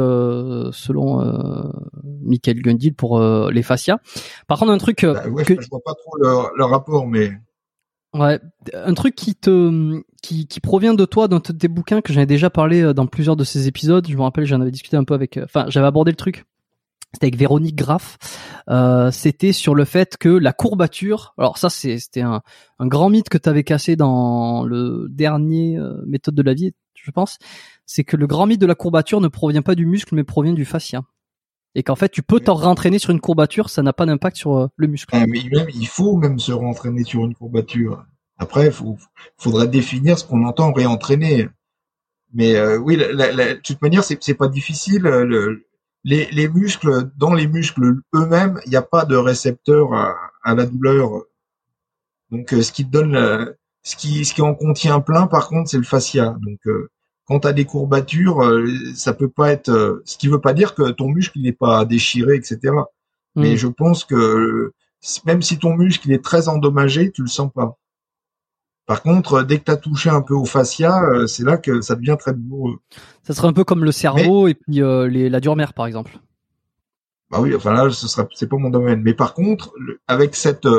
selon Michael Gundil pour les fascias. Par contre, un truc Ouais, je vois pas trop le rapport, mais ouais, un truc qui provient de toi dans tes bouquins que j'en ai déjà parlé dans plusieurs de ces épisodes. Je me rappelle, j'en avais discuté un peu avec. Enfin, j'avais abordé le truc. C'était avec Véronique Graff. C'était sur le fait que la courbature. Alors ça, c'était un grand mythe que tu avais cassé dans le dernier méthode de la vie, je pense. C'est que le grand mythe de la courbature ne provient pas du muscle, mais provient du fascia. Et qu'en fait, tu peux t'en rentraîner sur une courbature, ça n'a pas d'impact sur le muscle. mais même, il faut même se rentraîner sur une courbature. Après, faudrait définir ce qu'on entend réentraîner. Mais oui, de toute manière, c'est pas difficile. Les muscles, dans les muscles eux-mêmes, il n'y a pas de récepteur à la douleur. Donc, ce qui te donne, ce qui en contient plein, par contre, c'est le fascia. Donc, quand t'as des courbatures, ça peut pas être, ce qui veut pas dire que ton muscle il est pas déchiré, etc. Mais je pense que même si ton muscle il est très endommagé, tu le sens pas. Par contre, dès que t'as touché un peu au fascia, c'est là que ça devient très douloureux. Ça serait un peu comme le cerveau et puis la dure-mère, par exemple. Bah oui, enfin là, c'est pas mon domaine. Mais par contre, avec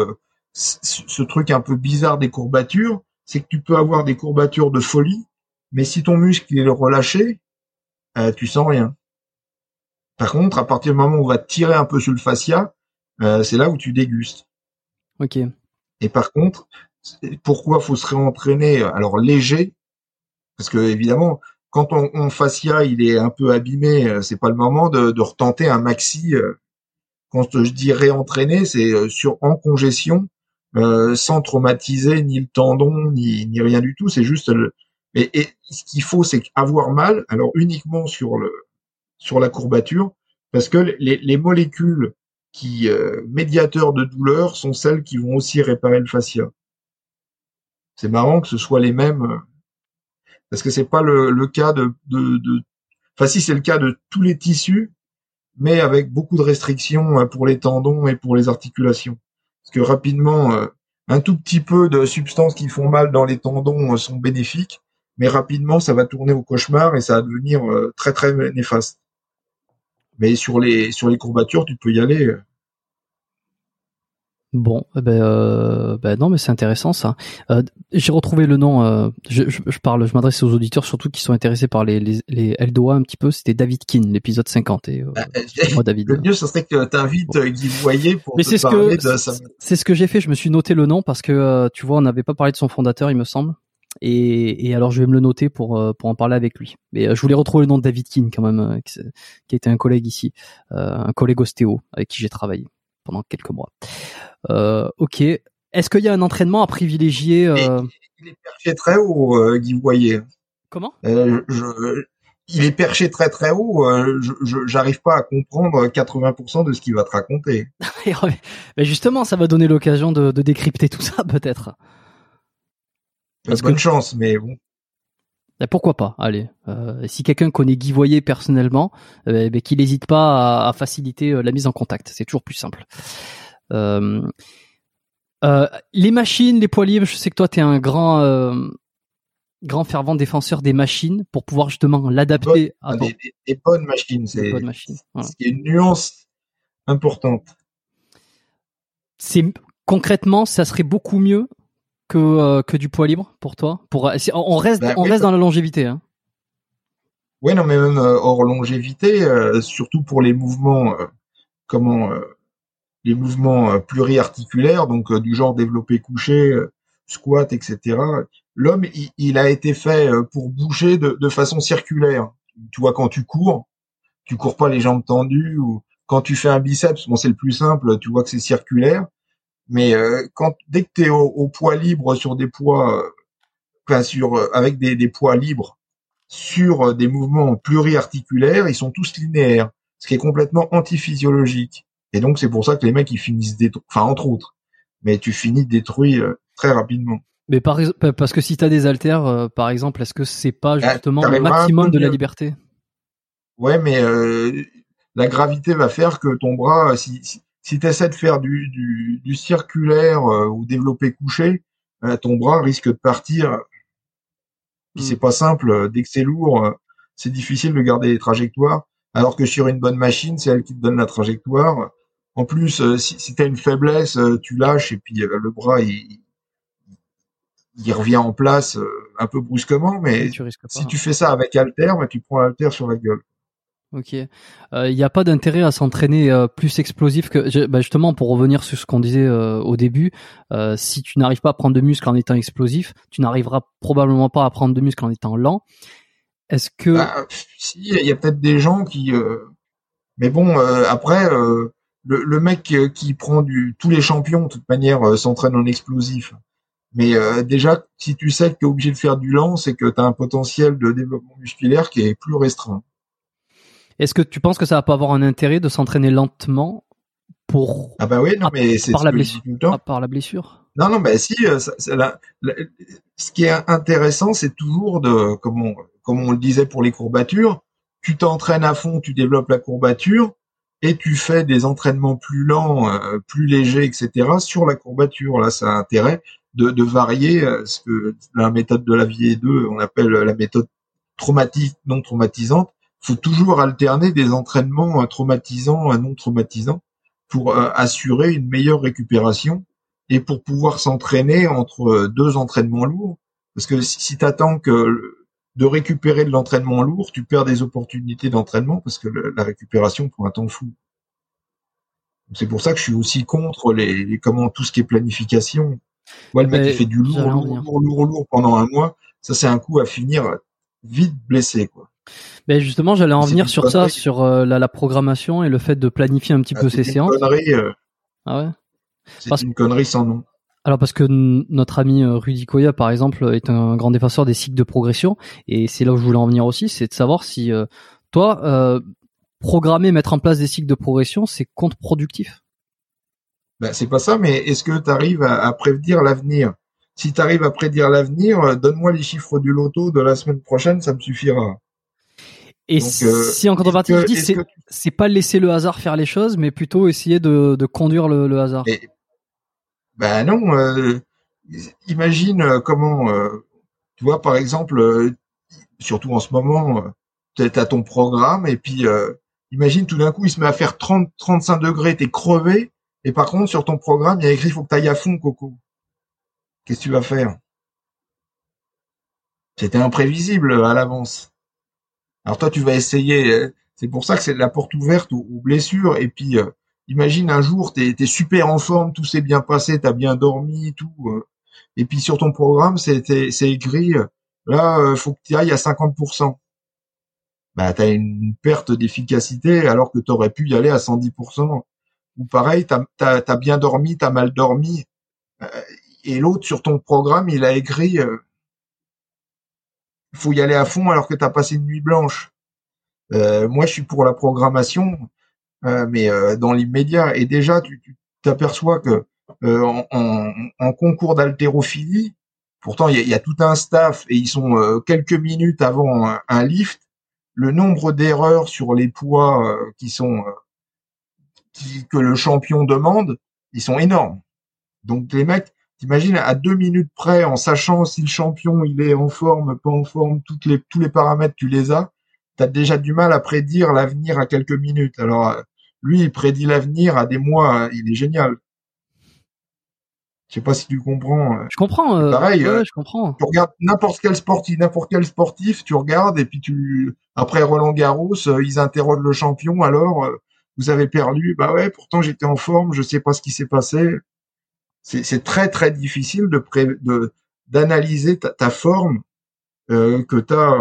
ce truc un peu bizarre des courbatures, c'est que tu peux avoir des courbatures de folie, mais si ton muscle est relâché, tu sens rien. Par contre, à partir du moment où on va tirer un peu sur le fascia, c'est là où tu dégustes. Ok. Et par contre, pourquoi faut se réentraîner alors léger? Parce que évidemment, quand on fascia il est un peu abîmé, c'est pas le moment de retenter un maxi. Quand je dis réentraîner, c'est en congestion, sans traumatiser ni le tendon ni rien du tout. C'est juste et ce qu'il faut, c'est avoir mal. Alors uniquement sur la courbature, parce que les molécules qui médiateurs de douleur sont celles qui vont aussi réparer le fascia. C'est marrant que ce soit les mêmes, parce que c'est pas le cas enfin si c'est le cas de tous les tissus, mais avec beaucoup de restrictions pour les tendons et pour les articulations. Parce que rapidement, un tout petit peu de substances qui font mal dans les tendons sont bénéfiques, mais rapidement ça va tourner au cauchemar et ça va devenir très très néfaste. Mais sur les courbatures, tu peux y aller. Bon, non, mais c'est intéressant ça. J'ai retrouvé le nom. Je m'adresse aux auditeurs surtout qui sont intéressés par les Eldoa un petit peu. C'était David Keane, l'épisode 50. Et moi, David. Le mieux, ce serait que t'invites Guy Voyer pour mais te parler de ça. C'est ce que j'ai fait. Je me suis noté le nom parce que tu vois, on n'avait pas parlé de son fondateur, il me semble. Et alors, je vais me le noter pour en parler avec lui. Mais je voulais retrouver le nom de David Keane quand même, qui a été un collègue ici, un collègue ostéo avec qui j'ai travaillé pendant quelques mois. Ok. Est-ce qu'il y a un entraînement à privilégier Il est perché très haut, Guy Voyer. Comment il est perché très très haut. J'arrive pas à comprendre 80% de ce qu'il va te raconter. Mais justement, ça va donner l'occasion de décrypter tout ça, peut-être. Bonne chance, mais bon. Pourquoi pas? Allez, si quelqu'un connaît Guy Voyer personnellement, qu'il n'hésite pas à faciliter la mise en contact. C'est toujours plus simple. Les machines, les poids libres, je sais que toi t'es un grand fervent défenseur des machines pour pouvoir justement l'adapter à des bonnes machines. C'est bonnes machines. Voilà. C'est une nuance importante. Concrètement, ça serait beaucoup mieux que du poids libre pour toi? On reste dans la longévité, hein. Ouais, non, mais même hors longévité, surtout pour les mouvements, les mouvements pluriarticulaires, donc du genre développé couché, squat, etc. L'homme, il a été fait pour bouger de façon circulaire. Tu vois, quand tu cours pas les jambes tendues, ou quand tu fais un biceps, bon, c'est le plus simple, tu vois que c'est circulaire. Mais dès que t'es au poids libre sur des poids, avec des poids libres sur des mouvements pluriarticulaires, ils sont tous linéaires, ce qui est complètement antiphysiologique. Et donc c'est pour ça que les mecs ils finissent entre autres. Mais tu finis détruit très rapidement. Mais parce que si t'as des haltères, par exemple, est-ce que c'est pas justement le maximum de la liberté? Ouais, mais la gravité va faire que ton bras, si t'essaies de faire du circulaire ou développé couché, ton bras risque de partir. Puis c'est pas simple, dès que c'est lourd, c'est difficile de garder les trajectoires, alors que sur une bonne machine, c'est elle qui te donne la trajectoire. En plus, si t'as une faiblesse, tu lâches et puis le bras il revient en place un peu brusquement, mais si tu fais ça avec haltère, tu prends l'haltère sur la gueule. Ok. Il n'y a pas d'intérêt à s'entraîner plus explosif que justement pour revenir sur ce qu'on disait au début. Si tu n'arrives pas à prendre de muscle en étant explosif, tu n'arriveras probablement pas à prendre de muscle en étant lent. Est-ce que si, il y a peut-être des gens qui mais bon après le mec qui prend tous les champions de toute manière s'entraîne en explosif. Mais déjà si tu sais que tu es obligé de faire du lent, c'est que tu as un potentiel de développement musculaire qui est plus restreint. Est-ce que tu penses que ça va pas avoir un intérêt de s'entraîner lentement pour Ah bah oui, non mais c'est par la blessure, par la blessure. Non, bah si, ce qui est intéressant, c'est toujours comme on le disait pour les courbatures, tu t'entraînes à fond, tu développes la courbature et tu fais des entraînements plus lents, plus légers, etc. sur la courbature. Là, ça a intérêt de varier ce que la méthode de Lavier 2, on appelle la méthode traumatique non traumatisante. Faut toujours alterner des entraînements traumatisants à non traumatisants pour assurer une meilleure récupération et pour pouvoir s'entraîner entre deux entraînements lourds. Parce que si tu attends de récupérer de l'entraînement lourd, tu perds des opportunités d'entraînement parce que la récupération prend un temps fou. C'est pour ça que je suis aussi contre tout ce qui est planification. Moi, le mec qui fait du lourd pendant un mois, ça c'est un coup à finir vite blessé, quoi. Ben justement, j'allais en venir sur ça, sur la programmation et le fait de planifier un petit peu ses séances. Ah ouais. C'est une connerie sans nom. Alors parce que notre ami Rudy Koya, par exemple, est un grand défenseur des cycles de progression, et c'est là où je voulais en venir aussi, c'est de savoir si toi, programmer, mettre en place des cycles de progression, c'est contre-productif. Ben c'est pas ça, mais est-ce que tu arrives à prédire l'avenir? Si tu arrives à prédire l'avenir, donne-moi les chiffres du loto de la semaine prochaine, ça me suffira. Et donc, si en contrepartie, je dis c'est pas laisser le hasard faire les choses, mais plutôt essayer de conduire le hasard. Ben non. Imagine comment, tu vois, par exemple, surtout en ce moment, t'as ton programme et puis imagine tout d'un coup il se met à faire 30-35 degrés, t'es crevé, et par contre sur ton programme il y a écrit faut que t'ailles à fond, Coco. Qu'est-ce que tu vas faire? C'était imprévisible à l'avance. Alors toi, tu vas essayer. C'est pour ça que c'est la porte ouverte aux blessures. Et puis, imagine un jour, t'es super en forme, tout s'est bien passé, t'as bien dormi, tout. Et puis sur ton programme, c'est écrit là, faut que tu ailles à 50%. Bah, t'as une perte d'efficacité alors que t'aurais pu y aller à 110%. Ou pareil, t'as bien dormi, t'as mal dormi. Et l'autre sur ton programme, il a écrit faut y aller à fond alors que t'as passé une nuit blanche. Moi, je suis pour la programmation, mais dans l'immédiat. Et déjà, tu t'aperçois que en concours d'haltérophilie, pourtant il y a tout un staff et ils sont quelques minutes avant un lift. Le nombre d'erreurs sur les poids que le champion demande, ils sont énormes. Donc les mecs, t'imagines à 2 minutes près, en sachant si le champion il est en forme, pas en forme, tous les paramètres tu les as, t'as déjà du mal à prédire l'avenir à quelques minutes. Alors lui, il prédit l'avenir à des mois, il est génial. Je sais pas si tu comprends. Je comprends. Pareil, ouais, je comprends. tu regardes n'importe quel sportif, tu regardes et puis après Roland Garros, ils interrogent le champion. Alors, vous avez perdu. Bah ouais, pourtant j'étais en forme. Je sais pas ce qui s'est passé. C'est très très difficile d'analyser ta forme que t'as.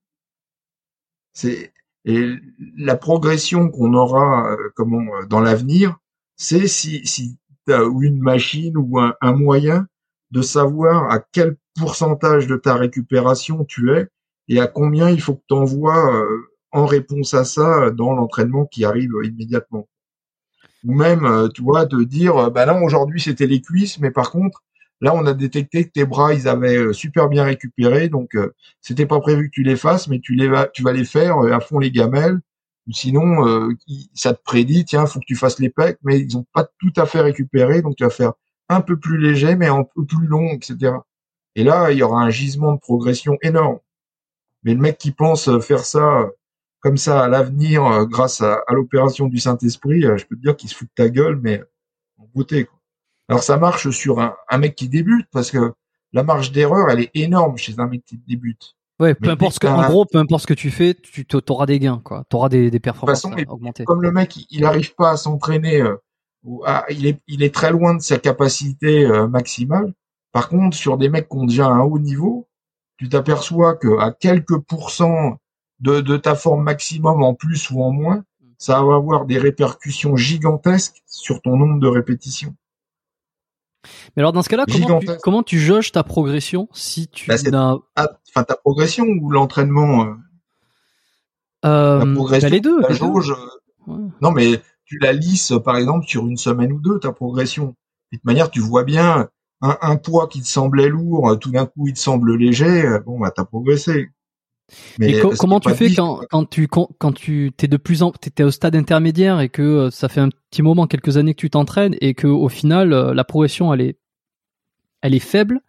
Et la progression qu'on aura dans l'avenir, c'est si t'as une machine ou un moyen de savoir à quel pourcentage de ta récupération tu es et à combien il faut que tu envoies en réponse à ça dans l'entraînement qui arrive immédiatement. Ou même, tu vois, te dire, bah là aujourd'hui c'était les cuisses, mais par contre là on a détecté que tes bras ils avaient super bien récupéré, donc c'était pas prévu que tu les fasses, mais tu vas les faire à fond les gamelles. Ou sinon ça te prédit, tiens, faut que tu fasses les pecs, mais ils ont pas tout à fait récupéré, donc tu vas faire un peu plus léger, mais un peu plus long, etc. Et là, il y aura un gisement de progression énorme. Mais le mec qui pense faire ça comme ça à l'avenir, grâce à l'opération du Saint-Esprit, je peux te dire qu'il se fout de ta gueule, mais en beauté, quoi. Alors ça marche sur un mec qui débute, parce que la marge d'erreur, elle est énorme chez un mec qui débute. Ouais, peu importe ce que tu fais, tu auras des gains, quoi. T'auras des performances de toute façon, augmentées. Comme le mec, il arrive pas à s'entraîner, il est très loin de sa capacité maximale. Par contre, sur des mecs qui ont déjà un haut niveau, tu t'aperçois que à quelques pourcents de ta forme maximum en plus ou en moins, ça va avoir des répercussions gigantesques sur ton nombre de répétitions. Mais alors dans ce cas-là, comment tu jauges ta progression si tu n'as ta progression ou l'entraînement la progression, les deux. La jauge. Ouais. Non, mais tu la lisses par exemple sur une semaine ou deux ta progression. De toute manière, tu vois bien un poids qui te semblait lourd, tout d'un coup il te semble léger. Bon, bah t'as progressé. Mais comment tu fais quand tu t'es au stade intermédiaire et que ça fait un petit moment, quelques années que tu t'entraînes et que au final la progression elle est faible.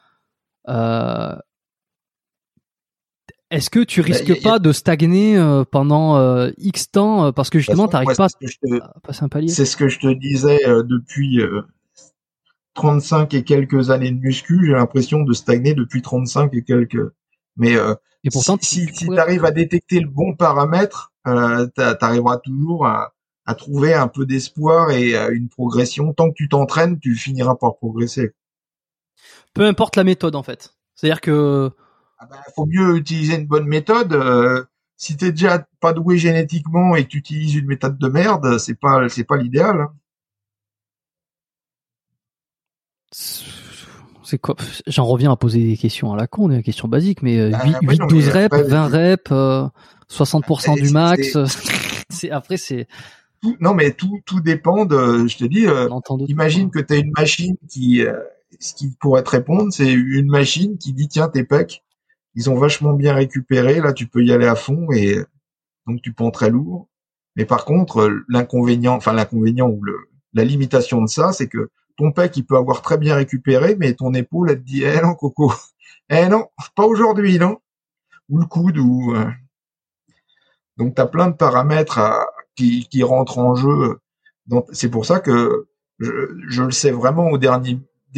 Est-ce que tu risques pas de stagner pendant X temps parce que justement t'arrives pas à passer un palier? C'est ce que je te disais depuis 35 et quelques années de muscu. J'ai l'impression de stagner depuis 35 et quelques. Mais et pourtant, si tu arrives à détecter le bon paramètre, t'arriveras toujours à trouver un peu d'espoir et une progression. Tant que tu t'entraînes, tu finiras par progresser. Peu importe la méthode, en fait. C'est-à-dire que faut mieux utiliser une bonne méthode. Si t'es déjà pas doué génétiquement et que tu utilises une méthode de merde, c'est pas l'idéal. Hein. C'est quoi? J'en reviens à poser des questions à la con, des questions basiques, mais 12 reps, 20 reps, 60% du max. C'est. Non, mais tout dépend de. Je te dis, imagine que t'as une machine ce qui pourrait te répondre, c'est une machine qui dit tiens tes pecs, ils ont vachement bien récupéré, là tu peux y aller à fond et donc tu prends très lourd. Mais par contre, l'inconvénient ou la limitation de ça, c'est que ton pec, il peut avoir très bien récupéré, mais ton épaule, elle te dit, non, Coco. Non, pas aujourd'hui, non. Ou le coude, donc t'as plein de paramètres qui rentrent en jeu. Donc, c'est pour ça que je le sais vraiment au dernier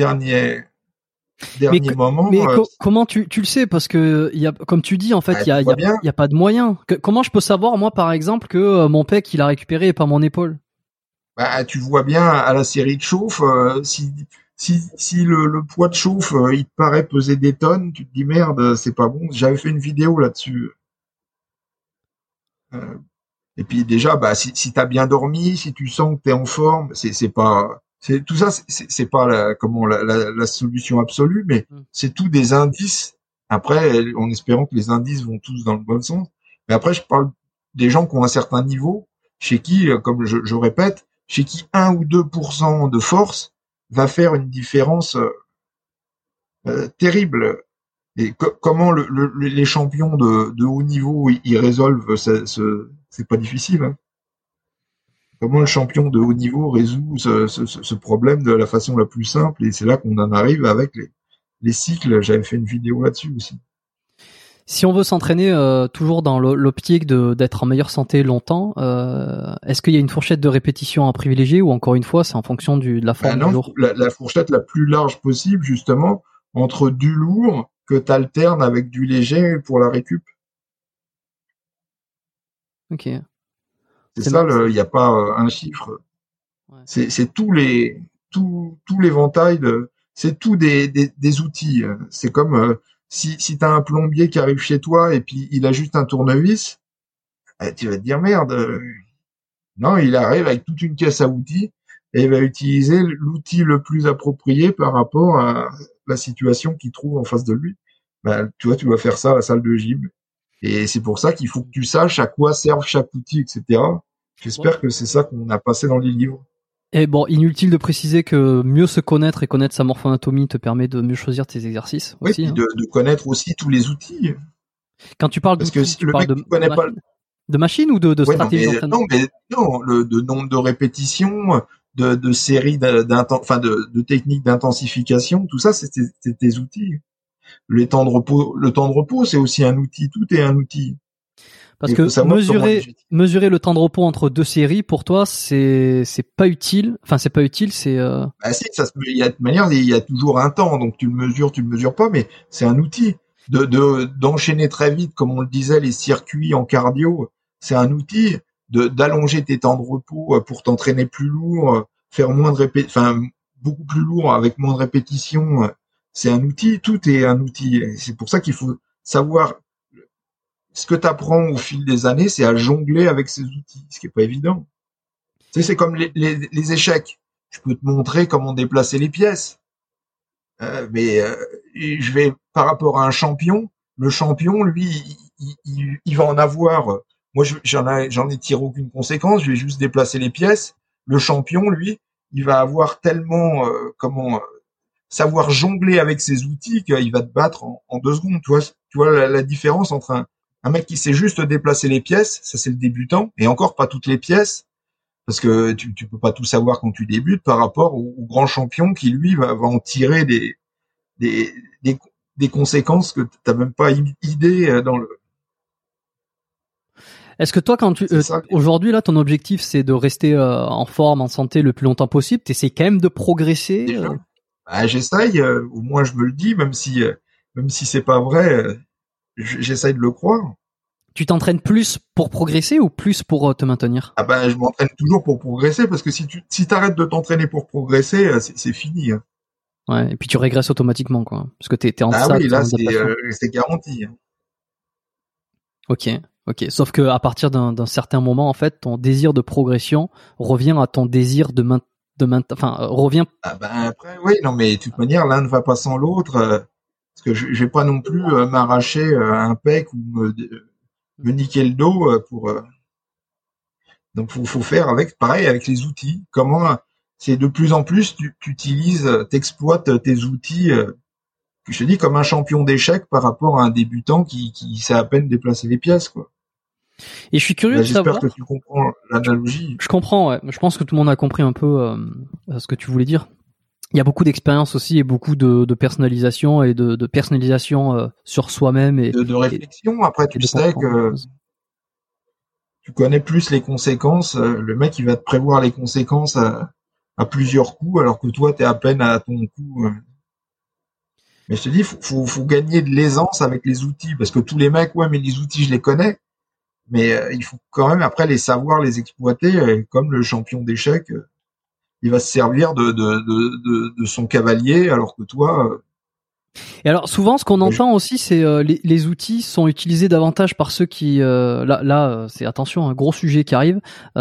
moment. Mais comment tu le sais? Parce que comme tu dis, en fait, il y a pas de moyen. Comment je peux savoir, moi, par exemple, que mon pec, il a récupéré et pas mon épaule? Bah, tu vois bien à la série de chauffe, si le poids de chauffe, il te paraît peser des tonnes, tu te dis merde, c'est pas bon. J'avais fait une vidéo là-dessus. Et puis déjà, bah si t'as bien dormi, si tu sens que t'es en forme, c'est pas la solution absolue, mais c'est tout des indices. Après, en espérant que les indices vont tous dans le bon sens. Mais après, je parle des gens qui ont un certain niveau, chez qui, comme je répète, chez qui 1 ou 2% de force va faire une différence terrible. Et comment les champions de haut niveau ils résolvent c'est pas difficile. Hein. Comment le champion de haut niveau résout ce problème de la façon la plus simple, et c'est là qu'on en arrive avec les cycles. J'avais fait une vidéo là-dessus aussi. Si on veut s'entraîner toujours dans l'optique d'être en meilleure santé longtemps, est-ce qu'il y a une fourchette de répétition à privilégier ou encore une fois c'est en fonction de la forme du jour? La fourchette la plus large possible justement entre du lourd que t'alternes avec du léger pour la récup. Ok. C'est ça, il n'y a pas un chiffre. Ouais. C'est tout l'éventail c'est tout des outils. C'est comme si t'as un plombier qui arrive chez toi et puis il a juste un tournevis, tu vas te dire merde. Non, il arrive avec toute une caisse à outils et il va utiliser l'outil le plus approprié par rapport à la situation qu'il trouve en face de lui. Tu vois, tu vas faire ça à la salle de gym. Et c'est pour ça qu'il faut que tu saches à quoi servent chaque outil, etc. J'espère que c'est ça qu'on a passé dans les livres. Et bon, inutile de préciser que mieux se connaître et connaître sa morphoanatomie te permet de mieux choisir tes exercices oui, aussi. Hein. De connaître aussi tous les outils. Quand tu parles d'outils, si tu parles de machine ou de stratégie d'entraînement? Non, de nombre de répétitions, de séries de techniques d'intensification, tout ça, c'est tes outils. Le temps de repos, c'est aussi un outil. Tout est un outil. Parce que mesurer le temps de repos entre deux séries, pour toi, c'est pas utile. Enfin, c'est pas utile, c'est. Si, il y a de manière, il y a toujours un temps, donc tu le mesures pas, mais c'est un outil. D'enchaîner très vite, comme on le disait, les circuits en cardio, c'est un outil. D'allonger tes temps de repos pour t'entraîner plus lourd, faire moins de beaucoup plus lourd avec moins de répétitions. C'est un outil, tout est un outil. Et c'est pour ça qu'il faut savoir ce que tu apprends au fil des années, c'est à jongler avec ces outils, ce qui est pas évident. Tu sais, c'est comme les échecs. Je peux te montrer comment déplacer les pièces. Mais je vais par rapport à un champion, le champion, lui, il va en avoir. Moi, j'en ai tiré aucune conséquence. Je vais juste déplacer les pièces. Le champion, lui, il va avoir tellement savoir jongler avec ses outils qu'il va te battre en 2 secondes. Tu vois la différence entre un mec qui sait juste déplacer les pièces, ça c'est le débutant, et encore pas toutes les pièces, parce que tu peux pas tout savoir quand tu débutes par rapport au grand champion qui lui va en tirer des conséquences que t'as même pas idée dans le. Est-ce que toi, aujourd'hui là, ton objectif c'est de rester en forme, en santé le plus longtemps possible? T'essaies quand même de progresser? J'essaye, au moins je me le dis, même si c'est pas vrai. J'essaye de le croire. Tu t'entraînes plus pour progresser ou plus pour te maintenir? Je m'entraîne toujours pour progresser parce que si t'arrêtes de t'entraîner pour progresser, c'est fini. Hein. Ouais, et puis tu régresses automatiquement, quoi. Parce que t'es en deçà. Ah oui, là c'est garanti. Hein. Ok. Sauf que à partir d'un certain moment, en fait, ton désir de progression revient à ton désir revient. Après, oui, non, mais de toute manière, l'un ne va pas sans l'autre. Parce que je vais pas non plus m'arracher un pec ou me niquer le dos pour. Donc faut faire avec les outils. Comment c'est de plus en plus tu t'exploites tes outils. Je te dis comme un champion d'échecs par rapport à un débutant qui sait à peine déplacer les pièces, quoi. Et je suis curieux de savoir. J'espère que tu comprends l'analogie. Je comprends, ouais. Je pense que tout le monde a compris un peu ce que tu voulais dire. Il y a beaucoup d'expérience aussi et beaucoup de personnalisation et de personnalisation sur soi-même et de réflexion. Après, tu sais que tu connais plus les conséquences. Le mec, il va te prévoir les conséquences à plusieurs coups, alors que toi, t'es à peine à ton coup. Mais je te dis, faut gagner de l'aisance avec les outils, parce que tous les mecs, ouais, mais les outils, je les connais. Mais il faut quand même après les savoir les exploiter, comme le champion d'échecs. Il va se servir de son cavalier, alors que toi. Et alors souvent, ce qu'on entend aussi, c'est les outils sont utilisés davantage par ceux qui c'est attention, un gros sujet qui arrive.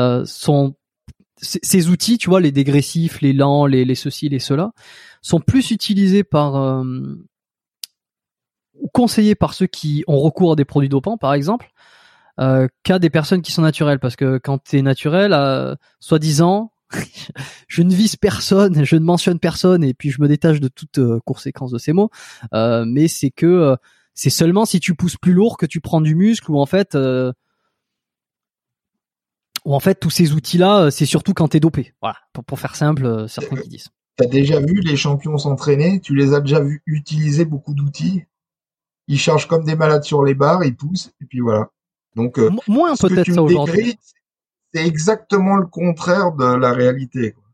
Ces outils, tu vois, les dégressifs, les lents, les ceci, les cela, sont plus utilisés par ou conseillés par ceux qui ont recours à des produits dopants, par exemple, qu'à des personnes qui sont naturelles, parce que quand t'es naturel, soi-disant. Je ne vise personne, je ne mentionne personne et puis je me détache de toute conséquence de ces mots. Mais c'est que c'est seulement si tu pousses plus lourd que tu prends du muscle ou en fait tous ces outils-là, c'est surtout quand t'es dopé. Voilà, pour faire simple, certains qui disent. T'as déjà vu les champions s'entraîner? Tu les as déjà vus utiliser beaucoup d'outils? ils chargent comme des malades sur les barres, ils poussent, et puis voilà. Donc, Moins ce que peut-être tu ça me aujourd'hui. décris, c'est exactement le contraire de la réalité, quoi.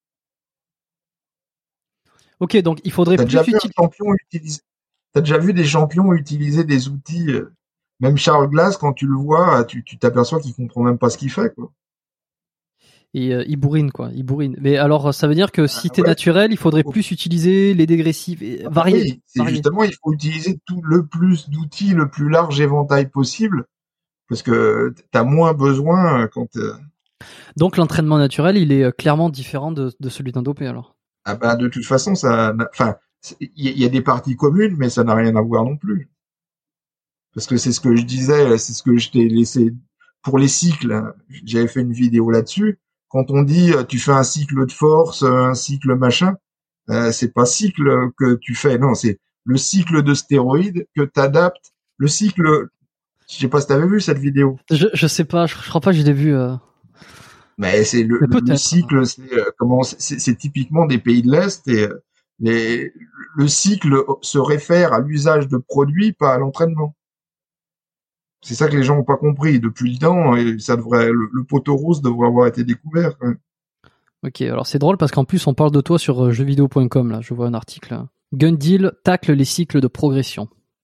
Ok, donc il faudrait T'as plus déjà vu un utiliser. champion utiliser, t'as déjà vu des champions utiliser des outils, même Charles Glass, quand tu le vois, tu t'aperçois qu'il comprend même pas ce qu'il fait, quoi. Et il bourrine quoi, il bourrine. Mais alors ça veut dire que si Ah t'es ouais, naturel, il faudrait faut- plus utiliser les dégressifs, et ah bah varier, oui, c'est varier. justement, il faut utiliser tout le plus d'outils, le plus large éventail possible, parce que t'as moins besoin quand, Donc l'entraînement naturel, il est clairement différent de celui d'un dopé alors. ah bah, de toute façon, enfin, il y a des parties communes, mais ça n'a rien à voir non plus. Parce que c'est ce que je disais, c'est ce que je t'ai laissé pour les cycles, hein. J'avais fait une vidéo là-dessus. Quand on dit tu fais un cycle de force, un cycle machin, c'est pas cycle que tu fais, non, c'est le cycle de stéroïdes que t'adaptes. Le cycle, je sais pas si t'avais vu cette vidéo, Je sais pas, je crois pas que je l'ai vu. mais c'est Mais le peut-être. cycle, c'est comment, c'est typiquement des pays de l'Est et les, le cycle se réfère à l'usage de produits, pas à l'entraînement. C'est ça que les gens n'ont pas compris. Depuis le temps, et ça devrait, le poteau rose devrait avoir été découvert, quand même. Ok, alors c'est drôle parce qu'en plus on parle de toi sur jeuxvideo.com là, je vois un article. Gun Deal tacle les cycles de progression.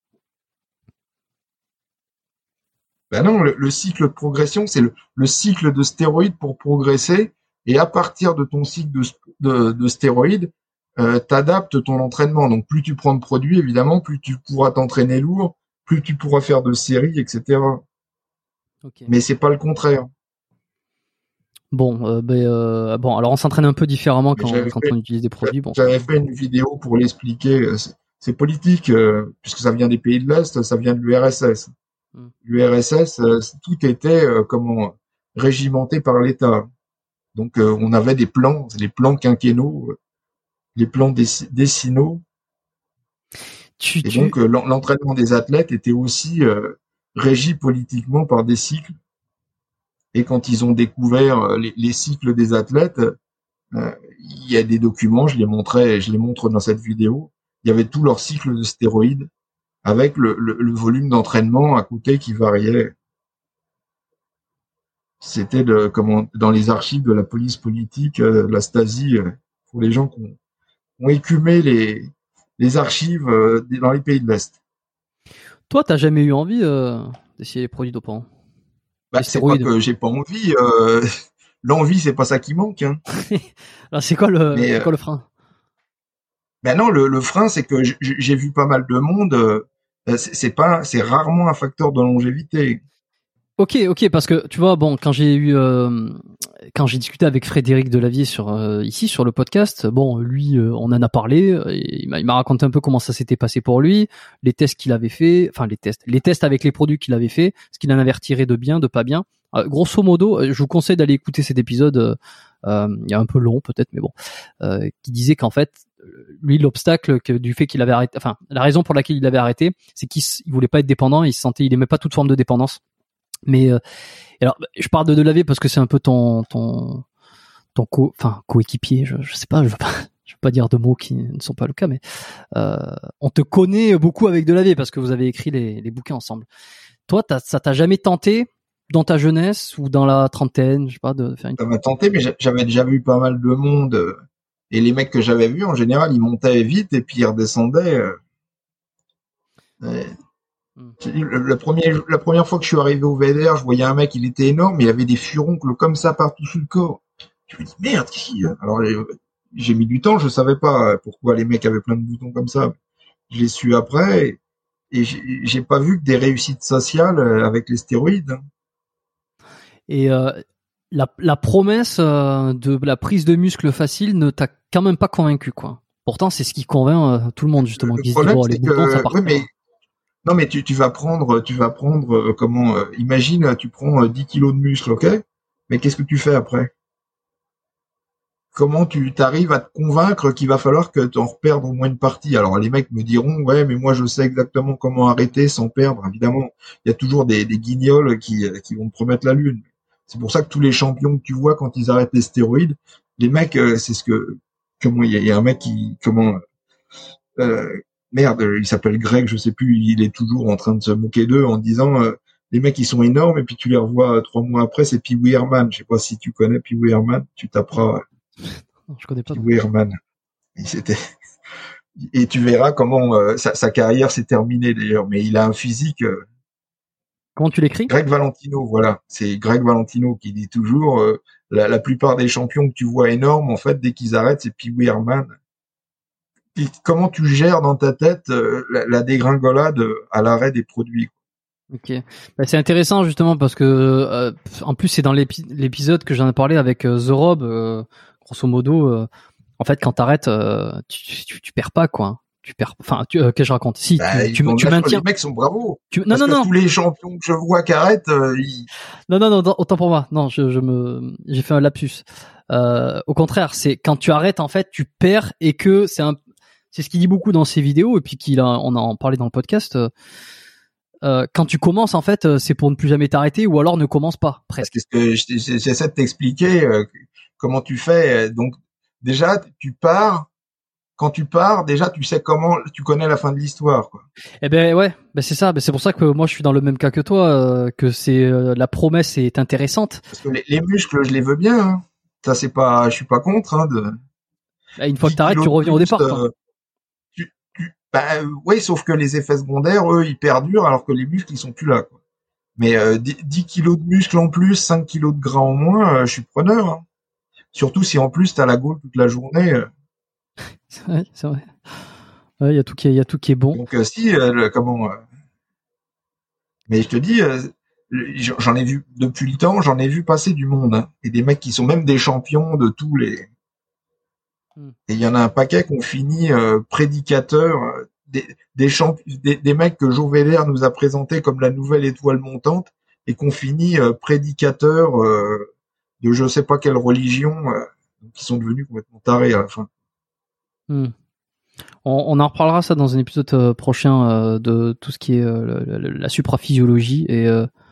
Ben non, le cycle de progression, c'est le cycle de stéroïdes pour progresser. Et à partir de ton cycle de stéroïdes, t'adaptes ton entraînement. Donc plus tu prends de produits, évidemment, plus tu pourras t'entraîner lourd, plus tu pourras faire de séries, etc. Ok. Mais c'est pas le contraire. Bon, bon, alors on s'entraîne un peu différemment Mais quand on utilise des produits. Bon, j'avais fait une vidéo pour l'expliquer. C'est politique, puisque ça vient des pays de l'Est, ça vient de l'URSS. Hmm. L'URSS, tout était comment régimenté par l'État. Donc on avait des plans, les plans quinquennaux, les plans décennaux, tu, et tu, donc l'entraînement des athlètes était aussi régi politiquement par des cycles. Et quand ils ont découvert les cycles des athlètes, il y a des documents, je les montre dans cette vidéo. Il y avait tout leur cycle de stéroïdes avec le volume d'entraînement à côté qui variait. C'était dans les archives de la police politique, de la Stasi, pour les gens qui ont écumé les archives dans les pays de l'Est. toi, t'as jamais eu envie d'essayer les produits dopants, Bah, les c'est pas stéroïdes. que j'ai pas envie. L'envie, c'est pas ça qui manque, hein. Alors c'est quoi Mais le frein? ben non, le frein, c'est que j'ai vu pas mal de monde. C'est rarement un facteur de longévité. Ok, parce que tu vois, bon, quand j'ai discuté avec Frédéric Delavier ici sur le podcast, bon, lui, on en a parlé, et il m'a raconté un peu comment ça s'était passé pour lui, les tests qu'il avait fait, enfin les tests avec les produits qu'il avait fait, ce qu'il en avait retiré de bien, de pas bien. Grosso modo, je vous conseille d'aller écouter cet épisode. Il est un peu long peut-être, mais bon, qui disait qu'en fait, lui, l'obstacle du fait qu'il avait arrêté, enfin, la raison pour laquelle il avait arrêté, c'est qu'il voulait pas être dépendant, il aimait pas toute forme de dépendance. Mais alors, je parle de Delavier parce que c'est un peu ton coéquipier. Je sais pas, je veux pas dire de mots qui ne sont pas le cas, mais on te connaît beaucoup avec Delavier parce que vous avez écrit les bouquins ensemble. Toi, ça t'a jamais tenté dans ta jeunesse ou dans la trentaine, je sais pas, de faire une. Ça m'a tenté, mais j'avais déjà vu pas mal de monde. Et les mecs que j'avais vus, en général, ils montaient vite et puis ils redescendaient. La première fois que je suis arrivé au VDR, je voyais un mec, il était énorme, il avait des furoncles comme ça partout sur le corps. Je me dis merde, alors j'ai mis du temps, je savais pas pourquoi les mecs avaient plein de boutons comme ça. Je l'ai su après et j'ai pas vu que des réussites sociales avec les stéroïdes. Et la promesse de la prise de muscle facile ne t'a quand même pas convaincu, quoi. Pourtant, c'est ce qui convainc tout le monde justement. Le Qui se dit problème, bon, les c'est boutons, ça que part. oui, mais non, mais tu vas prendre comment imagine, tu prends 10 kilos de muscle, ok? Mais qu'est-ce que tu fais après? Comment tu t'arrives à te convaincre qu'il va falloir que tu en reperdes au moins une partie? Alors les mecs me diront, ouais, mais moi je sais exactement comment arrêter sans perdre. Évidemment, il y a toujours des guignols qui vont te promettre la lune. C'est pour ça que tous les champions que tu vois quand ils arrêtent les stéroïdes, les mecs, c'est ce que comment il y a un mec qui comment merde, il s'appelle Greg, je sais plus, il est toujours en train de se moquer d'eux en disant les mecs ils sont énormes et puis tu les revois 3 mois après, c'est Pee Wee Herman. Je sais pas si tu connais Pee Wee Herman, tu taperas Non, je connais pas. Pee Wee Herman. Et tu verras comment sa carrière s'est terminée d'ailleurs, mais il a un physique Comment tu l'écris? Greg Valentino, voilà, c'est Greg Valentino qui dit toujours la plupart des champions que tu vois énormes, en fait, dès qu'ils arrêtent, c'est Pee Wee Herman. Et comment tu gères dans ta tête la dégringolade à l'arrêt des produits? Ok. Bah, c'est intéressant justement parce que en plus c'est dans l'épisode que j'en ai parlé avec The Rob, grosso modo. En fait, quand t'arrêtes, tu perds pas quoi. Tu perds. Enfin, qu'est-ce que je raconte? Si tu maintiens. Les mecs sont bravos. Non. Tous les champions que je vois qui arrêtent, Non, autant pour moi. Non, j'ai fait un lapsus. Au contraire, c'est quand tu arrêtes en fait, tu perds et que c'est ce qu'il dit beaucoup dans ses vidéos et puis on en parlait dans le podcast. Quand tu commences en fait, c'est pour ne plus jamais t'arrêter ou alors ne commence pas presque. Parce que j'essaie de t'expliquer comment tu fais. Donc déjà, quand tu pars, déjà tu sais tu connais la fin de l'histoire, quoi. Eh ben ouais, c'est ça. C'est pour ça que moi je suis dans le même cas que toi, que c'est la promesse est intéressante. Parce que les muscles, je les veux bien. Hein. Ça c'est pas, je suis pas contre. Hein, une fois que t'arrêtes, tu reviens au départ. Quoi. Oui, sauf que les effets secondaires, eux, ils perdurent alors que les muscles, ils sont plus là, quoi. Mais 10 kilos de muscles en plus, 5 kilos de gras en moins, je suis preneur. Hein. Surtout si en plus t'as la gaule toute la journée. C'est vrai. Ouais, il y a tout qui est bon. Donc mais je te dis, j'en ai vu depuis le temps, j'en ai vu passer du monde, hein. Et des mecs qui sont même des champions de tous les. Et il y en a un paquet qu'on finit prédicateurs, des mecs que Joe Veller nous a présentés comme la nouvelle étoile montante et qu'on finit prédicateurs de je sais pas quelle religion qui sont devenus complètement tarés à la fin. On en reparlera ça dans un épisode prochain de tout ce qui est la supraphysiologie et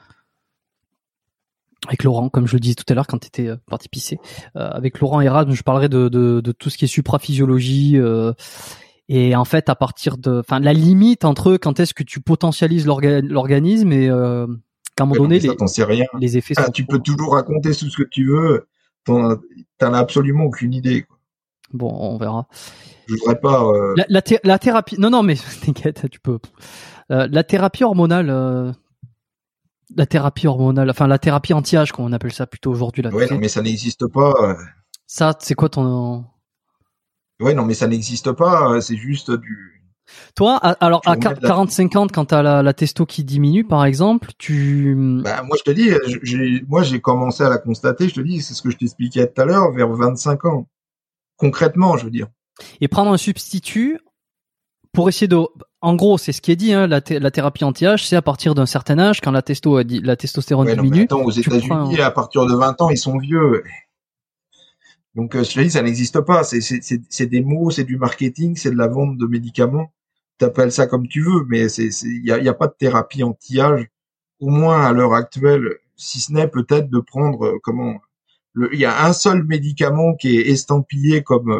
avec Laurent, comme je le disais tout à l'heure quand tu étais parti pisser. Avec Laurent et Rad, je parlerai de tout ce qui est supraphysiologie et en fait à partir la limite entre quand est-ce que tu potentialises l'organisme et qu'à un moment donné les effets sont tu peux toujours raconter tout ce que tu veux, t'en as absolument aucune idée, quoi. Bon, on verra. Je voudrais pas la thérapie. Non mais t'inquiète, tu peux. La thérapie hormonale la thérapie anti-âge, comme on appelle ça plutôt aujourd'hui. Ouais, non, mais ça n'existe pas. Ça, c'est quoi ton... Ouais, non, mais ça n'existe pas, c'est juste du... Toi, alors, à 40-50, quand t'as la testo qui diminue, par exemple, moi, je te dis, j'ai commencé à la constater, je te dis, c'est ce que je t'expliquais tout à l'heure, vers 25 ans. Concrètement, je veux dire. Et prendre un substitut pour essayer de... En gros, c'est ce qui est dit, hein, la thérapie anti-âge, c'est à partir d'un certain âge, quand la testostérone diminue. Mais attends, aux États-Unis, à partir de 20 ans, ils sont vieux. Donc, je te dis, ça n'existe pas. C'est des mots, c'est du marketing, c'est de la vente de médicaments. T'appelles ça comme tu veux, mais il y a pas de thérapie anti-âge, au moins à l'heure actuelle, si ce n'est peut-être de prendre, il y a un seul médicament qui est estampillé comme,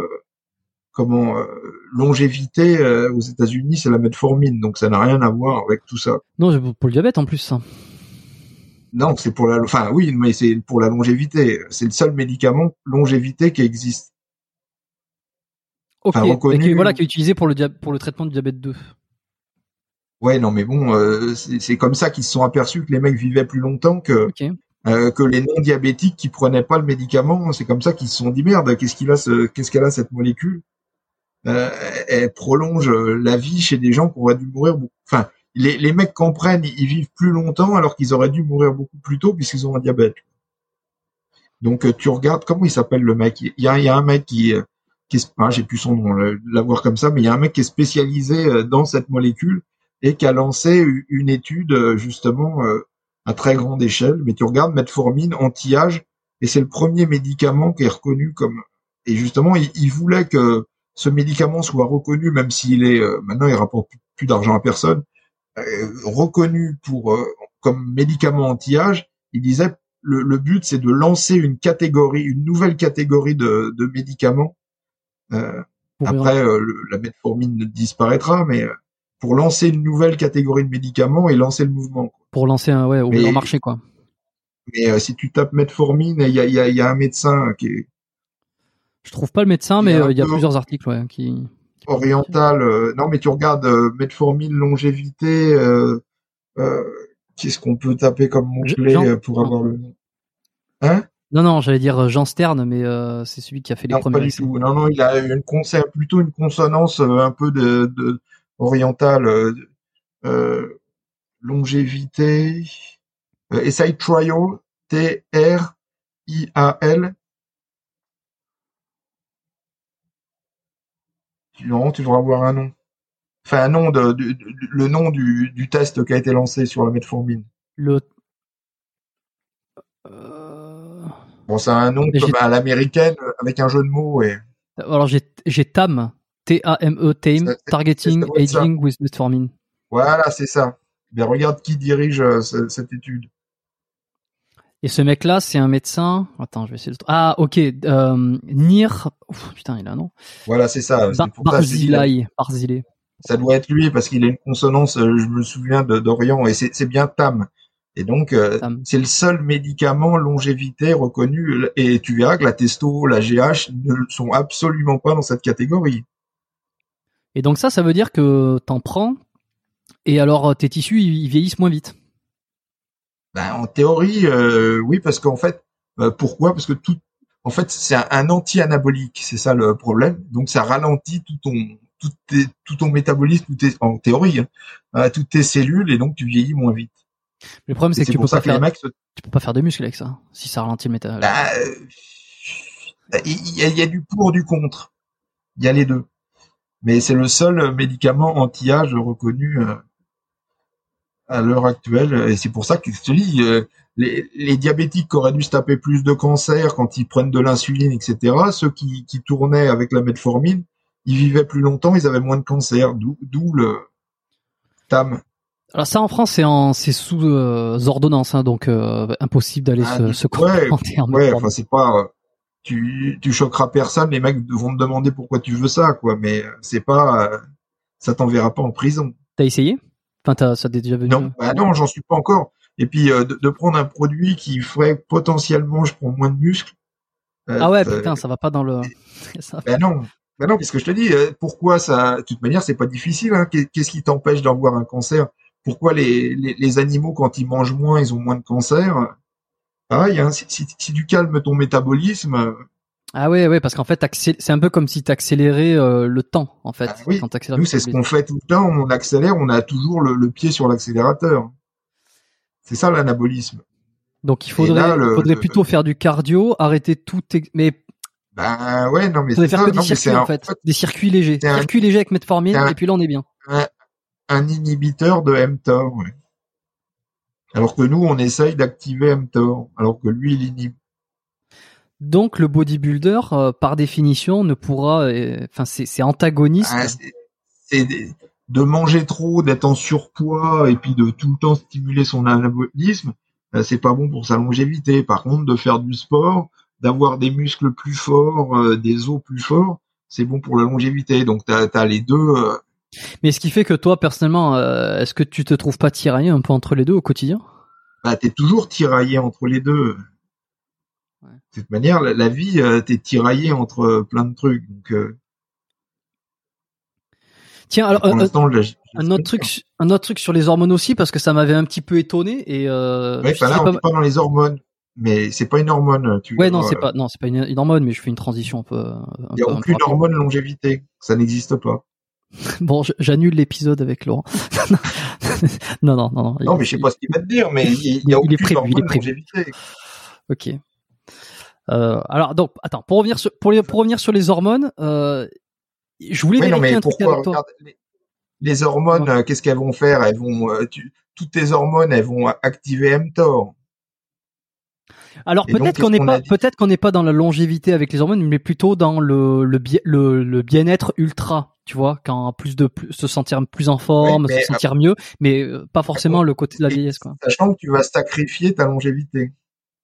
longévité aux États-Unis, c'est la metformine, donc ça n'a rien à voir avec tout ça. Non, c'est pour le diabète en plus, ça. Non, c'est pour oui, mais c'est pour la longévité. C'est le seul médicament longévité qui existe. Ok, reconnu... qui est utilisé pour le traitement du diabète 2. Ouais, non, mais bon, c'est comme ça qu'ils se sont aperçus que les mecs vivaient plus longtemps que les non-diabétiques qui prenaient pas le médicament. C'est comme ça qu'ils se sont dit merde, qu'est-ce qu'elle a cette molécule? Elle prolonge la vie chez des gens qui auraient dû mourir beaucoup. Enfin, les mecs comprennent, ils vivent plus longtemps alors qu'ils auraient dû mourir beaucoup plus tôt puisqu'ils ont un diabète. Donc tu regardes comment il s'appelle le mec. Il y a un mec qui j'ai plus son nom, l'avoir comme ça, mais il y a un mec qui est spécialisé dans cette molécule et qui a lancé une étude justement à très grande échelle. Mais tu regardes metformine anti-âge et c'est le premier médicament qui est reconnu comme. Et justement, il voulait que ce médicament soit reconnu, même s'il est maintenant il rapporte plus d'argent à personne, reconnu comme médicament anti-âge. Il disait le but c'est de lancer une nouvelle catégorie de médicaments Après, la metformine ne disparaîtra, mais pour lancer une nouvelle catégorie de médicaments et lancer le mouvement. Quoi. Pour lancer ouvrir le marché, quoi. Mais si tu tapes metformine, il y a un médecin qui est... Je trouve pas le médecin, mais il y a plusieurs articles qui... Oriental. Non, mais tu regardes metformine, longévité. Qu'est-ce qu'on peut taper comme mot-clé pour avoir le nom? Hein? Non, j'allais dire Jean Stern, mais c'est celui qui a fait les premiers. Non, pas du tout. Non, il a plutôt une consonance un peu de orientale. Longévité. Essay Trial. T-R-I-A-L. Non, tu devras avoir un nom. Enfin, un nom le nom du test qui a été lancé sur la metformine. Bon, c'est un nom comme à l'américaine avec un jeu de mots et. Alors j'ai TAM, T-A-M-E, TAME, Targeting Aging with Metformin. Voilà, c'est ça. Mais regarde qui dirige cette étude. Et ce mec-là, c'est un médecin. Attends, je vais essayer de. Ah, ok. Nir. Putain, il a un nom. Voilà, c'est ça. Barzilai. Ça doit être lui parce qu'il a une consonance. Je me souviens d'Orient et c'est bien TAM. Et donc, c'est le seul médicament longévité reconnu. Et tu verras que la testo, la GH ne sont absolument pas dans cette catégorie. Et donc ça veut dire que t'en prends et alors tes tissus ils vieillissent moins vite. Ben, en théorie, oui, parce qu'en fait, pourquoi? Parce que en fait, c'est un anti-anabolique, c'est ça le problème. Donc, ça ralentit tout ton métabolisme, en théorie, toutes tes cellules, et donc tu vieillis moins vite. Le problème, c'est que tu peux pas faire de muscles avec ça, si ça ralentit le métabolisme. Il y a du pour, du contre. Il y a les deux. Mais c'est le seul médicament anti-âge reconnu à l'heure actuelle. Et c'est pour ça que je te dis, les diabétiques qui auraient dû se taper plus de cancer quand ils prennent de l'insuline, etc., ceux qui tournaient avec la metformine, ils vivaient plus longtemps, ils avaient moins de cancer. D'où le TAM. Alors ça en France c'est sous ordonnance, donc impossible d'aller se complémenter en metformine. Enfin c'est pas tu choqueras personne, les mecs vont te demander pourquoi tu veux ça, quoi, mais c'est pas ça t'enverra pas en prison. T'as essayé? Enfin ça t'est déjà venu? Non, j'en suis pas encore. Et puis de prendre un produit qui ferait potentiellement je prends moins de muscles. Putain, ça va pas dans le non, parce que je te dis pourquoi ça, de toute manière, c'est pas difficile, hein. Qu'est-ce qui t'empêche d'avoir un cancer? Pourquoi les animaux, quand ils mangent moins, ils ont moins de cancer? Pareil, hein, si tu calmes ton métabolisme. Ah ouais, parce qu'en fait, c'est un peu comme si t'accélérais le temps, en fait. Oui. Quand nous, c'est ce qu'on fait tout le temps. On accélère, on a toujours le pied sur l'accélérateur. C'est ça l'anabolisme. Donc il faudrait plutôt faire du cardio, arrêter tout, mais. Ben ouais, non mais c'est ça. Des circuits en fait, des circuits légers, circuits légers avec metformine, et puis là on est bien. Un inhibiteur de mTOR, ouais. Alors que nous, on essaye d'activer mTOR, alors que lui, il inhibe. Donc le bodybuilder, par définition, ne pourra, c'est antagoniste. C'est de manger trop, d'être en surpoids et puis de tout le temps stimuler son anabolisme, c'est pas bon pour sa longévité. Par contre, de faire du sport, d'avoir des muscles plus forts, des os plus forts, c'est bon pour la longévité. Donc t'as les deux. Mais ce qui fait que toi, personnellement, est-ce que tu te trouves pas tiraillé un peu entre les deux au quotidien? T'es toujours tiraillé entre les deux. Ouais. De toute manière, la vie, t'es tiraillé entre plein de trucs. Donc, tiens, alors un autre truc sur les hormones aussi, parce que ça m'avait un petit peu étonné. Et là, on n'est pas dans les hormones, mais c'est pas une hormone. C'est pas une hormone, mais je fais une transition un peu. Il y a aucune hormone longévité, ça n'existe pas. Bon, j'annule l'épisode avec Laurent. Non. Non, mais je sais pas ce qu'il va te dire, mais il y a aucune hormone longévité. Ok. Alors donc, attends, pour revenir sur les hormones, je voulais vérifier un truc avec toi. Les hormones, qu'est-ce qu'elles vont faire? Elles vont, toutes tes hormones, elles vont activer mTOR. Alors peut-être qu'on n'est pas dans la longévité avec les hormones, mais plutôt dans le bien-être ultra. Tu vois, quand se sentir plus en forme, se sentir mieux, mais pas forcément le côté de la vieillesse, quoi. Sachant que tu vas sacrifier ta longévité.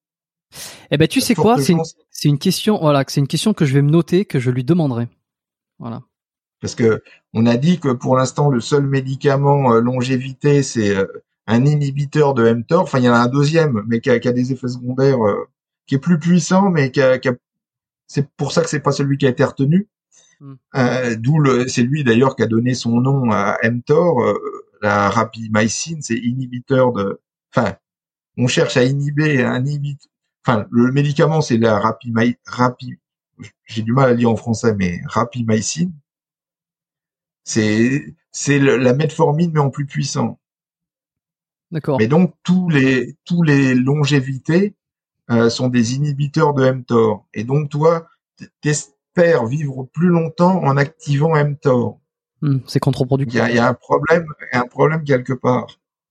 Eh ben, tu sais quoi, c'est une question, voilà, c'est une question que je vais me noter, que je lui demanderai. Voilà. Parce que on a dit que pour l'instant, le seul médicament longévité, c'est un inhibiteur de mTOR. Enfin, il y en a un deuxième, mais qui a des effets secondaires, qui est plus puissant, mais c'est pour ça que c'est pas celui qui a été retenu. C'est lui d'ailleurs qui a donné son nom à mTOR. La rapamycine, c'est inhibiteur de. Enfin, on cherche à inhiber Enfin, le médicament, c'est la j'ai du mal à lire en français, mais rapamycine. C'est la metformine, mais en plus puissant. D'accord. Mais donc, tous les longévités sont des inhibiteurs de mTOR. Et donc, toi, t'espères vivre plus longtemps en activant mTOR. C'est contre-productif. Il y a un problème quelque part.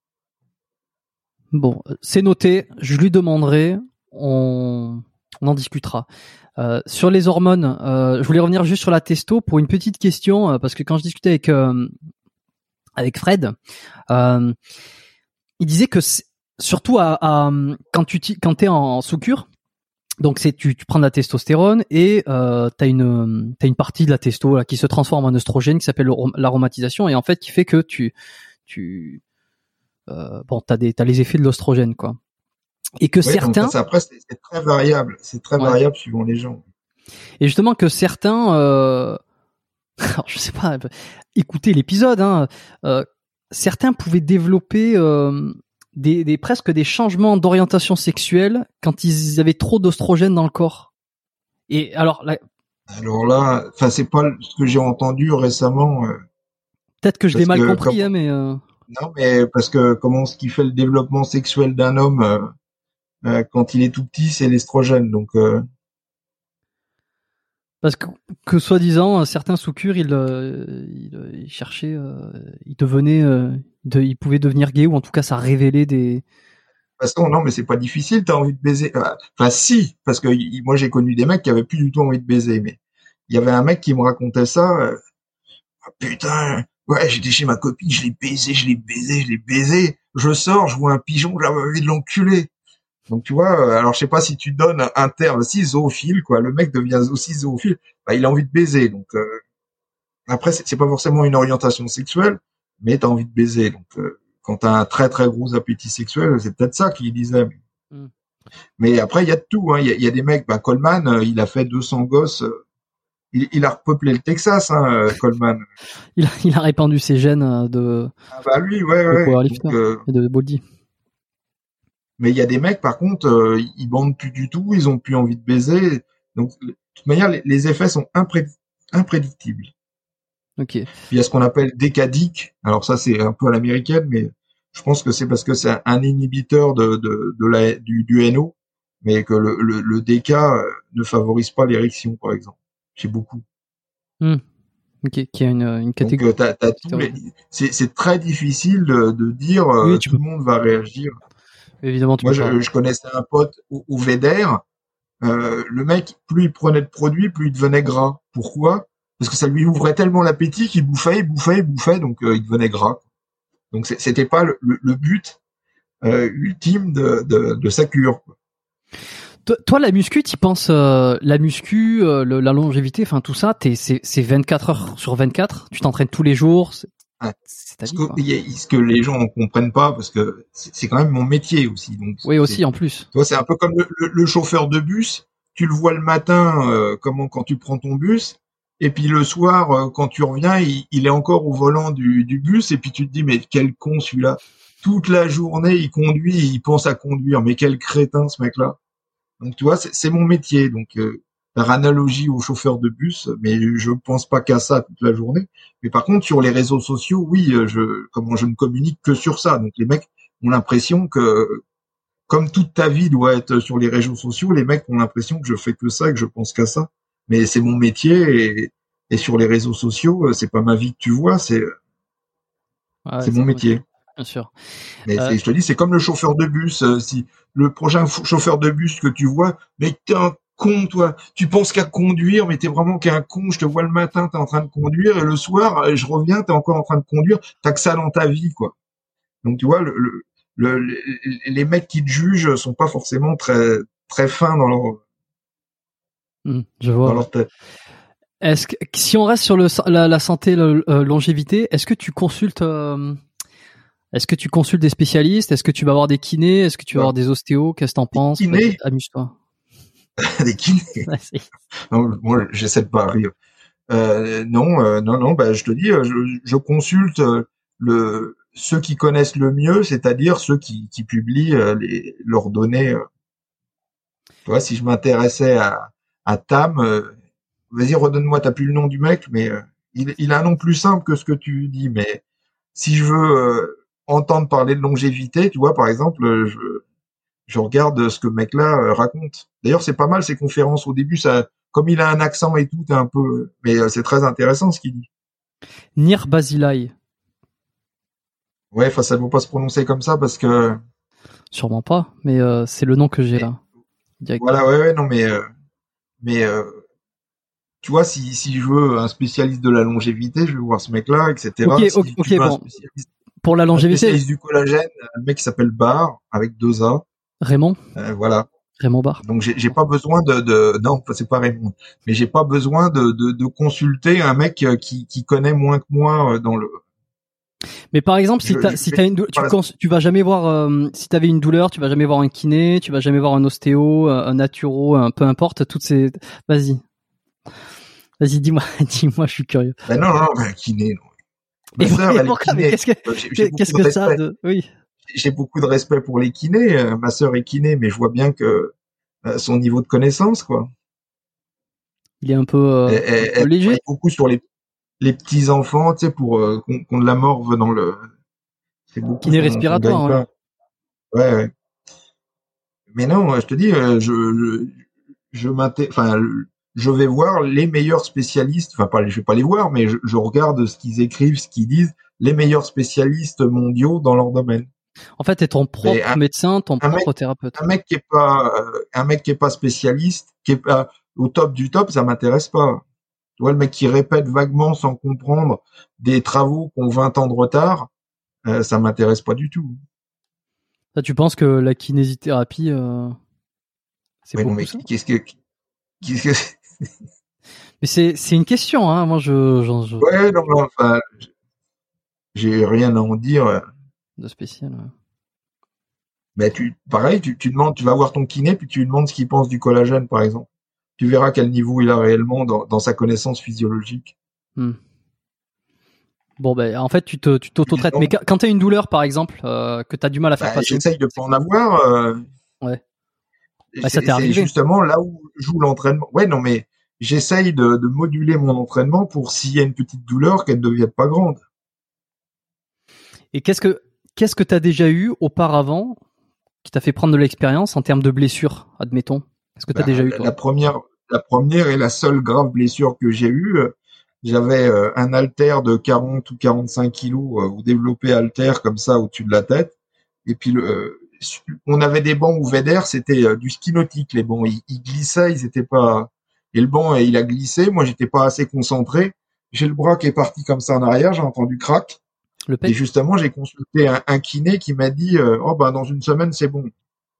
Bon, c'est noté. Je lui demanderai. On en discutera. Sur les hormones, je voulais revenir juste sur la testo pour une petite question, parce que quand je discutais avec Fred, il disait que surtout quand t'es en sous-cure, donc tu prends de la testostérone et t'as une partie de la testo là, qui se transforme en œstrogène qui s'appelle l'aromatisation et en fait qui fait que t'as les effets de l'œstrogène quoi. Et que certains. Donc après, c'est très variable. C'est très variable suivant les gens. Et justement que certains, alors je sais pas, écoutez l'épisode, certains pouvaient développer presque des changements d'orientation sexuelle quand ils avaient trop d'oestrogène dans le corps. Et alors là, enfin c'est pas ce que j'ai entendu récemment. Peut-être que je l'ai mal compris, mais. Non, mais parce que ce qui fait le développement sexuel d'un homme. Quand il est tout petit, c'est l'estrogène, donc. Parce que soi-disant, certains sous cure, ils cherchaient, ils pouvaient devenir gays ou en tout cas, ça révélait des. De toute façon, non, mais c'est pas difficile. T'as envie de baiser. Enfin, si, parce que moi j'ai connu des mecs qui avaient plus du tout envie de baiser, mais il y avait un mec qui me racontait ça. Putain, ouais, j'étais chez ma copine, je l'ai baisé. Je sors, je vois un pigeon, j'avais envie de l'enculer. Donc tu vois, alors je sais pas si tu donnes un terme, si zoophile quoi, le mec devient aussi zoophile, il a envie de baiser. Donc après c'est pas forcément une orientation sexuelle, mais t'as envie de baiser. Donc quand t'as un très très gros appétit sexuel, c'est peut-être ça qu'il disait. Mais après il y a de tout. Il y a des mecs. Coleman, il a fait 200 gosses. Il a repeuplé le Texas, Coleman. Il a répandu ses gènes de. Ah lui, ouais. Powerlifter et de body. Mais il y a des mecs, par contre, ils bandent plus du tout, ils ont plus envie de baiser. Donc, de toute manière, les effets sont imprédictibles. Ok. Puis il y a ce qu'on appelle décadique. Alors ça, c'est un peu à l'américaine, mais je pense que c'est parce que c'est un inhibiteur du NO, mais que le déca ne favorise pas l'érection, par exemple, chez beaucoup. Ok, qui a une catégorie. Donc, c'est très difficile de dire tout le monde va réagir. Évidemment, moi, je connaissais un pote au VDR. Le mec, plus il prenait de produits, plus il devenait gras. Pourquoi? Parce que ça lui ouvrait tellement l'appétit qu'il bouffait, donc il devenait gras. Donc c'était pas le but ultime de sa cure. Toi, la muscu, tu penses la muscu, la longévité, enfin tout ça, c'est 24 heures sur 24. Tu t'entraînes tous les jours. C'est ta vie, quoi. Ce que les gens ne comprennent pas, parce que c'est quand même mon métier aussi. Donc oui, aussi en plus. Toi, c'est un peu comme le chauffeur de bus. Tu le vois le matin, quand tu prends ton bus, et puis le soir, quand tu reviens, il est encore au volant du bus, et puis tu te dis mais quel con celui-là. Toute la journée, il conduit, il pense à conduire, mais quel crétin ce mec-là. Donc tu vois, c'est mon métier. Donc par analogie au chauffeur de bus, mais je pense pas qu'à ça toute la journée. Mais par contre, sur les réseaux sociaux, oui, je ne communique que sur ça. Donc les mecs ont l'impression que, comme toute ta vie doit être sur les réseaux sociaux, les mecs ont l'impression que je fais que ça, que je pense qu'à ça. Mais c'est mon métier et sur les réseaux sociaux, c'est pas ma vie que tu vois, c'est mon métier. Bien sûr. Mais je te dis, c'est comme le chauffeur de bus. Si le prochain chauffeur de bus que tu vois, mais t'es un con, toi. Tu penses qu'à conduire, mais t'es vraiment qu'un con. Je te vois le matin, t'es en train de conduire, et le soir, je reviens, t'es encore en train de conduire. T'as que ça dans ta vie, quoi. Donc tu vois, les mecs qui te jugent sont pas forcément très très fins dans leur je vois. dans leur tête. Si on reste sur la santé, longévité, est-ce que tu consultes des spécialistes? Est-ce que tu vas voir des kinés? Est-ce que tu vas voir des ostéos? Qu'est-ce que t'en penses? Kinés? Amuse-toi. Des kinés? Non, moi, j'essaie de pas rire. Non, bah, je te dis, je consulte ceux qui connaissent le mieux, c'est-à-dire ceux qui publient leurs données. Tu vois, si je m'intéressais à Tam, vas-y, redonne-moi, t'as plus le nom du mec, mais il a un nom plus simple que ce que tu dis. Mais si je veux entendre parler de longévité, tu vois, par exemple, je regarde ce que le mec-là raconte. D'ailleurs, c'est pas mal ces conférences. Au début, ça, comme il a un accent et tout, t'es un peu, mais c'est très intéressant ce qu'il dit. Nir Basilai. Ouais, enfin, ça ne doit pas se prononcer comme ça parce que. Sûrement pas, mais c'est le nom que j'ai là. Voilà, ouais, non, mais tu vois, si je veux un spécialiste de la longévité, je vais voir ce mec-là, etc. Ok, bon. Pour la longévité. Un spécialiste du collagène, un mec qui s'appelle Barr, avec 2 A. Raymond. Voilà. Raymond Barr. Donc j'ai pas besoin non, c'est pas Raymond, mais j'ai pas besoin de consulter un mec qui connaît moins que moi dans le. Mais par exemple, si t'as une tu vas jamais voir, si t'avais une douleur, tu vas jamais voir un kiné, tu vas jamais voir un ostéo, un naturo, peu importe, toutes ces, vas-y, dis-moi, je suis curieux. Ben non, kiné, non. Ma sœur, elle est kiné. Qu'est-ce que ça de, oui. J'ai beaucoup de respect pour les kinés. Ma sœur est kiné, mais je vois bien que son niveau de connaissance, quoi. Il est un peu, un peu léger. Beaucoup sur les petits enfants, tu sais, pour qu'on de la morve dans le. C'est beaucoup. Kiné respiratoire. Ouais. Mais non, je te dis, je vais voir les meilleurs spécialistes. Enfin, je vais pas les voir, mais je regarde ce qu'ils écrivent, ce qu'ils disent, les meilleurs spécialistes mondiaux dans leur domaine. En fait, t'es ton propre médecin, ton propre thérapeute. Un mec qui est pas spécialiste, qui est pas au top du top, ça m'intéresse pas. Tu vois, le mec qui répète vaguement sans comprendre des travaux qui ont 20 ans de retard, ça m'intéresse pas du tout. Ça, tu penses que la kinésithérapie, c'est beaucoup ça? Qu'est-ce que Mais c'est une question, hein. Moi, Ouais, non, enfin, j'ai rien à en dire. De spécial. Ouais. Ben pareil, tu demandes, tu vas voir ton kiné, puis tu lui demandes ce qu'il pense du collagène, par exemple. Tu verras quel niveau il a réellement dans sa connaissance physiologique. Bon, ben, en fait, tu t'auto-traites. Mais quand t'as une douleur, par exemple, que t'as du mal à faire passer. J'essaye de pas en avoir. Ouais. Bah, ça t'est arrivé. C'est justement là où joue l'entraînement. Ouais, non, mais j'essaye de moduler mon entraînement pour s'il y a une petite douleur, qu'elle ne devienne pas grande. Et qu'est-ce que t'as déjà eu auparavant qui t'a fait prendre de l'expérience en termes de blessures, admettons? Est-ce que t'as déjà eu, toi? La première et la seule grave blessure que j'ai eue, j'avais un haltère de 40 ou 45 kilos ou développé haltère comme ça au-dessus de la tête. Et puis on avait des bancs ouverts d'air, c'était du ski nautique. Les bancs, ils glissaient, ils étaient pas. Et le banc, il a glissé. Moi, j'étais pas assez concentré. J'ai le bras qui est parti comme ça en arrière. J'ai entendu crac. Et justement, j'ai consulté un kiné qui m'a dit dans une semaine, c'est bon.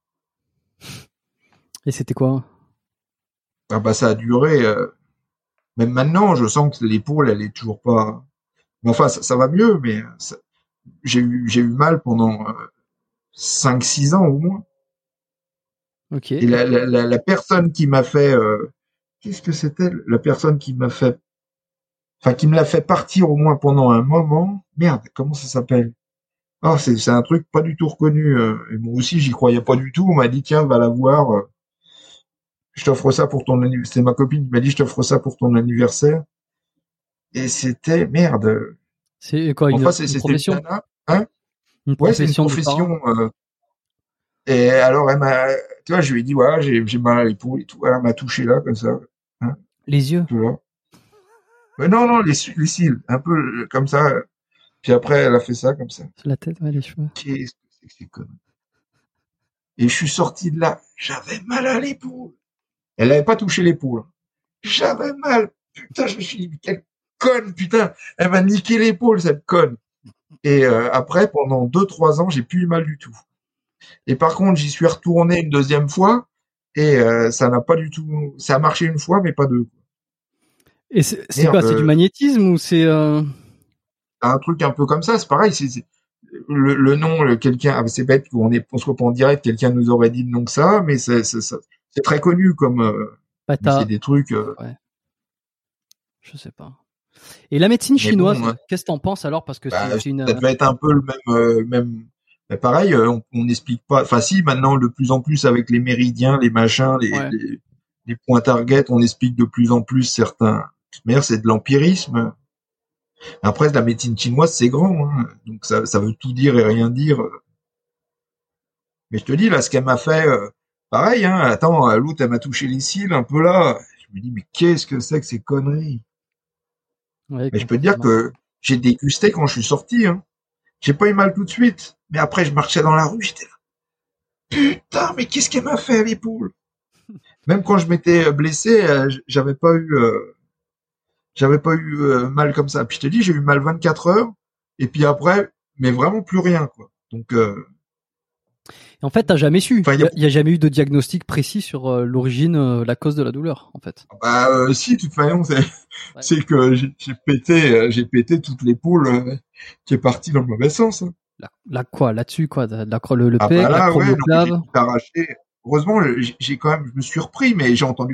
Et c'était quoi? Ça a duré. Même maintenant, je sens que l'épaule, elle est toujours pas. Enfin, ça va mieux, mais j'ai eu mal pendant 5-6 ans au moins. Ok. Et la personne qui m'a fait, qu'est-ce que c'était? La personne qui m'a fait, qui me l'a fait partir au moins pendant un moment. Merde, comment ça s'appelle? C'est un truc pas du tout reconnu. Et moi aussi, j'y croyais pas du tout. On m'a dit, tiens, va la voir. Je t'offre ça pour ton anniversaire. C'est ma copine qui m'a dit, je t'offre ça pour ton anniversaire. Et c'était, merde. C'est quoi, une profession? Une profession. Ouais, c'est une profession. Et alors, elle m'a, tu vois, je lui ai dit, voilà, j'ai mal à l'épaule et tout. Elle m'a touché là, comme ça. Hein, les yeux? Tu vois. Mais non, les cils. Un peu comme ça. Puis après, elle a fait ça, comme ça. Sur la tête, ouais, les cheveux. Qu'est-ce que c'est que ces conneries? Et je suis sorti de là. J'avais mal à l'épaule. Elle n'avait pas touché l'épaule. J'avais mal. Putain, je me suis dit, quelle conne, putain. Elle m'a niqué l'épaule, cette conne. Et après, pendant 2-3 ans, j'ai plus eu mal du tout. Et par contre, j'y suis retourné une deuxième fois et ça n'a pas du tout. Ça a marché une fois, mais pas deux. Et c'est quoi? C'est du magnétisme ou c'est un truc un peu comme ça? C'est pareil. C'est le nom, quelqu'un. C'est bête qu'on soit pas en direct. Quelqu'un nous aurait dit le nom que ça, mais c'est très connu comme. C'est des trucs. Ouais. Je sais pas. Et la médecine chinoise, qu'est-ce que t'en penses alors? Parce que c'est une. Ça devait être un peu le même. Mais pareil, on n'explique pas. Enfin, si maintenant, de plus en plus avec les méridiens, les machins, les points target, on explique de plus en plus certains. Mais c'est de l'empirisme. Après, la médecine chinoise, c'est grand, hein. Donc ça veut tout dire et rien dire. Mais je te dis là, ce qu'elle m'a fait, pareil, hein. Attends, l'autre, elle m'a touché les cils un peu là. Je me dis, mais qu'est-ce que c'est que ces conneries? Ouais, mais je peux te dire que j'ai dégusté quand je suis sorti, hein. J'ai pas eu mal tout de suite. Mais après, je marchais dans la rue, j'étais là. Putain, mais qu'est-ce qu'elle m'a fait à l'épaule? Même quand je m'étais blessé, j'avais pas eu mal comme ça. Puis je te dis, j'ai eu mal 24 heures. Et puis après, mais vraiment plus rien, quoi. Donc. En fait, t'as jamais su. Il y a jamais eu de diagnostic précis sur l'origine, la cause de la douleur, en fait. Si, de toute façon, c'est que j'ai pété toute l'épaule qui est partie dans le mauvais sens. Hein. Quoi, là-dessus, quoi, le pec, bah là, la chronoplave. J'ai arraché. Heureusement, je me suis repris, mais j'ai entendu.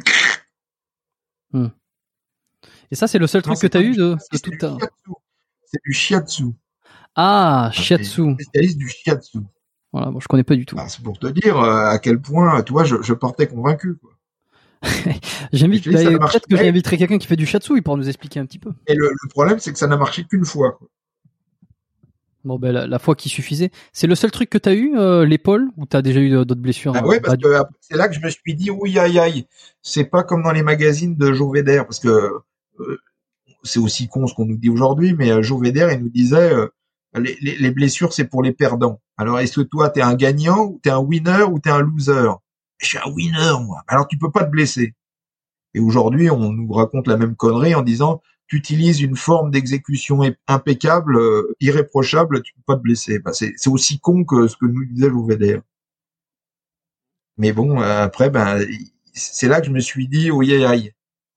Et ça, c'est le seul truc que t'as eu de toute ta. C'est du shiatsu. Ah, shiatsu. Spécialiste du shiatsu. Voilà, bon, je connais pas du tout. C'est pour te dire à quel point, tu vois, je partais convaincu, quoi. Peut-être que j'inviterai quelqu'un qui fait du shiatsu, il pourra nous expliquer un petit peu. Et le problème, c'est que ça n'a marché qu'une fois, quoi. Bon, ben, la fois qui suffisait. C'est le seul truc que t'as eu, l'épaule, ou t'as déjà eu d'autres blessures? Ouais, parce que c'est là que je me suis dit, oui, aïe. C'est pas comme dans les magazines de Joe Védère, parce que, c'est aussi con ce qu'on nous dit aujourd'hui, mais Joe Védère, il nous disait, les blessures, c'est pour les perdants. Alors, est-ce que toi, t'es un gagnant, ou t'es un winner, ou t'es un loser? Je suis un winner, moi. Alors, tu peux pas te blesser. Et aujourd'hui, on nous raconte la même connerie en disant, tu utilises une forme d'exécution impeccable, irréprochable, tu peux pas te blesser. C'est aussi con que ce que nous disait Joe Védère. Mais bon, après, c'est là que je me suis dit, oui, aïe.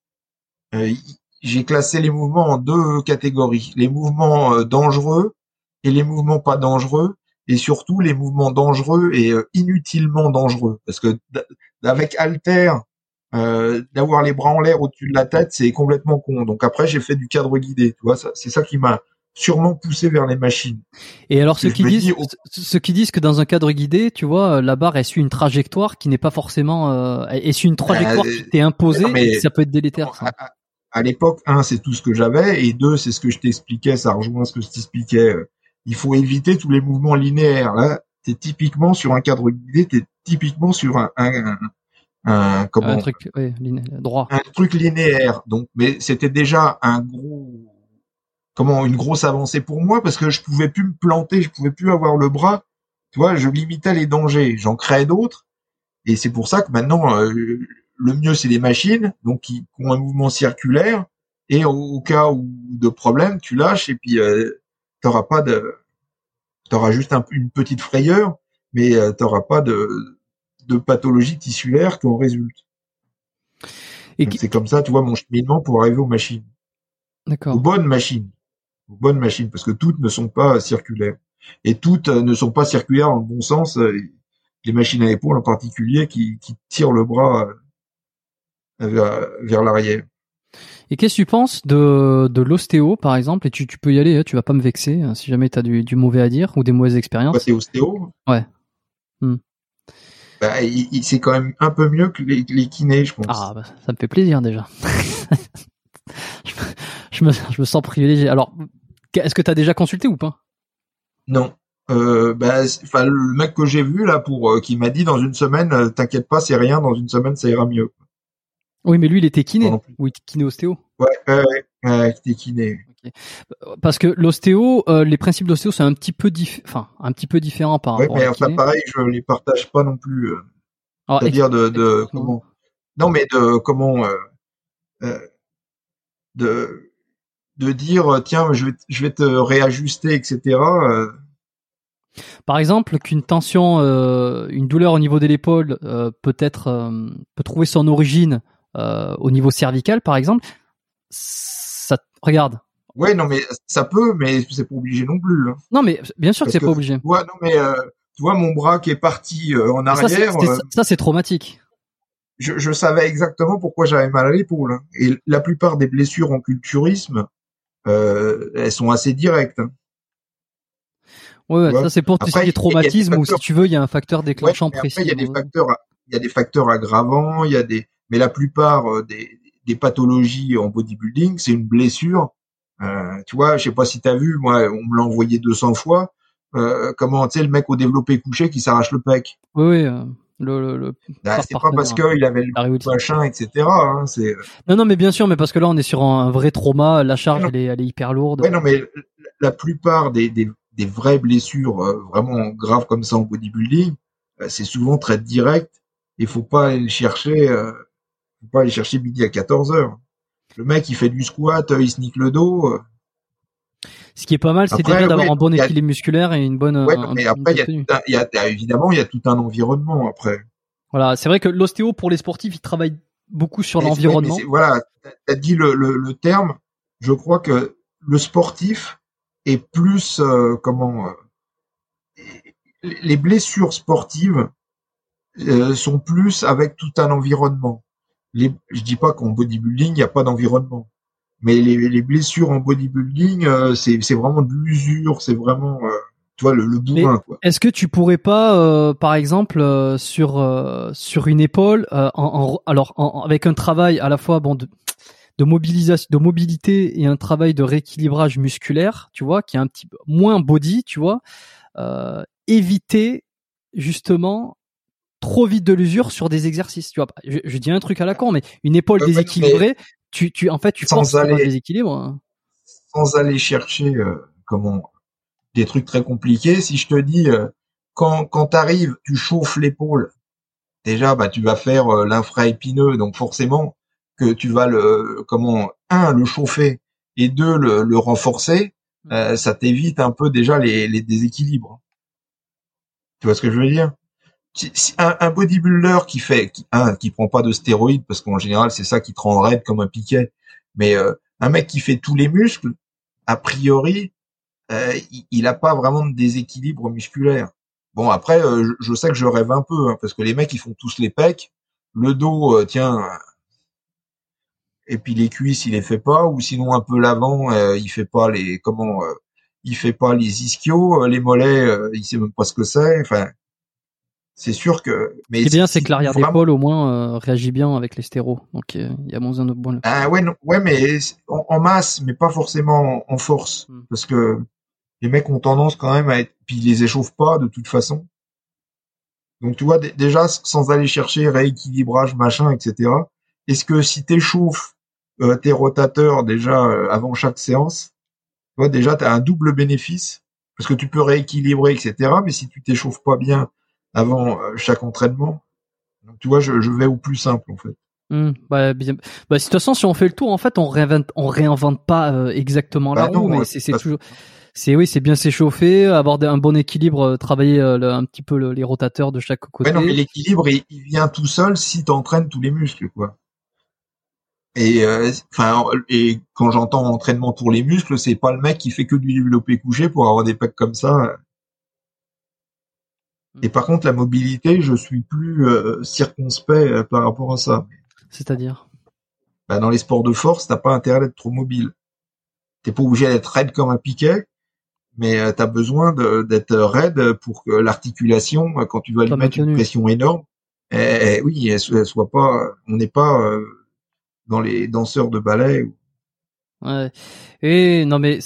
J'ai classé les mouvements en deux catégories. Les mouvements dangereux et les mouvements pas dangereux. Et surtout, les mouvements dangereux et inutilement dangereux. Parce que avec halter, d'avoir les bras en l'air au-dessus de la tête, c'est complètement con. Donc après, j'ai fait du cadre guidé. Tu vois, c'est ça qui m'a sûrement poussé vers les machines. Et alors, ceux qui disent que dans un cadre guidé, tu vois, la barre, elle suit une trajectoire qui n'est pas forcément, elle suit une trajectoire qui t'est imposée, et ça peut être délétère, ça. À l'époque, c'est tout ce que j'avais, et 2, c'est ce que je t'expliquais, ça rejoint ce que je t'expliquais. Il faut éviter tous les mouvements linéaires. Là, t'es typiquement sur un cadre guidé, t'es typiquement sur un truc droit. Un truc linéaire. Donc, mais c'était déjà une grosse avancée pour moi, parce que je pouvais plus me planter, je pouvais plus avoir le bras. Tu vois, je limitais les dangers. J'en créais d'autres. Et c'est pour ça que maintenant, le mieux, c'est les machines, donc qui ont un mouvement circulaire, et au cas où de problème, tu lâches, et puis t'auras juste une petite frayeur, mais t'auras pas de pathologie tissulaire qui en résulte. C'est comme ça, tu vois, mon cheminement pour arriver aux machines. D'accord. Aux bonnes machines, parce que toutes ne sont pas circulaires. Et toutes ne sont pas circulaires dans le bon sens, les machines à épaule en particulier qui tirent le bras vers l'arrière. Et qu'est-ce que tu penses de l'ostéo, par exemple? Et tu peux y aller, hein, tu vas pas me vexer si jamais tu as du mauvais à dire ou des mauvaises expériences. C'est ostéo? Ouais. C'est quand même un peu mieux que les kinés, je pense. Ah, ça me fait plaisir déjà. je me sens privilégié. Alors, est-ce que tu as déjà consulté ou pas? Non. Le mec que j'ai vu là qui m'a dit dans une semaine, t'inquiète pas, c'est rien, dans une semaine ça ira mieux. Oui, mais lui, il était kiné. Ou kiné-ostéo. Ouais, il était kiné. Okay. Parce que l'ostéo, les principes d'ostéo, c'est un petit peu différent par rapport à la kiné. Pareil, je les partage pas non plus. Alors, c'est-à-dire de comment. Non, mais de comment. De dire, tiens, je vais te réajuster, etc. Par exemple, qu'une tension, une douleur au niveau de l'épaule peut trouver son origine au niveau cervical, par exemple. regarde. Ouais, non, mais ça peut, mais c'est pas obligé non plus. Hein. Non, mais bien sûr que c'est pas obligé. Ouais, non, mais tu vois, mon bras qui est parti en arrière. Ça, c'est traumatique. Je savais exactement pourquoi j'avais mal à l'épaule. Hein. Et la plupart des blessures en culturisme, elles sont assez directes. Hein. Ouais, ça c'est pour tout ce qui est traumatisme ou si tu veux, il y a un facteur déclenchant précis. Après, il y a des facteurs aggravants, mais la plupart des pathologies en bodybuilding, c'est une blessure. Tu vois, je sais pas si t'as vu, moi, on me l'a envoyé 200 fois. Comment, tu sais, le mec au développé couché qui s'arrache le pec. Oui, c'est pas parce qu'il avait le machin, etc. Hein, Non, mais bien sûr, mais parce que là, on est sur un vrai trauma. La charge, elle est hyper lourde. Ouais, non, mais la plupart des vraies blessures vraiment graves comme ça en bodybuilding, c'est souvent très direct. Il faut pas aller chercher midi à 14h. Le mec, il fait du squat, il se nique le dos. Ce qui est pas mal, c'est déjà d'avoir un bon équilibre musculaire et une bonne. Ouais, mais après, évidemment, il y a tout un environnement après. Voilà, c'est vrai que l'ostéo pour les sportifs, il travaille beaucoup sur l'environnement. Voilà, t'as dit le terme. Je crois que le sportif est plus les blessures sportives sont plus avec tout un environnement. Je dis pas qu'en bodybuilding il n'y a pas d'environnement, mais les blessures en bodybuilding c'est vraiment de l'usure, c'est vraiment tu vois le bourrin quoi. Est-ce que tu pourrais pas par exemple sur une épaule avec un travail à la fois de mobilisation, de mobilité et un travail de rééquilibrage musculaire, tu vois, qui est un petit peu moins body, tu vois, éviter justement trop vite de l'usure sur des exercices, tu vois. Je dis un truc à la con, mais une épaule déséquilibrée, tu forces un déséquilibre. Hein. Sans aller chercher des trucs très compliqués, si je te dis quand t'arrives, tu chauffes l'épaule. Déjà, tu vas faire l'infraépineux, donc forcément que tu vas le chauffer et deux le renforcer, ça t'évite un peu déjà les déséquilibres. Tu vois ce que je veux dire? Un bodybuilder qui prend pas de stéroïdes parce qu'en général c'est ça qui te rend raide comme un piquet, mais un mec qui fait tous les muscles, a priori, il a pas vraiment de déséquilibre musculaire. Bon après, je sais que je rêve un peu parce que les mecs ils font tous les pecs, le dos et puis les cuisses il les fait pas, ou sinon un peu l'avant il fait pas il fait pas les ischios, les mollets il sait même pas ce que c'est, enfin. C'est sûr que. Mais ce qui est bien, c'est que l'arrière d'épaule au moins réagit bien avec les stéros. Donc il y a moins un autre bon. Ah ouais, mais en masse, mais pas forcément en force, parce que les mecs ont tendance quand même à être. Puis ils les échauffent pas de toute façon. Donc tu vois déjà sans aller chercher rééquilibrage machin, etc. Est-ce que si t'échauffes tes rotateurs déjà avant chaque séance, tu vois déjà t'as un double bénéfice parce que tu peux rééquilibrer, etc. Mais si tu t'échauffes pas bien avant chaque entraînement. Donc, tu vois, je vais au plus simple, en fait. De toute façon, si on fait le tour, en fait, on réinvente pas exactement la roue, mais c'est toujours, c'est bien s'échauffer, avoir un bon équilibre, travailler un petit peu les rotateurs de chaque côté. Ouais, non, mais l'équilibre, il vient tout seul si t'entraînes tous les muscles, quoi. Et et quand j'entends entraînement pour les muscles, c'est pas le mec qui fait que du développé couché pour avoir des pecs comme ça. Et par contre, la mobilité, je suis plus circonspect par rapport à ça. C'est-à-dire dans les sports de force, t'as pas intérêt d'être trop mobile. T'es pas obligé d'être raide comme un piquet, mais t'as besoin d'être raide pour que l'articulation, quand tu vas lui mettre une pression énorme, oui, elle soit pas. On n'est pas dans les danseurs de ballet. Ouais. Et non, mais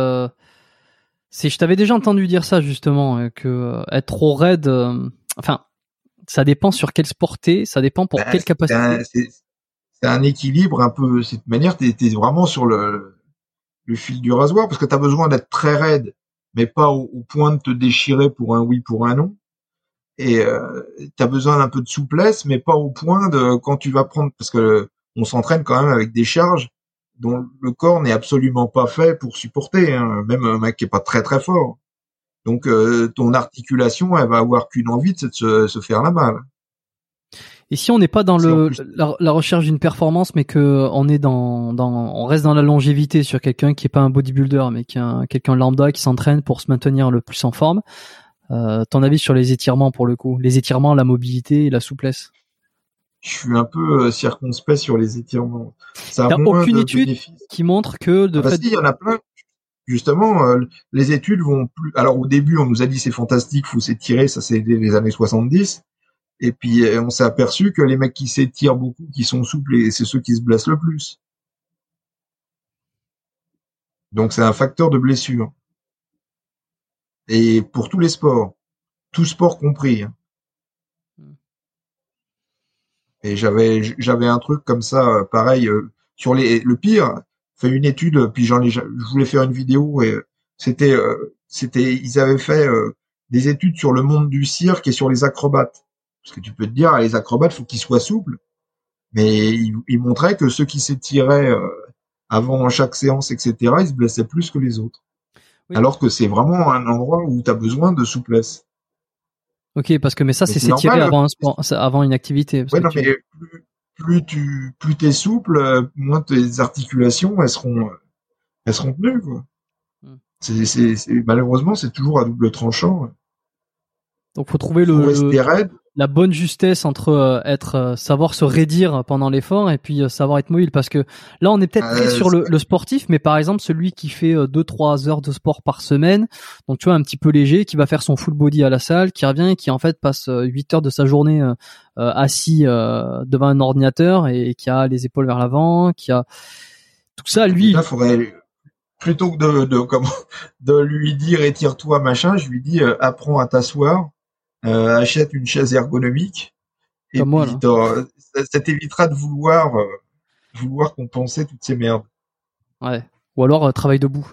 je t'avais déjà entendu dire ça justement, que être trop raide, ça dépend sur quel sport t'es, ça dépend pour quelle capacité. C'est un équilibre un peu. De cette manière, t'es vraiment sur le fil du rasoir parce que t'as besoin d'être très raide, mais pas au point de te déchirer pour un oui, pour un non. Et t'as besoin d'un peu de souplesse, mais pas au point de quand tu vas prendre, parce que on s'entraîne quand même avec des charges dont le corps n'est absolument pas fait pour supporter, hein. Même un mec qui est pas très très fort. Donc ton articulation, elle va avoir qu'une envie, c'est de se faire la malle. Et si on n'est pas dans C'est en le plus- la recherche d'une performance, mais que on est on reste dans la longévité sur quelqu'un qui est pas un bodybuilder, mais qui est quelqu'un lambda qui s'entraîne pour se maintenir le plus en forme. Ton avis sur les étirements pour le coup, les étirements, la mobilité et la souplesse. Je suis un peu circonspect sur les étirements. Ça T'as a moins aucune de étude bénéfices. qui montre que de Ah bah fait. si, il y en a plein. Justement, les études vont plus. Alors au début, on nous a dit c'est fantastique, faut s'étirer, ça c'est les années 70. Et puis on s'est aperçu que les mecs qui s'étirent beaucoup, qui sont souples, c'est ceux qui se blessent le plus. Donc c'est un facteur de blessure. Et pour tous les sports, tous sports compris. Hein. Et j'avais un truc comme ça, pareil, sur le pire, fait une étude, puis je voulais faire une vidéo et ils avaient fait des études sur le monde du cirque et sur les acrobates. Parce que tu peux te dire, les acrobates, faut qu'ils soient souples. Mais ils montraient que ceux qui s'étiraient avant chaque séance, etc., ils se blessaient plus que les autres. Oui. Alors que c'est vraiment un endroit où tu as besoin de souplesse. Ok, parce que mais ça Mais c'est c'est s'étirer normal. avant un sport, avant une activité. Parce Ouais, que non, mais plus t'es souple, moins tes articulations, elles seront tenues, quoi. Hmm. Malheureusement, c'est toujours à double tranchant. Donc faut trouver Faut rester raide. la bonne justesse entre savoir se raidir pendant l'effort et puis savoir être mobile, parce que là on est peut-être très sur le sportif, mais par exemple celui qui fait 2-3 heures de sport par semaine, donc tu vois un petit peu léger, qui va faire son full body à la salle, qui revient et qui en fait passe 8 heures de sa journée assis devant un ordinateur et qui a les épaules vers l'avant, qui a tout ça, lui. Là, faudrait plutôt que de lui dire étire-toi machin, je lui dis apprends à t'asseoir, achète une chaise ergonomique et Comme moi, puis là. ça t'évitera de vouloir compenser toutes ces merdes. Ouais. Ou alors travaille debout.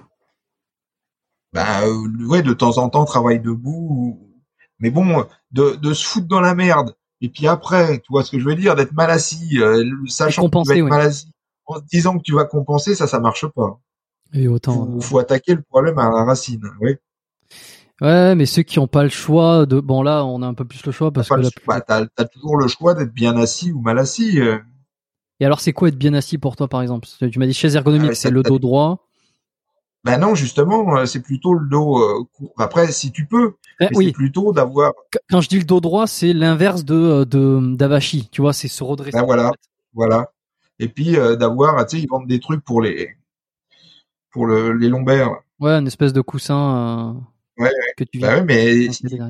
Bah ouais, de temps en temps travaille debout, mais bon, de se foutre dans la merde. Et puis après, tu vois ce que je veux dire, d'être mal assis, sachant que tu vas être mal assis, en te disant que tu vas compenser, ça marche pas. Et autant. Faut attaquer le problème à la racine, oui. Ouais, mais ceux qui ont pas le choix de, bon là, on a un peu plus le choix parce que t'as toujours le choix d'être bien assis ou mal assis. Et alors, c'est quoi être bien assis pour toi, par exemple? Tu m'as dit chaise ergonomique, c'est le dos droit. Ben non, justement, c'est plutôt le dos court. Après, si tu peux, mais oui. C'est plutôt d'avoir. Quand je dis le dos droit, c'est l'inverse de d'Avashi. Tu vois, c'est se redresser. Ben voilà. Et puis d'avoir, tu sais, ils vendent des trucs pour les lombaires. Ouais, une espèce de coussin. Ouais. Que tu ouais, mais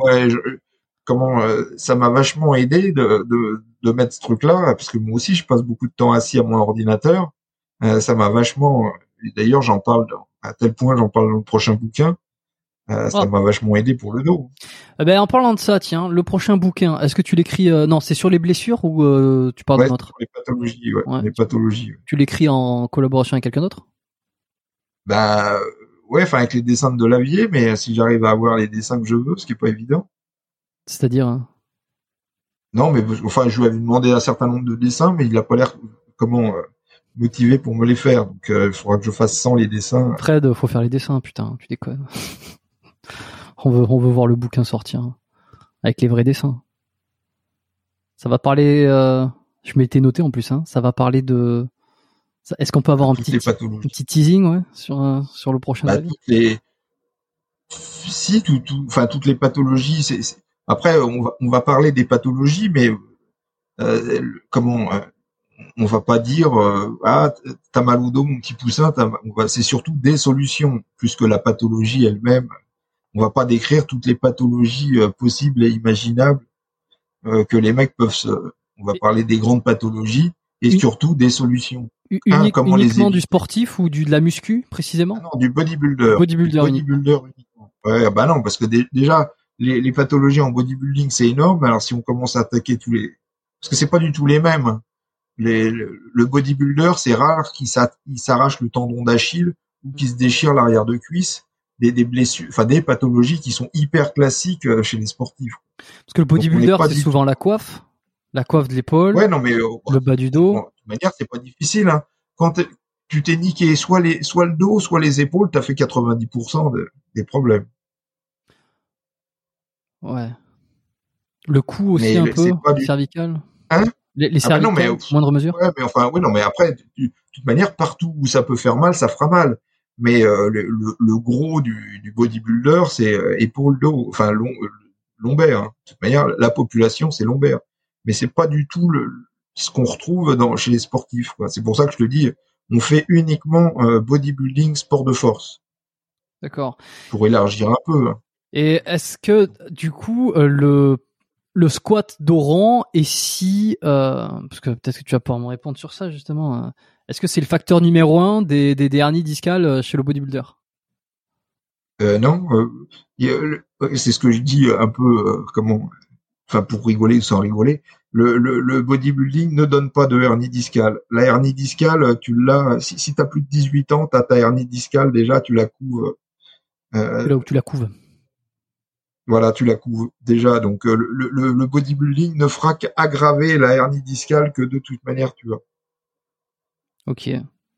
ça m'a vachement aidé de mettre ce truc-là, parce que moi aussi, je passe beaucoup de temps assis à mon ordinateur. Ça m'a vachement. D'ailleurs, j'en parle à tel point, j'en parle dans le prochain bouquin. Ça m'a vachement aidé pour le dos. En parlant de ça, tiens, le prochain bouquin, est-ce que tu l'écris non, c'est sur les blessures ou tu parles d'un autre? Les pathologies, les pathologies. Tu l'écris en collaboration avec quelqu'un d'autre? Bah ouais, enfin avec les dessins de Delavier, mais si j'arrive à avoir les dessins que je veux, ce qui est pas évident. C'est-à-dire Non, mais enfin, je lui avais demandé un certain nombre de dessins, mais il a pas l'air motivé pour me les faire. Donc il faudra que je fasse sans les dessins. Fred, faut faire les dessins, putain, tu déconnes. on veut voir le bouquin sortir avec les vrais dessins. Ça va parler je m'étais noté en plus ça va parler de est-ce qu'on peut avoir un petit teasing sur le prochain toutes les pathologies, après on va parler des pathologies, mais on va pas dire t'as mal au dos mon petit poussin, c'est surtout des solutions plus que la pathologie elle-même. On va pas décrire toutes les pathologies possibles et imaginables que les mecs on va parler des grandes pathologies et surtout des solutions. Uniquement du sportif ou de la muscu précisément? Non, du bodybuilder. Bodybuilder uniquement. Ouais, bah non, parce que déjà les pathologies en bodybuilding c'est énorme. Alors si on commence à attaquer parce que c'est pas du tout les mêmes. Le bodybuilder, c'est rare qu'il s'arrache le tendon d'Achille ou qu'il se déchire l'arrière de cuisse. Des blessures, enfin des pathologies qui sont hyper classiques chez les sportifs. Parce que le bodybuilder, c'est souvent la coiffe de l'épaule, le bas du dos. De toute manière, c'est pas difficile. Hein. Quand tu t'es niqué soit le dos, soit les épaules, t'as fait 90% des problèmes. Ouais. Le cou aussi un peu, cervical. Hein? Les Ah bah non, mais cervicales, moindre mesure. ouais, mais enfin, oui, non, mais après, de toute manière, partout où ça peut faire mal, ça fera mal. Mais le gros du bodybuilder, c'est épaule, dos, enfin lombaire. Hein. De toute manière, la population, c'est lombaire. Mais c'est pas du tout ce qu'on retrouve chez les sportifs. Quoi. C'est pour ça que je te dis, on fait uniquement bodybuilding, sport de force. D'accord. Pour élargir un peu. Hein. Et est-ce que du coup le squat dos rond est si parce que peut-être que tu vas pouvoir me répondre sur ça justement. Est-ce que c'est le facteur numéro 1 des hernies discales chez le bodybuilder? Non, c'est ce que je dis un peu enfin pour rigoler ou sans rigoler. Le bodybuilding ne donne pas de hernie discale. La hernie discale, tu l'as si t'as plus de 18 ans, t'as ta hernie discale déjà, tu la couves. C'est là où tu la couves. Voilà, tu la couves déjà. Donc le bodybuilding ne fera qu'aggraver la hernie discale que de toute manière tu as. Ok.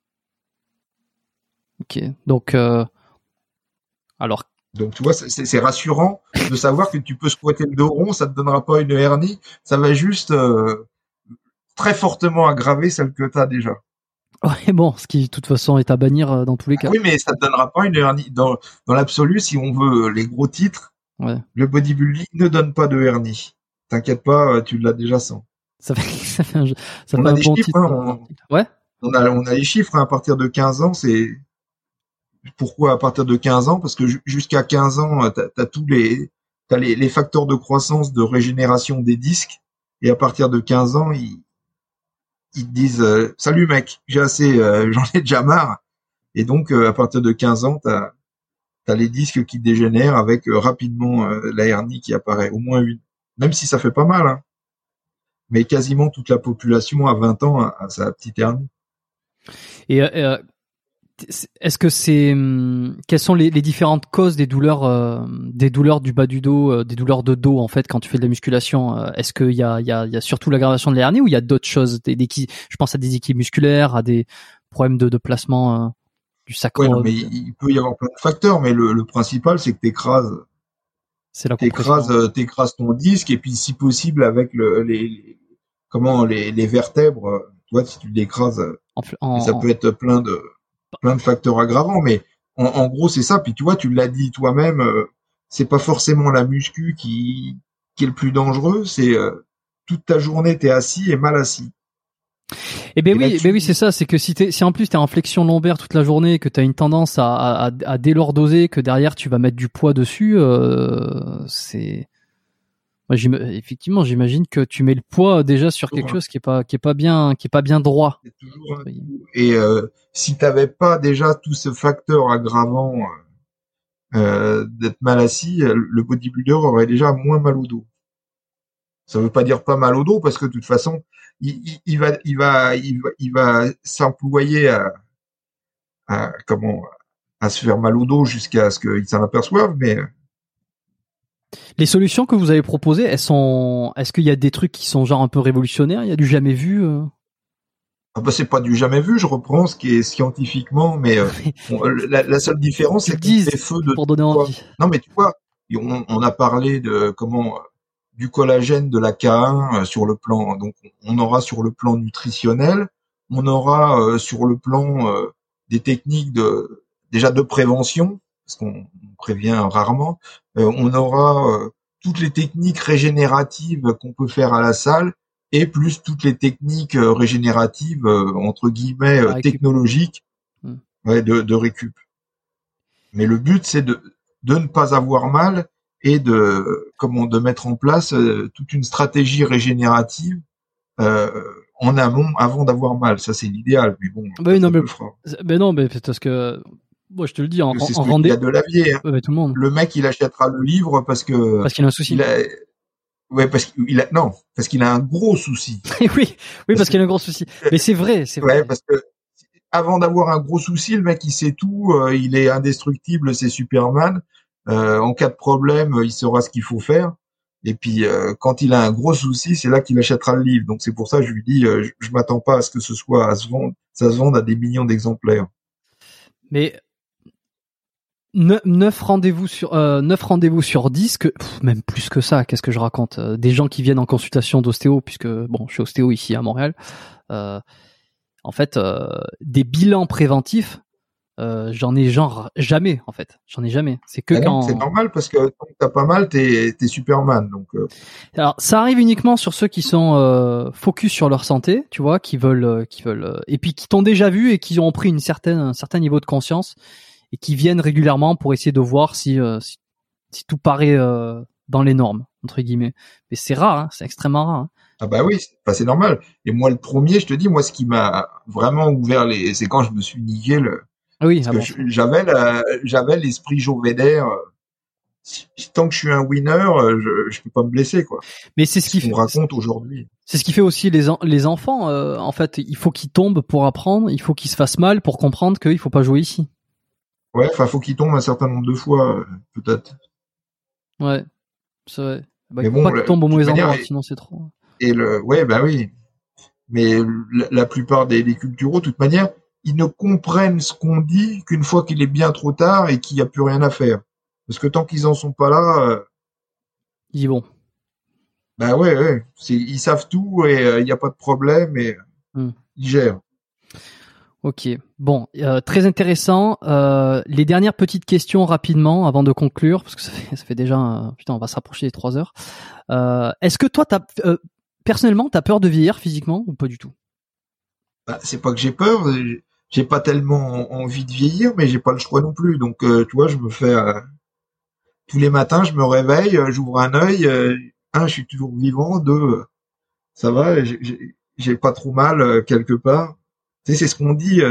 Donc alors. Donc tu vois, c'est rassurant de savoir que tu peux squatter le dos rond, ça te donnera pas une hernie, ça va juste très fortement aggraver celle que tu as déjà. Ouais, bon, ce qui de toute façon est à bannir dans tous les cas. Oui, mais ça te donnera pas une hernie dans l'absolu si on veut les gros titres. Ouais. Le bodybuilding ne donne pas de hernie. T'inquiète pas, tu l'as déjà sans. Ça fait un des bon chiffres, titre. hein, Ouais. On a les chiffres hein, à partir de 15 ans, c'est pourquoi à partir de 15 ans parce que jusqu'à 15 ans, t'as tous t'as les facteurs de croissance, de régénération des disques et à partir de 15 ans, ils te disent salut mec, j'ai assez j'en ai déjà marre. Et donc à partir de 15 ans, t'as les disques qui dégénèrent avec rapidement la hernie qui apparaît, au moins une. Même si ça fait pas mal, hein. Mais quasiment toute la population à 20 ans a sa petite hernie. Et est-ce que quelles sont les différentes causes des douleurs du bas du dos, des douleurs de dos en fait quand tu fais de la musculation? Est-ce qu'il y a surtout l'aggravation de la hernie ou il y a d'autres choses? Je pense à des équilibres musculaires, à des problèmes de placement du sacrum. Ouais, mais il peut y avoir plein de facteurs, mais le principal c'est que t'écrases. C'est la compression. T'écrases ton disque et puis si possible avec les vertèbres. Tu vois, si tu l'écrases, ça peut être plein de facteurs aggravants, mais en gros c'est ça. Puis tu vois, tu l'as dit toi-même, c'est pas forcément la muscu qui est le plus dangereux, c'est toute ta journée t'es assis et mal assis. Eh ben oui, c'est ça, c'est que si en plus t'es en flexion lombaire toute la journée, que t'as une tendance à délordoser, que derrière tu vas mettre du poids dessus, effectivement, j'imagine que tu mets le poids déjà sur quelque chose qui est pas bien droit. Et si t'avais pas déjà tout ce facteur aggravant d'être mal assis, le bodybuilder aurait déjà moins mal au dos. Ça veut pas dire pas mal au dos parce que de toute façon, il va s'employer à se faire mal au dos jusqu'à ce qu'il s'en aperçoive, mais les solutions que vous avez proposées, est-ce qu'il y a des trucs qui sont genre un peu révolutionnaires? Il y a du jamais vu? Ah bah c'est pas du jamais vu, je reprends ce qui est scientifiquement, mais la seule différence c'est qu'on fait feu de pour donner envie. Non mais tu vois, on a parlé de du collagène de la K1 sur le plan, donc on aura sur le plan nutritionnel, on aura sur le plan des techniques de prévention, parce qu'on prévient rarement, on aura toutes les techniques régénératives qu'on peut faire à la salle, et plus toutes les techniques régénératives entre guillemets technologiques de récup. Mais le but c'est de ne pas avoir mal et de mettre en place toute une stratégie régénérative en amont avant d'avoir mal. Ça c'est l'idéal, mais bon. Mais parce que moi je te le dis en rendez-vous. Il y a de l'avier. Hein. Ouais, tout le monde. Le mec il achètera le livre parce qu'il a un souci. Parce qu'il a un gros souci. oui, parce qu'il a un gros souci. Mais c'est vrai. Ouais, parce que avant d'avoir un gros souci, le mec il sait tout, il est indestructible, c'est Superman. En cas de problème, il saura ce qu'il faut faire. Et puis quand il a un gros souci, c'est là qu'il achètera le livre. Donc c'est pour ça que je lui dis, je m'attends pas à ce que ça se vende à des millions d'exemplaires. Mais 9 rendez-vous sur 10, même plus que ça, qu'est-ce que je raconte, des gens qui viennent en consultation d'ostéo, puisque bon, je suis ostéo ici à Montréal, en fait, des bilans préventifs, j'en ai jamais, en fait, c'est que quand... C'est normal, parce que quand t'as pas mal, t'es Superman, donc Alors, ça arrive uniquement sur ceux qui sont focus sur leur santé, tu vois, qui veulent et puis qui t'ont déjà vu et qui ont pris un certain niveau de conscience, et qui viennent régulièrement pour essayer de voir si tout paraît dans les normes, entre guillemets. Mais c'est rare, hein, c'est extrêmement rare. Hein. Ah bah oui, c'est normal. Et moi, le premier, je te dis, moi, ce qui m'a vraiment ouvert c'est quand je me suis niqué Ah oui, parce que j'avais l'esprit Joe Védère. Tant que je suis un winner, je peux pas me blesser, quoi. Mais c'est ce qu'on raconte aujourd'hui. C'est ce qui fait aussi les enfants. En fait, il faut qu'ils tombent pour apprendre, il faut qu'ils se fassent mal pour comprendre qu'il faut pas jouer ici. Ouais, faut qu'ils tombent un certain nombre de fois, peut-être. Ouais, c'est vrai. Bah, mais il faut pas qu'ils tombent au mauvais endroit, sinon c'est trop. Ouais, bah oui. Mais la plupart des culturaux, de toute manière, ils ne comprennent ce qu'on dit qu'une fois qu'il est bien trop tard et qu'il n'y a plus rien à faire. Parce que tant qu'ils en sont pas là, ils y vont. Bah ouais. Ils savent tout et il n'y a pas de problème et ils gèrent. Ok, bon, très intéressant. Les dernières petites questions rapidement avant de conclure, parce que ça fait déjà... putain, on va se rapprocher des 3 heures. Est-ce que toi, personnellement, t'as peur de vieillir physiquement ou pas du tout? Bah, c'est pas que j'ai peur, j'ai pas tellement envie de vieillir, mais j'ai pas le choix non plus. Donc, tu vois, je me fais... tous les matins, je me réveille, j'ouvre un œil, je suis toujours vivant, 2, ça va, j'ai pas trop mal quelque part. Tu sais, c'est ce qu'on dit,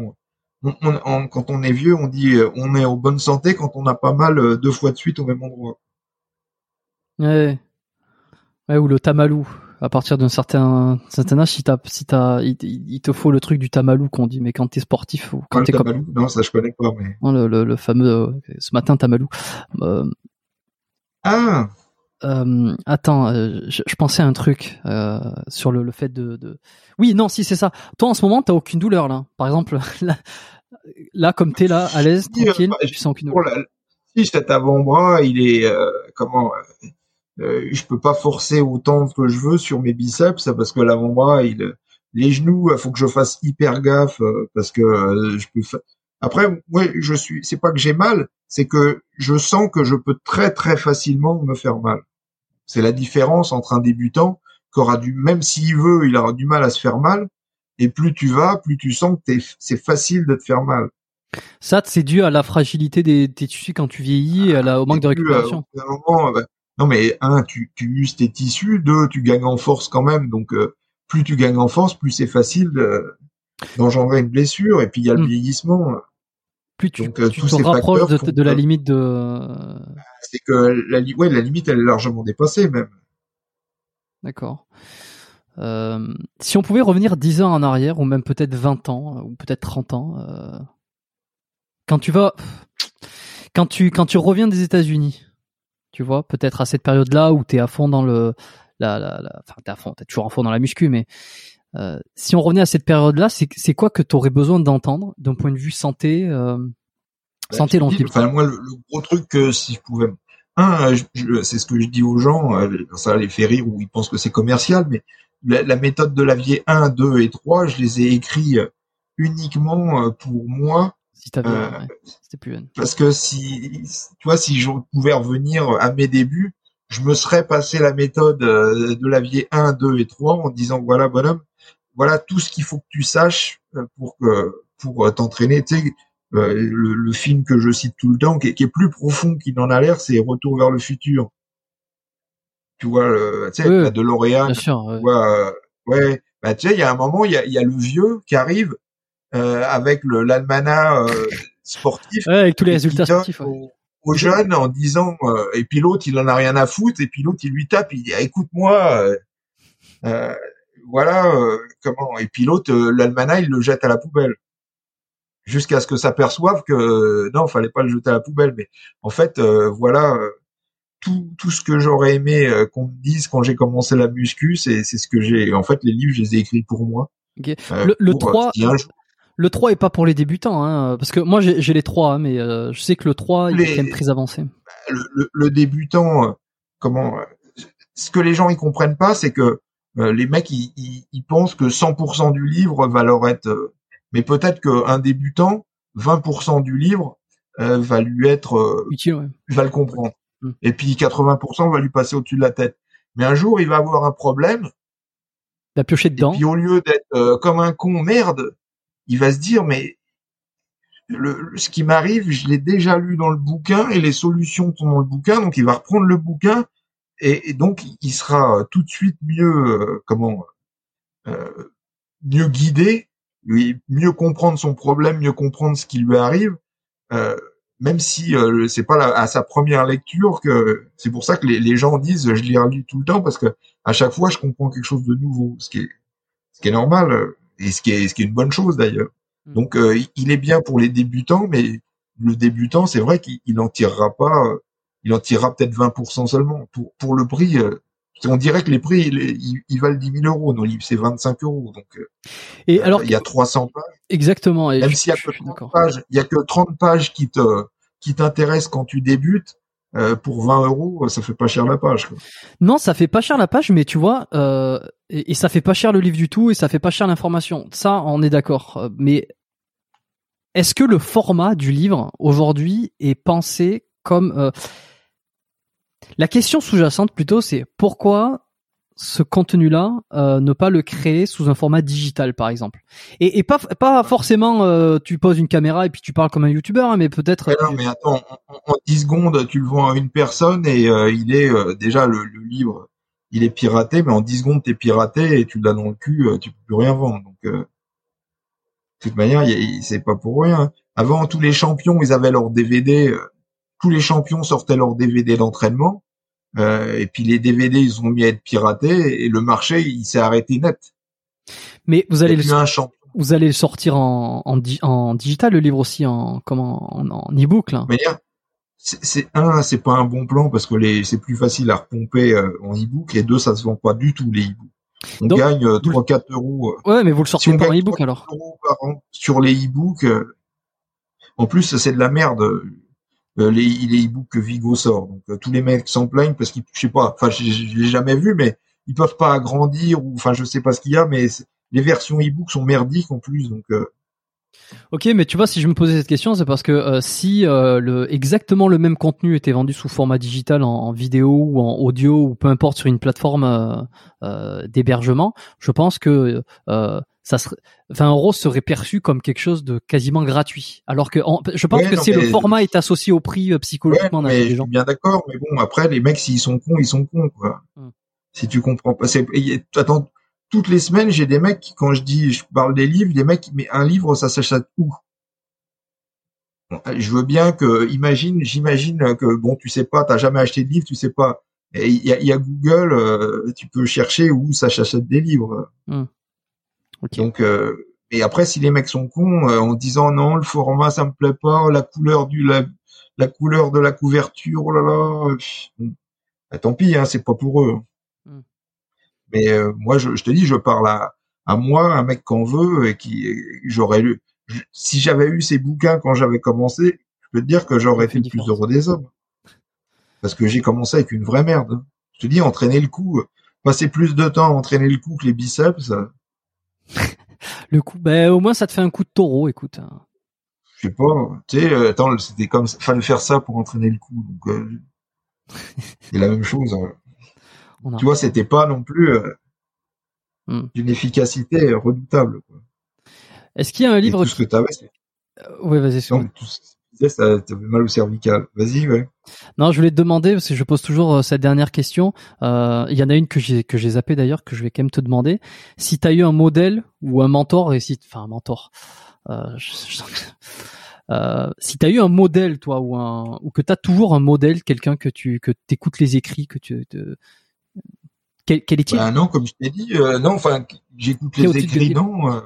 quand on est vieux, on dit on est en bonne santé quand on a pas mal 2 fois de suite au même endroit. Ouais, ou le tamalou. À partir d'un certain âge, il te faut le truc du tamalou qu'on dit, mais quand t'es sportif ou quand t'es tamalou, non, ça je connais pas, mais le fameux ce matin tamalou. Attends, je pensais à un truc sur le fait de... Oui, non, si c'est ça. Toi, en ce moment, t'as aucune douleur là. Par exemple, là comme t'es là, à l'aise, tranquille, tu sens aucune douleur. Si cet avant-bras, il est je peux pas forcer autant que je veux sur mes biceps parce que l'avant-bras, les genoux, faut que je fasse hyper gaffe parce que je peux. Après, ouais, c'est pas que j'ai mal, c'est que je sens que je peux très très facilement me faire mal. C'est la différence entre un débutant qui aura même s'il veut, il aura du mal à se faire mal. Et plus tu vas, plus tu sens que c'est facile de te faire mal. Ça, c'est dû à la fragilité des tissus quand tu vieillis et au manque de récupération. Non, mais tu uses tes tissus, 2, tu gagnes en force quand même. Donc, plus tu gagnes en force, plus c'est facile d'engendrer une blessure. Et puis, il y a le vieillissement. Plus tu te rapproches de la limite de... C'est que la limite, elle est largement dépassée même. D'accord. Si on pouvait revenir 10 ans en arrière, ou même peut-être 20 ans, ou peut-être 30 ans, quand tu reviens des États-Unis, tu vois, peut-être à cette période-là où t'es à fond dans t'es toujours à fond dans la muscu, mais si on revenait à cette période-là, c'est quoi que t'aurais besoin d'entendre d'un point de vue santé, santé longévité? Enfin, moi, le gros truc que si je pouvais, c'est ce que je dis aux gens, ça les fait rire ou ils pensent que c'est commercial, mais la méthode de Lavier 1, 2 et 3, je les ai écrits uniquement pour moi. Si t'avais, c'était plus jeune. Parce que si je pouvais revenir à mes débuts, je me serais passé la méthode de Lavier 1, 2 et 3 en disant voilà bonhomme, voilà tout ce qu'il faut que tu saches pour t'entraîner. Tu sais, le film que je cite tout le temps, qui est plus profond qu'il n'en a l'air, c'est Retour vers le futur. Tu vois, tu sais, la DeLorean. Bien sûr. Tu vois, ouais. Bah tu sais, il y a un moment, il y a le vieux qui arrive. Avec l'almanach sportif, avec tous les résultats sportifs, aux jeunes en disant et puis l'autre il en a rien à foutre et puis l'autre il lui tape, il dit écoute-moi voilà comment, et puis l'autre l'almanach il le jette à la poubelle jusqu'à ce que s'aperçoive que non, fallait pas le jeter à la poubelle, mais en fait voilà tout ce que j'aurais aimé qu'on me dise quand j'ai commencé la muscu, c'est ce que j'ai en fait, les livres je les ai écrits pour moi. Okay. Le 3 Le 3 est pas pour les débutants, hein, parce que moi j'ai les 3, hein, mais je sais que le 3 il est quand même très avancé. Le débutant, ce que les gens ils comprennent pas, c'est que les mecs ils pensent que 100% du livre va leur être, mais peut-être qu'un débutant, 20% du livre va lui être utile, ouais. Va le comprendre. Et puis 80% va lui passer au-dessus de la tête. Mais un jour, il va avoir un problème. Il va piocher dedans. Et puis au lieu d'être comme un con merde, il va se dire mais ce qui m'arrive, je l'ai déjà lu dans le bouquin et les solutions sont dans le bouquin. Donc il va reprendre le bouquin et donc il sera tout de suite mieux mieux guidé, mieux comprendre son problème, mieux comprendre ce qui lui arrive. Même si c'est pas à sa première lecture que c'est pour ça que les gens disent je l'ai relu tout le temps parce que à chaque fois je comprends quelque chose de nouveau, ce qui est normal et ce qui est une bonne chose d'ailleurs. Donc il est bien pour les débutants, mais le débutant c'est vrai qu'il en tirera pas, il en tirera peut-être 20% seulement pour le prix. On dirait que les prix ils valent 10 000 euros, nos livres c'est 25 euros donc. Et alors il y a 300 pages. Exactement. Et même s'il y a que 30 pages, il y a que 30 pages qui t'intéressent quand tu débutes. Pour 20 euros, ça fait pas cher la page, quoi. Non, ça fait pas cher la page, mais tu vois, et ça fait pas cher le livre du tout, et ça fait pas cher l'information. Ça, on est d'accord. Mais est-ce que le format du livre aujourd'hui est pensé comme la question sous-jacente plutôt, c'est pourquoi ce contenu-là, ne pas le créer sous un format digital, par exemple. Et pas forcément, tu poses une caméra et puis tu parles comme un youtubeur, hein, mais peut-être. Non, mais attends, en 10 secondes, tu le vends à une personne et il est déjà le livre, il est piraté, mais en 10 secondes t'es piraté et tu l'as dans le cul, tu peux plus rien vendre. Donc, de toute manière, c'est pas pour rien. Avant, tous les champions, ils avaient leur DVD. Tous les champions sortaient leur DVD d'entraînement. Et puis les DVD ils ont mis à être piratés et le marché il s'est arrêté net. Mais vous allez le sortir en digital, le livre aussi en e-book là. Mais c'est pas un bon plan parce que c'est plus facile à repomper en e-book et deux ça se vend pas du tout les e-books. On gagne 3-4 euros. Ouais, mais vous le sortez pas en e-book alors. Par an sur les e-books. En plus c'est de la merde. Les e-books que Vigo sort. Donc tous les mecs s'en plaignent parce qu'ils, je sais pas, enfin je l'ai jamais vu, mais ils peuvent pas agrandir ou enfin je sais pas ce qu'il y a, mais les versions e-book sont merdiques en plus. Donc Ok, mais tu vois, si je me posais cette question, c'est parce que si exactement le même contenu était vendu sous format digital en vidéo ou en audio ou peu importe sur une plateforme d'hébergement, je pense que ça serait, 20 € serait perçu comme quelque chose de quasiment gratuit. Alors que je pense que le format est associé au prix psychologiquement des gens. Je suis bien d'accord, mais bon, après, les mecs, s'ils sont cons, ils sont cons, quoi. Si tu comprends pas, attends, toutes les semaines, j'ai des mecs qui, quand je parle des livres, des mecs, mais un livre, ça s'achète où? Bon, je veux bien que, j'imagine que, bon, tu sais pas, t'as jamais acheté de livre, tu sais pas. Il y a Google, tu peux chercher où ça s'achète des livres. Okay. Donc, et après, si les mecs sont cons, en disant non, le format ça me plaît pas, la couleur la couleur de la couverture, oh là là, bah, tant pis, hein, c'est pas pour eux. Mais moi, je te dis, je parle à moi, un mec qu'on veut et qui j'aurais lu. Si j'avais eu ces bouquins quand j'avais commencé, je peux te dire que j'aurais été le plus heureux des hommes. Parce que j'ai commencé avec une vraie merde. Je te dis, entraîner le cou, passer plus de temps à entraîner le cou que les biceps. Le coup, ben au moins ça te fait un coup de taureau, écoute. Je sais pas, tu sais, attends, c'était comme fallait faire ça pour entraîner le coup, donc c'est la même chose. Tu vois, c'était pas non plus d'une efficacité redoutable. Quoi. Est-ce qu'il y a un livre tout ce que t'avais, ouais, vas-y. Non, tout ce que tu disais, ça t'avait mal au cervical. Vas-y, ouais. Non, je voulais te demander parce que je pose toujours cette dernière question. Il y en a une que j'ai zappé d'ailleurs, que je vais quand même te demander. Si t'as eu un modèle ou un mentor, un mentor. Si t'as eu un modèle, toi, ou que t'as toujours un modèle, quelqu'un que t'écoutes les écrits, quel est-il? Bah non, comme je t'ai dit, non, enfin, j'écoute les écrits, non.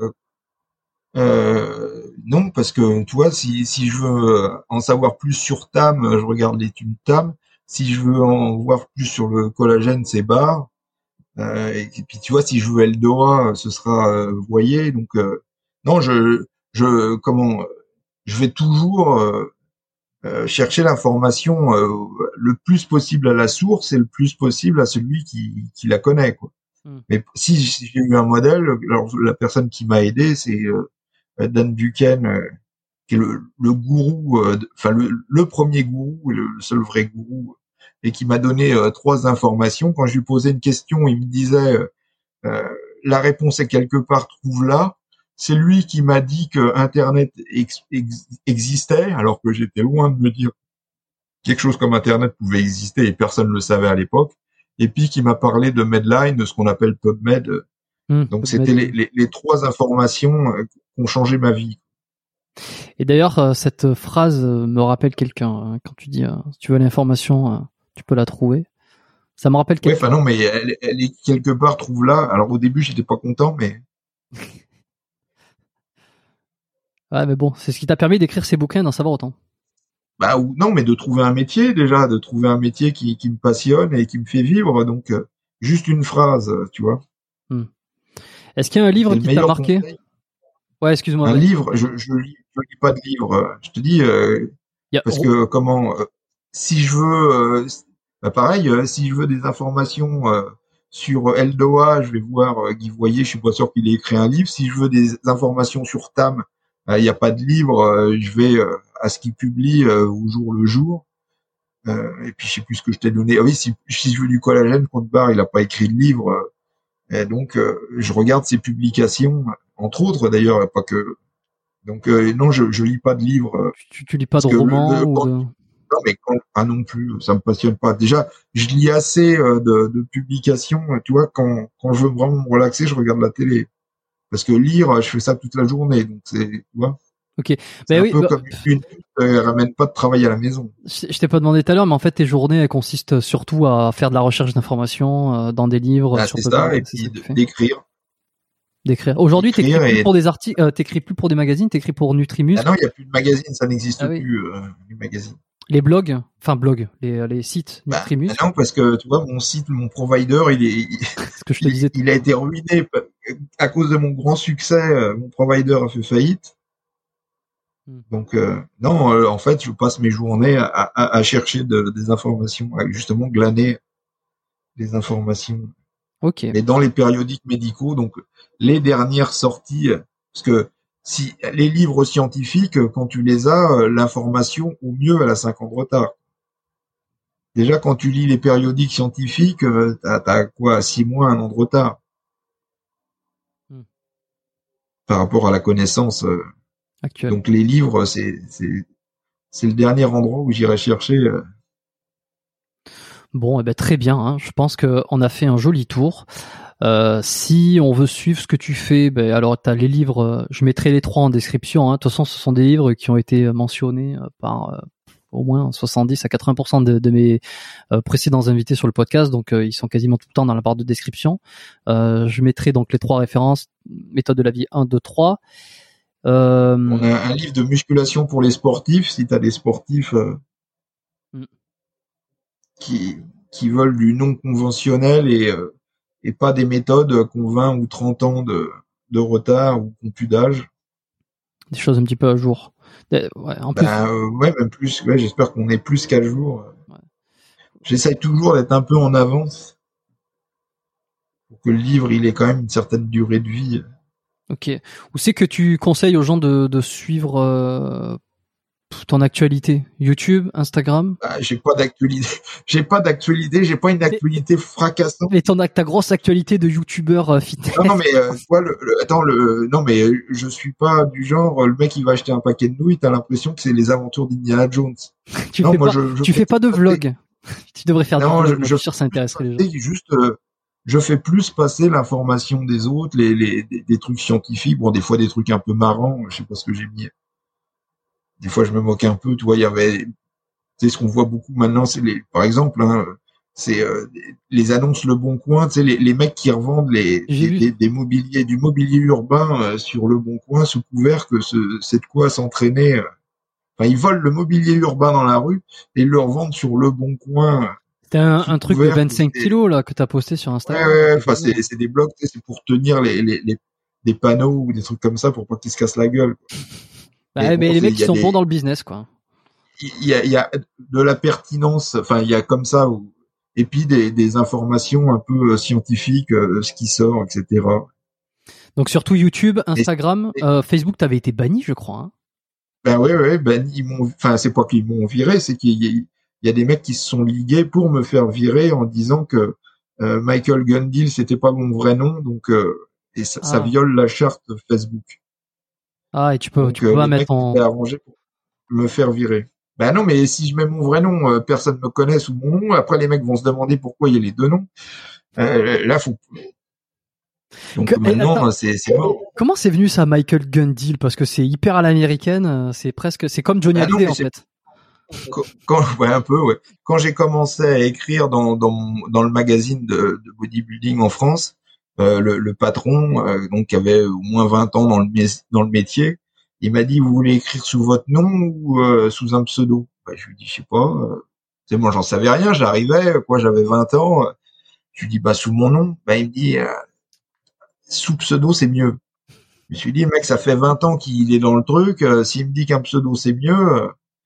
Non, parce que tu vois, si je veux en savoir plus sur Tam, je regarde l'étude Tam. Si je veux en voir plus sur le collagène, c'est Barr. Et puis tu vois, si je veux Eldora, ce sera Voyer. Donc non, je vais toujours chercher l'information le plus possible à la source et le plus possible à celui qui la connaît, quoi. Mais si j'ai eu un modèle, alors la personne qui m'a aidé, c'est Dan Buchanan, qui est le gourou, enfin le premier gourou, le seul vrai gourou, et qui m'a donné 3 informations. Quand je lui posais une question, il me disait la réponse est quelque part, trouve-la. C'est lui qui m'a dit que Internet existait, alors que j'étais loin de me dire quelque chose comme Internet pouvait exister et personne ne le savait à l'époque. Et puis qui m'a parlé de Medline, de ce qu'on appelle PubMed. Donc c'était les 3 informations qui ont changé ma vie. Et d'ailleurs, cette phrase me rappelle quelqu'un. Quand tu dis si tu veux l'information, tu peux la trouver. Ça me rappelle quelqu'un. Ouais, enfin non, mais elle est quelque part, trouve-la. Alors au début, j'étais pas content, mais... Ouais, mais bon, c'est ce qui t'a permis d'écrire ces bouquins, d'en savoir autant. Bah ou non, mais de trouver un métier déjà, de trouver un métier qui me passionne et qui me fait vivre. Donc juste une phrase, tu vois. Est-ce qu'il y a un livre qui t'a marqué? Conseil. Ouais, excuse-moi. Un livre, je lis pas de livre. Je te dis parce que si je veux, pareil, si je veux des informations sur Eldoa, je vais voir Guy Voyer. Je suis pas sûr qu'il ait écrit un livre. Si je veux des informations sur Tam, il y a pas de livre. Je vais à ce qu'il publie au jour le jour. Et puis je sais plus ce que je t'ai donné. Ah oui, si je veux du collagène, Comte-Barre, il a pas écrit de livre. Et donc je regarde ses publications, entre autres d'ailleurs, pas que. Donc non, je lis pas de livres. Tu lis pas de romans Non, mais non plus, ça me passionne pas. Déjà, je lis assez de publications. Tu vois, quand je veux vraiment me relaxer, je regarde la télé. Parce que lire, je fais ça toute la journée. Donc tu vois. Ok. C'est un peu comme une ramène pas de travail à la maison. Je t'ai pas demandé tout à l'heure, mais en fait, tes journées, elles consistent surtout à faire de la recherche d'informations dans des livres. C'est ça, et puis d'écrire. D'écrire. Aujourd'hui, t'écris plus pour des articles, t'écris plus pour des magazines, t'écris pour Nutrimus. Ah non, il y a plus de magazines, ça n'existe plus, les magazines. Les blogs, les sites Nutrimus. Non, parce que tu vois, mon site, mon provider, ce que je te disais. Il a été ruiné à cause de mon grand succès. Mon provider a fait faillite. Donc non, en fait, je passe mes journées à chercher des informations, à justement glaner des informations. Ok. Mais dans les périodiques médicaux, donc les dernières sorties, parce que si les livres scientifiques, quand tu les as, l'information au mieux elle a 5 ans de retard. Déjà quand tu lis les périodiques scientifiques, t'as quoi, 6 mois, 1 an de retard par rapport à la connaissance actuelle. Donc les livres, c'est le dernier endroit où j'irai chercher. Bon, eh ben très bien. Hein. Je pense qu'on a fait un joli tour. Si on veut suivre ce que tu fais, alors t'as les livres. Je mettrai les 3 en description. Hein. De toute façon, ce sont des livres qui ont été mentionnés par au moins 70 à 80% de mes précédents invités sur le podcast. Donc, ils sont quasiment tout le temps dans la barre de description. Je mettrai donc les 3 références. Méthode de la vie 1, 2, 3. On a un livre de musculation pour les sportifs. Si t'as des sportifs qui veulent du non conventionnel et pas des méthodes qui ont 20 ou 30 ans de retard ou qui ont plus d'âge. Des choses un petit peu à jour. Ouais, en plus. Même plus. Ouais, j'espère qu'on est plus qu'à jour. Ouais. J'essaye toujours d'être un peu en avance pour que le livre il ait quand même une certaine durée de vie. Ok. Où c'est que tu conseilles aux gens de suivre ton actualité? YouTube, Instagram? J'ai pas d'actualité. J'ai pas une actualité fracassante. Mais ta grosse actualité de youtubeur fitness. Non mais non mais je suis pas du genre le mec il va acheter un paquet de nouilles, t'as l'impression que c'est les aventures d'Indiana Jones. Tu fais pas de vlog. Tu devrais faire des vlogs. Je suis sûr que ça intéresserait les gens. Juste je fais plus passer l'information des autres, des trucs scientifiques, bon des fois des trucs un peu marrants, je sais pas ce que j'ai mis. Des fois, je me moque un peu. Tu vois, il y avait, tu sais, ce qu'on voit beaucoup maintenant, c'est par exemple, c'est les annonces Le Bon Coin. Tu sais, les mecs qui revendent du mobilier urbain sur Le Bon Coin sous couvert que c'est de quoi s'entraîner. Enfin, ils volent le mobilier urbain dans la rue et ils le revendent sur Le Bon Coin. C'était un truc de 25 kilos là que t'as posté sur Instagram. Ouais. Enfin, c'est des blogs. Tu sais, c'est pour tenir des panneaux ou des trucs comme ça pour pas qu'ils se cassent la gueule, quoi. Bah, mais les mecs qui sont bons dans le business, quoi. Il y a de la pertinence, enfin il y a comme ça, et puis des informations un peu scientifiques, ce qui sort, etc. Donc surtout YouTube, Instagram, Facebook, t'avais été banni, je crois. Hein. Ben ouais, ben c'est pas qu'ils m'ont viré, c'est qu'il y a des mecs qui se sont ligués pour me faire virer en disant que Michael Gundil c'était pas mon vrai nom, donc et ça viole la charte Facebook. Ah, et tu peux pas mettre en arrangé pour me faire virer. Ben non, mais si je mets mon vrai nom, personne me connaît sous mon nom. Après, les mecs vont se demander pourquoi il y a les deux noms. Là, faut. Donc maintenant, c'est mort. Comment c'est venu ça, Michael Gundil? Parce que c'est hyper à l'américaine. C'est comme Johnny Hallyday en fait. Un peu, ouais. Quand j'ai commencé à écrire dans le magazine de bodybuilding en France, le patron, donc qui avait au moins 20 ans dans le métier, il m'a dit, vous voulez écrire sous votre nom ou sous un pseudo? Bah, je lui dis, je sais pas. Moi, j'en savais rien. J'arrivais, j'avais 20 ans. Je lui dis, bah, sous mon nom. Bah, il me dit, sous pseudo, c'est mieux. Je me suis dit, mec, ça fait 20 ans qu'il est dans le truc. S'il me dit qu'un pseudo, c'est mieux.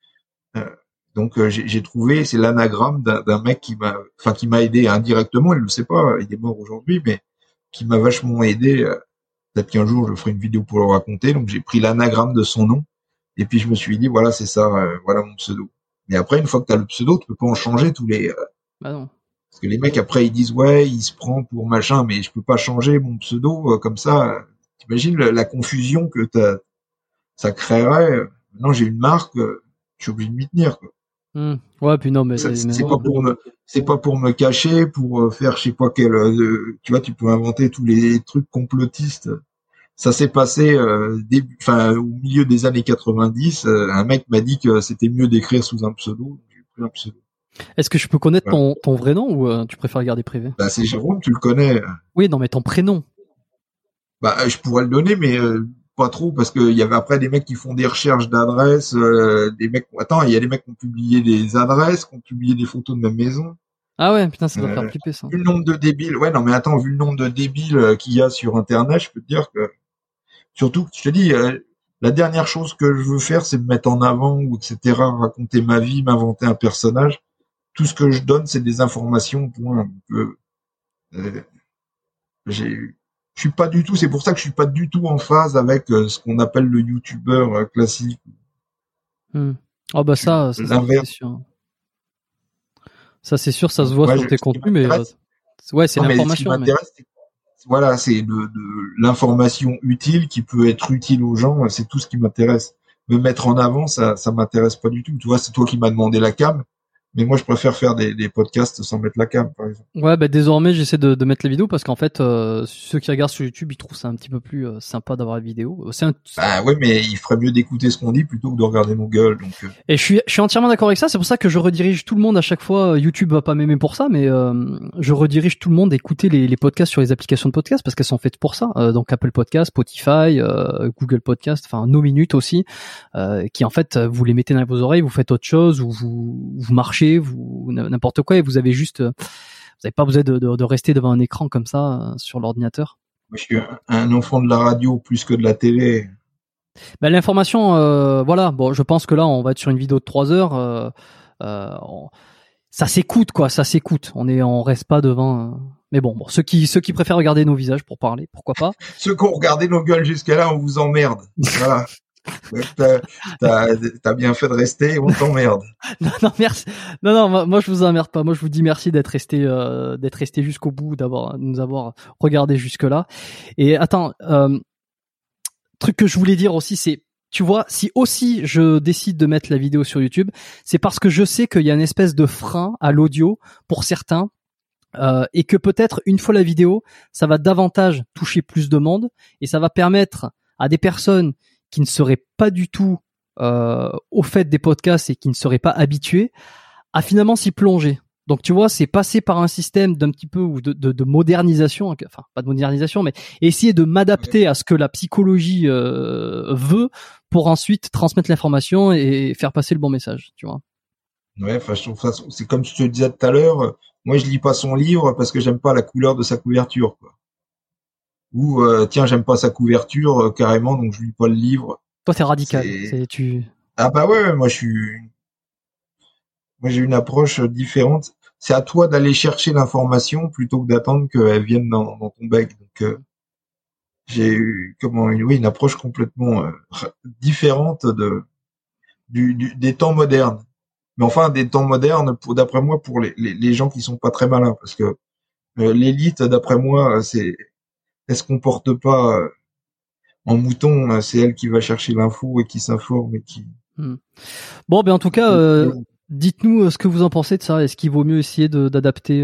Donc, j'ai trouvé, c'est l'anagramme d'un mec qui m'a aidé indirectement. Il le sait pas. Il est mort aujourd'hui, mais qui m'a vachement aidé. Peut-être qu'un jour, je ferai une vidéo pour le raconter. Donc, j'ai pris l'anagramme de son nom. Et puis, je me suis dit, voilà, c'est ça, voilà mon pseudo. Mais après, une fois que tu as le pseudo, tu peux pas en changer tous les... Bah non. Parce que les mecs, après, ils disent, ouais, il se prend pour machin, mais je peux pas changer mon pseudo comme ça. T'imagines la confusion que ça créerait. Maintenant, j'ai une marque, je suis obligé de m'y tenir, quoi. Ouais, puis non, mais c'est pas pour me cacher, pour faire je sais pas quel, tu vois, tu peux inventer tous les trucs complotistes. Ça s'est passé au milieu des années 90. Un mec m'a dit que c'était mieux d'écrire sous un pseudo. J'ai pris un pseudo. Est-ce que je peux connaître ton vrai nom ou tu préfères le garder privé? Bah c'est Jérôme, tu le connais. Oui, non, mais ton prénom. Bah je pourrais le donner, mais pas trop, parce que il y avait après des mecs qui font des recherches d'adresses, des mecs. Attends, il y a des mecs qui ont publié des adresses, qui ont publié des photos de ma maison. Ah ouais, putain, ça doit faire flipper ça. Vu le nombre de débiles, ouais, non mais attends, vu le nombre de débiles qu'il y a sur Internet, je peux te dire que, surtout, je te dis, la dernière chose que je veux faire, c'est me mettre en avant ou etc., raconter ma vie, m'inventer un personnage. Tout ce que je donne, c'est des informations. Point. Je suis pas du tout. C'est pour ça que je suis pas du tout en phase avec ce qu'on appelle le youtubeur classique. Oh bah ça c'est sûr. Ça c'est sûr, ça se voit sur tes contenus, mais ouais, c'est l'information. Ce qui m'intéresse, voilà, c'est de l'information utile qui peut être utile aux gens. C'est tout ce qui m'intéresse. Me mettre en avant, ça m'intéresse pas du tout. Tu vois, c'est toi qui m'as demandé la cam. Mais moi, je préfère faire des podcasts sans mettre la cam, par exemple. Ouais, bah désormais, j'essaie de mettre les vidéos parce qu'en fait, ceux qui regardent sur YouTube, ils trouvent ça un petit peu plus sympa d'avoir la vidéo. Bah ouais, mais il ferait mieux d'écouter ce qu'on dit plutôt que de regarder nos gueules. Donc. Et je suis entièrement d'accord avec ça. C'est pour ça que je redirige tout le monde à chaque fois. YouTube va pas m'aimer pour ça, mais je redirige tout le monde à écouter les podcasts sur les applications de podcast parce qu'elles sont faites pour ça. Donc Apple Podcast, Spotify, Google Podcast, enfin No Minute aussi, qui en fait vous les mettez dans vos oreilles, vous faites autre chose ou vous marchez, vous n'importe quoi, et vous avez juste vous n'avez pas besoin de rester devant un écran comme ça sur l'ordinateur. Moi, je suis un enfant de la radio plus que de la télé. Ben, l'information, voilà. Bon, je pense que là, on va être sur une vidéo de 3 heures. Ça s'écoute, quoi. Ça s'écoute. On reste pas devant. Mais bon, ceux qui préfèrent regarder nos visages pour parler, pourquoi pas. Ceux qui ont regardé nos gueules jusqu'à là, on vous emmerde. Voilà. T'as bien fait de rester, on t'emmerde. Non, merci. Non, moi je vous emmerde pas. Moi je vous dis merci d'être resté jusqu'au bout, de nous avoir regardé jusque là. Et attends, truc que je voulais dire aussi, c'est, tu vois, si aussi je décide de mettre la vidéo sur YouTube, c'est parce que je sais qu'il y a une espèce de frein à l'audio pour certains. Et que peut-être une fois la vidéo, ça va davantage toucher plus de monde et ça va permettre à des personnes qui ne seraient pas du tout au fait des podcasts et qui ne seraient pas habitués à finalement s'y plonger. Donc tu vois, c'est passer par un système d'un petit peu ou de modernisation, enfin pas de modernisation, mais essayer de m'adapter à ce que la psychologie veut pour ensuite transmettre l'information et faire passer le bon message, tu vois. Ouais, enfin je trouve ça, c'est comme je te disais tout à l'heure, moi je lis pas son livre parce que j'aime pas la couleur de sa couverture, quoi. ou tiens, j'aime pas sa couverture carrément, donc je lis pas le livre. Toi, t'es radical. Ah bah ouais, moi j'ai une approche différente. C'est à toi d'aller chercher l'information plutôt que d'attendre qu'elle vienne dans ton bec. Donc j'ai eu une approche complètement différente des temps modernes. Mais enfin, des temps modernes, d'après moi, pour les gens qui sont pas très malins, parce que l'élite, d'après moi, elle se comporte pas en mouton. C'est elle qui va chercher l'info et qui s'informe et qui. Bon, ben en tout cas, dites-nous ce que vous en pensez de ça. Est-ce qu'il vaut mieux essayer d'adapter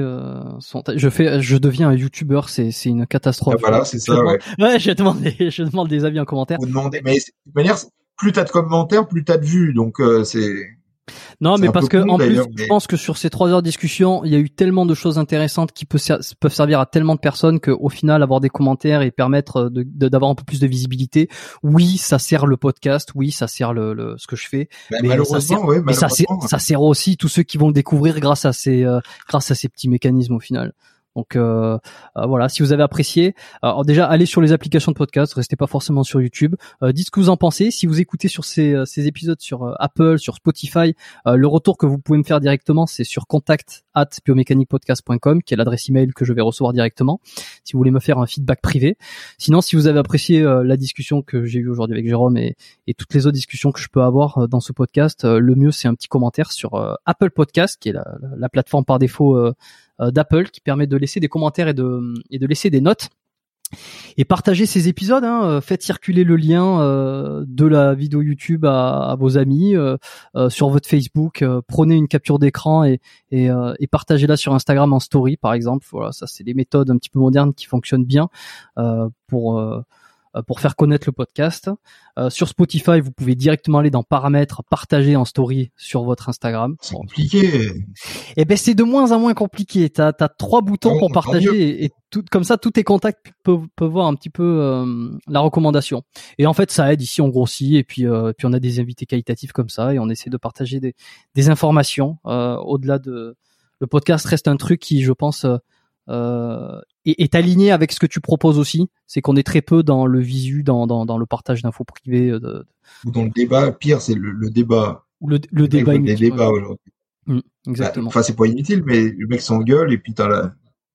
je deviens un YouTuber, c'est une catastrophe. Ah, voilà, c'est ça. Ouais. Ouais, je demande des avis en commentaire. Vous demandez, mais de toute manière, plus t'as de commentaires, plus t'as de vues, donc c'est. Non, mais parce que en plus, je pense que sur ces 3 heures de discussion, il y a eu tellement de choses intéressantes qui peuvent servir à tellement de personnes qu'au final, avoir des commentaires et permettre d'avoir un peu plus de visibilité. Oui, ça sert le podcast. Oui, ça sert ce que je fais. Mais malheureusement, ça sert aussi tous ceux qui vont le découvrir grâce à ces petits mécanismes au final. Donc voilà, si vous avez apprécié, alors déjà allez sur les applications de podcast, restez pas forcément sur YouTube. Dites ce que vous en pensez. Si vous écoutez sur ces épisodes sur Apple, sur Spotify, le retour que vous pouvez me faire directement, c'est sur contact@biomecanicpodcast.com, qui est l'adresse email que je vais recevoir directement. Si vous voulez me faire un feedback privé. Sinon, si vous avez apprécié la discussion que j'ai eue aujourd'hui avec Jérôme et toutes les autres discussions que je peux avoir dans ce podcast, le mieux c'est un petit commentaire sur Apple Podcast, qui est la plateforme par défaut d'Apple, qui permet de laisser des commentaires et de laisser des notes et partager ces épisodes. Faites circuler le lien de la vidéo YouTube à vos amis sur votre Facebook. Prenez une capture d'écran et partagez-la sur Instagram en story par exemple. Voilà, ça c'est des méthodes un petit peu modernes qui fonctionnent bien pour faire connaître le podcast. Sur Spotify, vous pouvez directement aller dans paramètres, partager en story sur votre Instagram. C'est compliqué. Eh ben, c'est de moins en moins compliqué. T'as 3 boutons pour partager et tout, comme ça, tous tes contacts peuvent voir un petit peu la recommandation. Et en fait, ça aide. Ici, on grossit et puis on a des invités qualitatifs comme ça et on essaie de partager des informations. Au-delà de, le podcast reste un truc qui, je pense, est aligné avec ce que tu proposes aussi. C'est qu'on est très peu dans le visu, dans le partage d'infos privées. Ou dans le débat. Pire, c'est le débat. Le débat inutile. Les débats aujourd'hui. Exactement. Enfin, c'est pas inutile, mais le mec s'engueule et puis t'as la.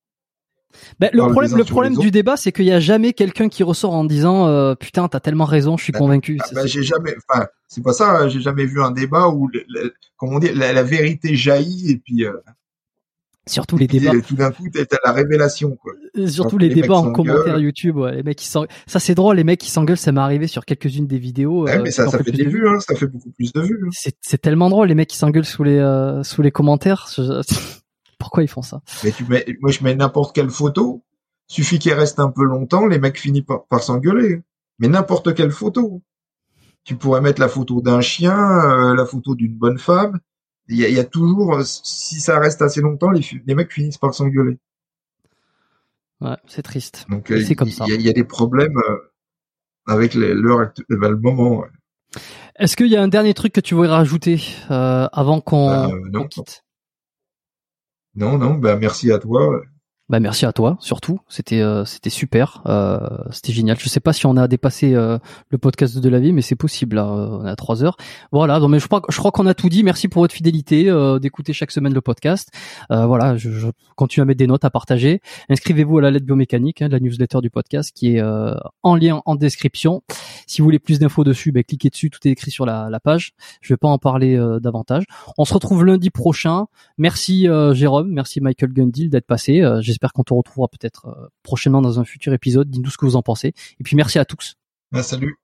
Le problème du débat, c'est qu'il y a jamais quelqu'un qui ressort en disant putain, t'as tellement raison, je suis convaincu. J'ai jamais. Enfin, c'est pas ça. J'ai jamais vu un débat où, comment on dit, la vérité jaillit et puis. Surtout les débats. Tout d'un coup, t'as la révélation, quoi. Surtout les débats en commentaire YouTube, ouais. Les mecs qui s'engueulent. Ça, c'est drôle, les mecs qui s'engueulent, ça m'est arrivé sur quelques-unes des vidéos. Ouais, mais ça fait des vues, hein. Ça fait beaucoup plus de vues. Hein. C'est tellement drôle, les mecs qui s'engueulent sous les commentaires. Pourquoi ils font ça? Mais moi, je mets n'importe quelle photo. Suffit qu'elle reste un peu longtemps, les mecs finissent par s'engueuler. Mais n'importe quelle photo. Tu pourrais mettre la photo d'un chien, la photo d'une bonne femme. Il y a toujours, si ça reste assez longtemps, les mecs finissent par s'engueuler. Ouais, c'est triste. Donc c'est comme ça. Il y a des problèmes avec le moment. Ouais. Est-ce qu'il y a un dernier truc que tu voudrais rajouter avant qu'on quitte? Non, merci à toi. Merci à toi, surtout. C'était super. C'était génial. Je sais pas si on a dépassé le podcast de la vie, mais c'est possible. Là, on est à 3 heures. Voilà. Donc, mais je crois qu'on a tout dit. Merci pour votre fidélité, d'écouter chaque semaine le podcast. Voilà. Je continue à mettre des notes, à partager. Inscrivez-vous à la lettre biomécanique, la newsletter du podcast, qui est en lien en description. Si vous voulez plus d'infos dessus, cliquez dessus. Tout est écrit sur la page. Je vais pas en parler davantage. On se retrouve lundi prochain. Merci Jérôme. Merci Michael Gundil d'être passé. J'espère qu'on te retrouvera peut-être prochainement dans un futur épisode. Dites-nous ce que vous en pensez. Et puis merci à tous. Salut.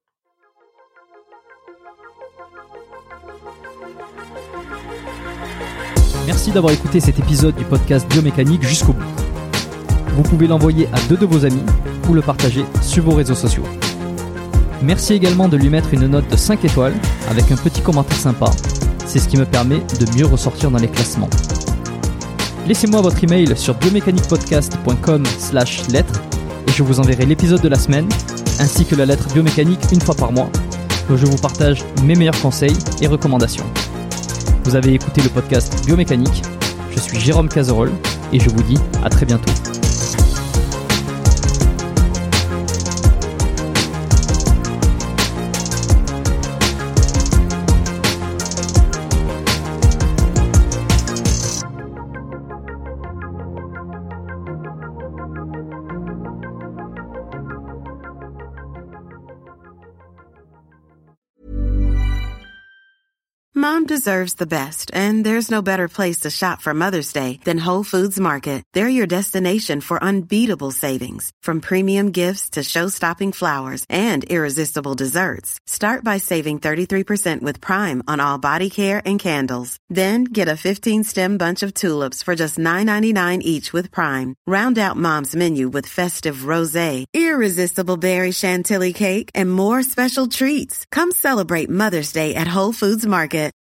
Merci d'avoir écouté cet épisode du podcast Biomécanique jusqu'au bout. Vous pouvez l'envoyer à 2 de vos amis ou le partager sur vos réseaux sociaux. Merci également de lui mettre une note de 5 étoiles avec un petit commentaire sympa. C'est ce qui me permet de mieux ressortir dans les classements. Laissez-moi votre email sur biomecanicpodcast.com/lettre et je vous enverrai l'épisode de la semaine ainsi que la lettre biomécanique une fois par mois où je vous partage mes meilleurs conseils et recommandations. Vous avez écouté le podcast Biomécanique. Je suis Jérôme Cazerolle et je vous dis à très bientôt. Mom deserves the best, and there's no better place to shop for Mother's Day than Whole Foods Market. They're your destination for unbeatable savings, from premium gifts to show-stopping flowers and irresistible desserts. Start by saving 33% with Prime on all body care and candles. Then get a 15-stem bunch of tulips for just $9.99 each with Prime. Round out Mom's menu with festive rosé, irresistible berry chantilly cake, and more special treats. Come celebrate Mother's Day at Whole Foods Market.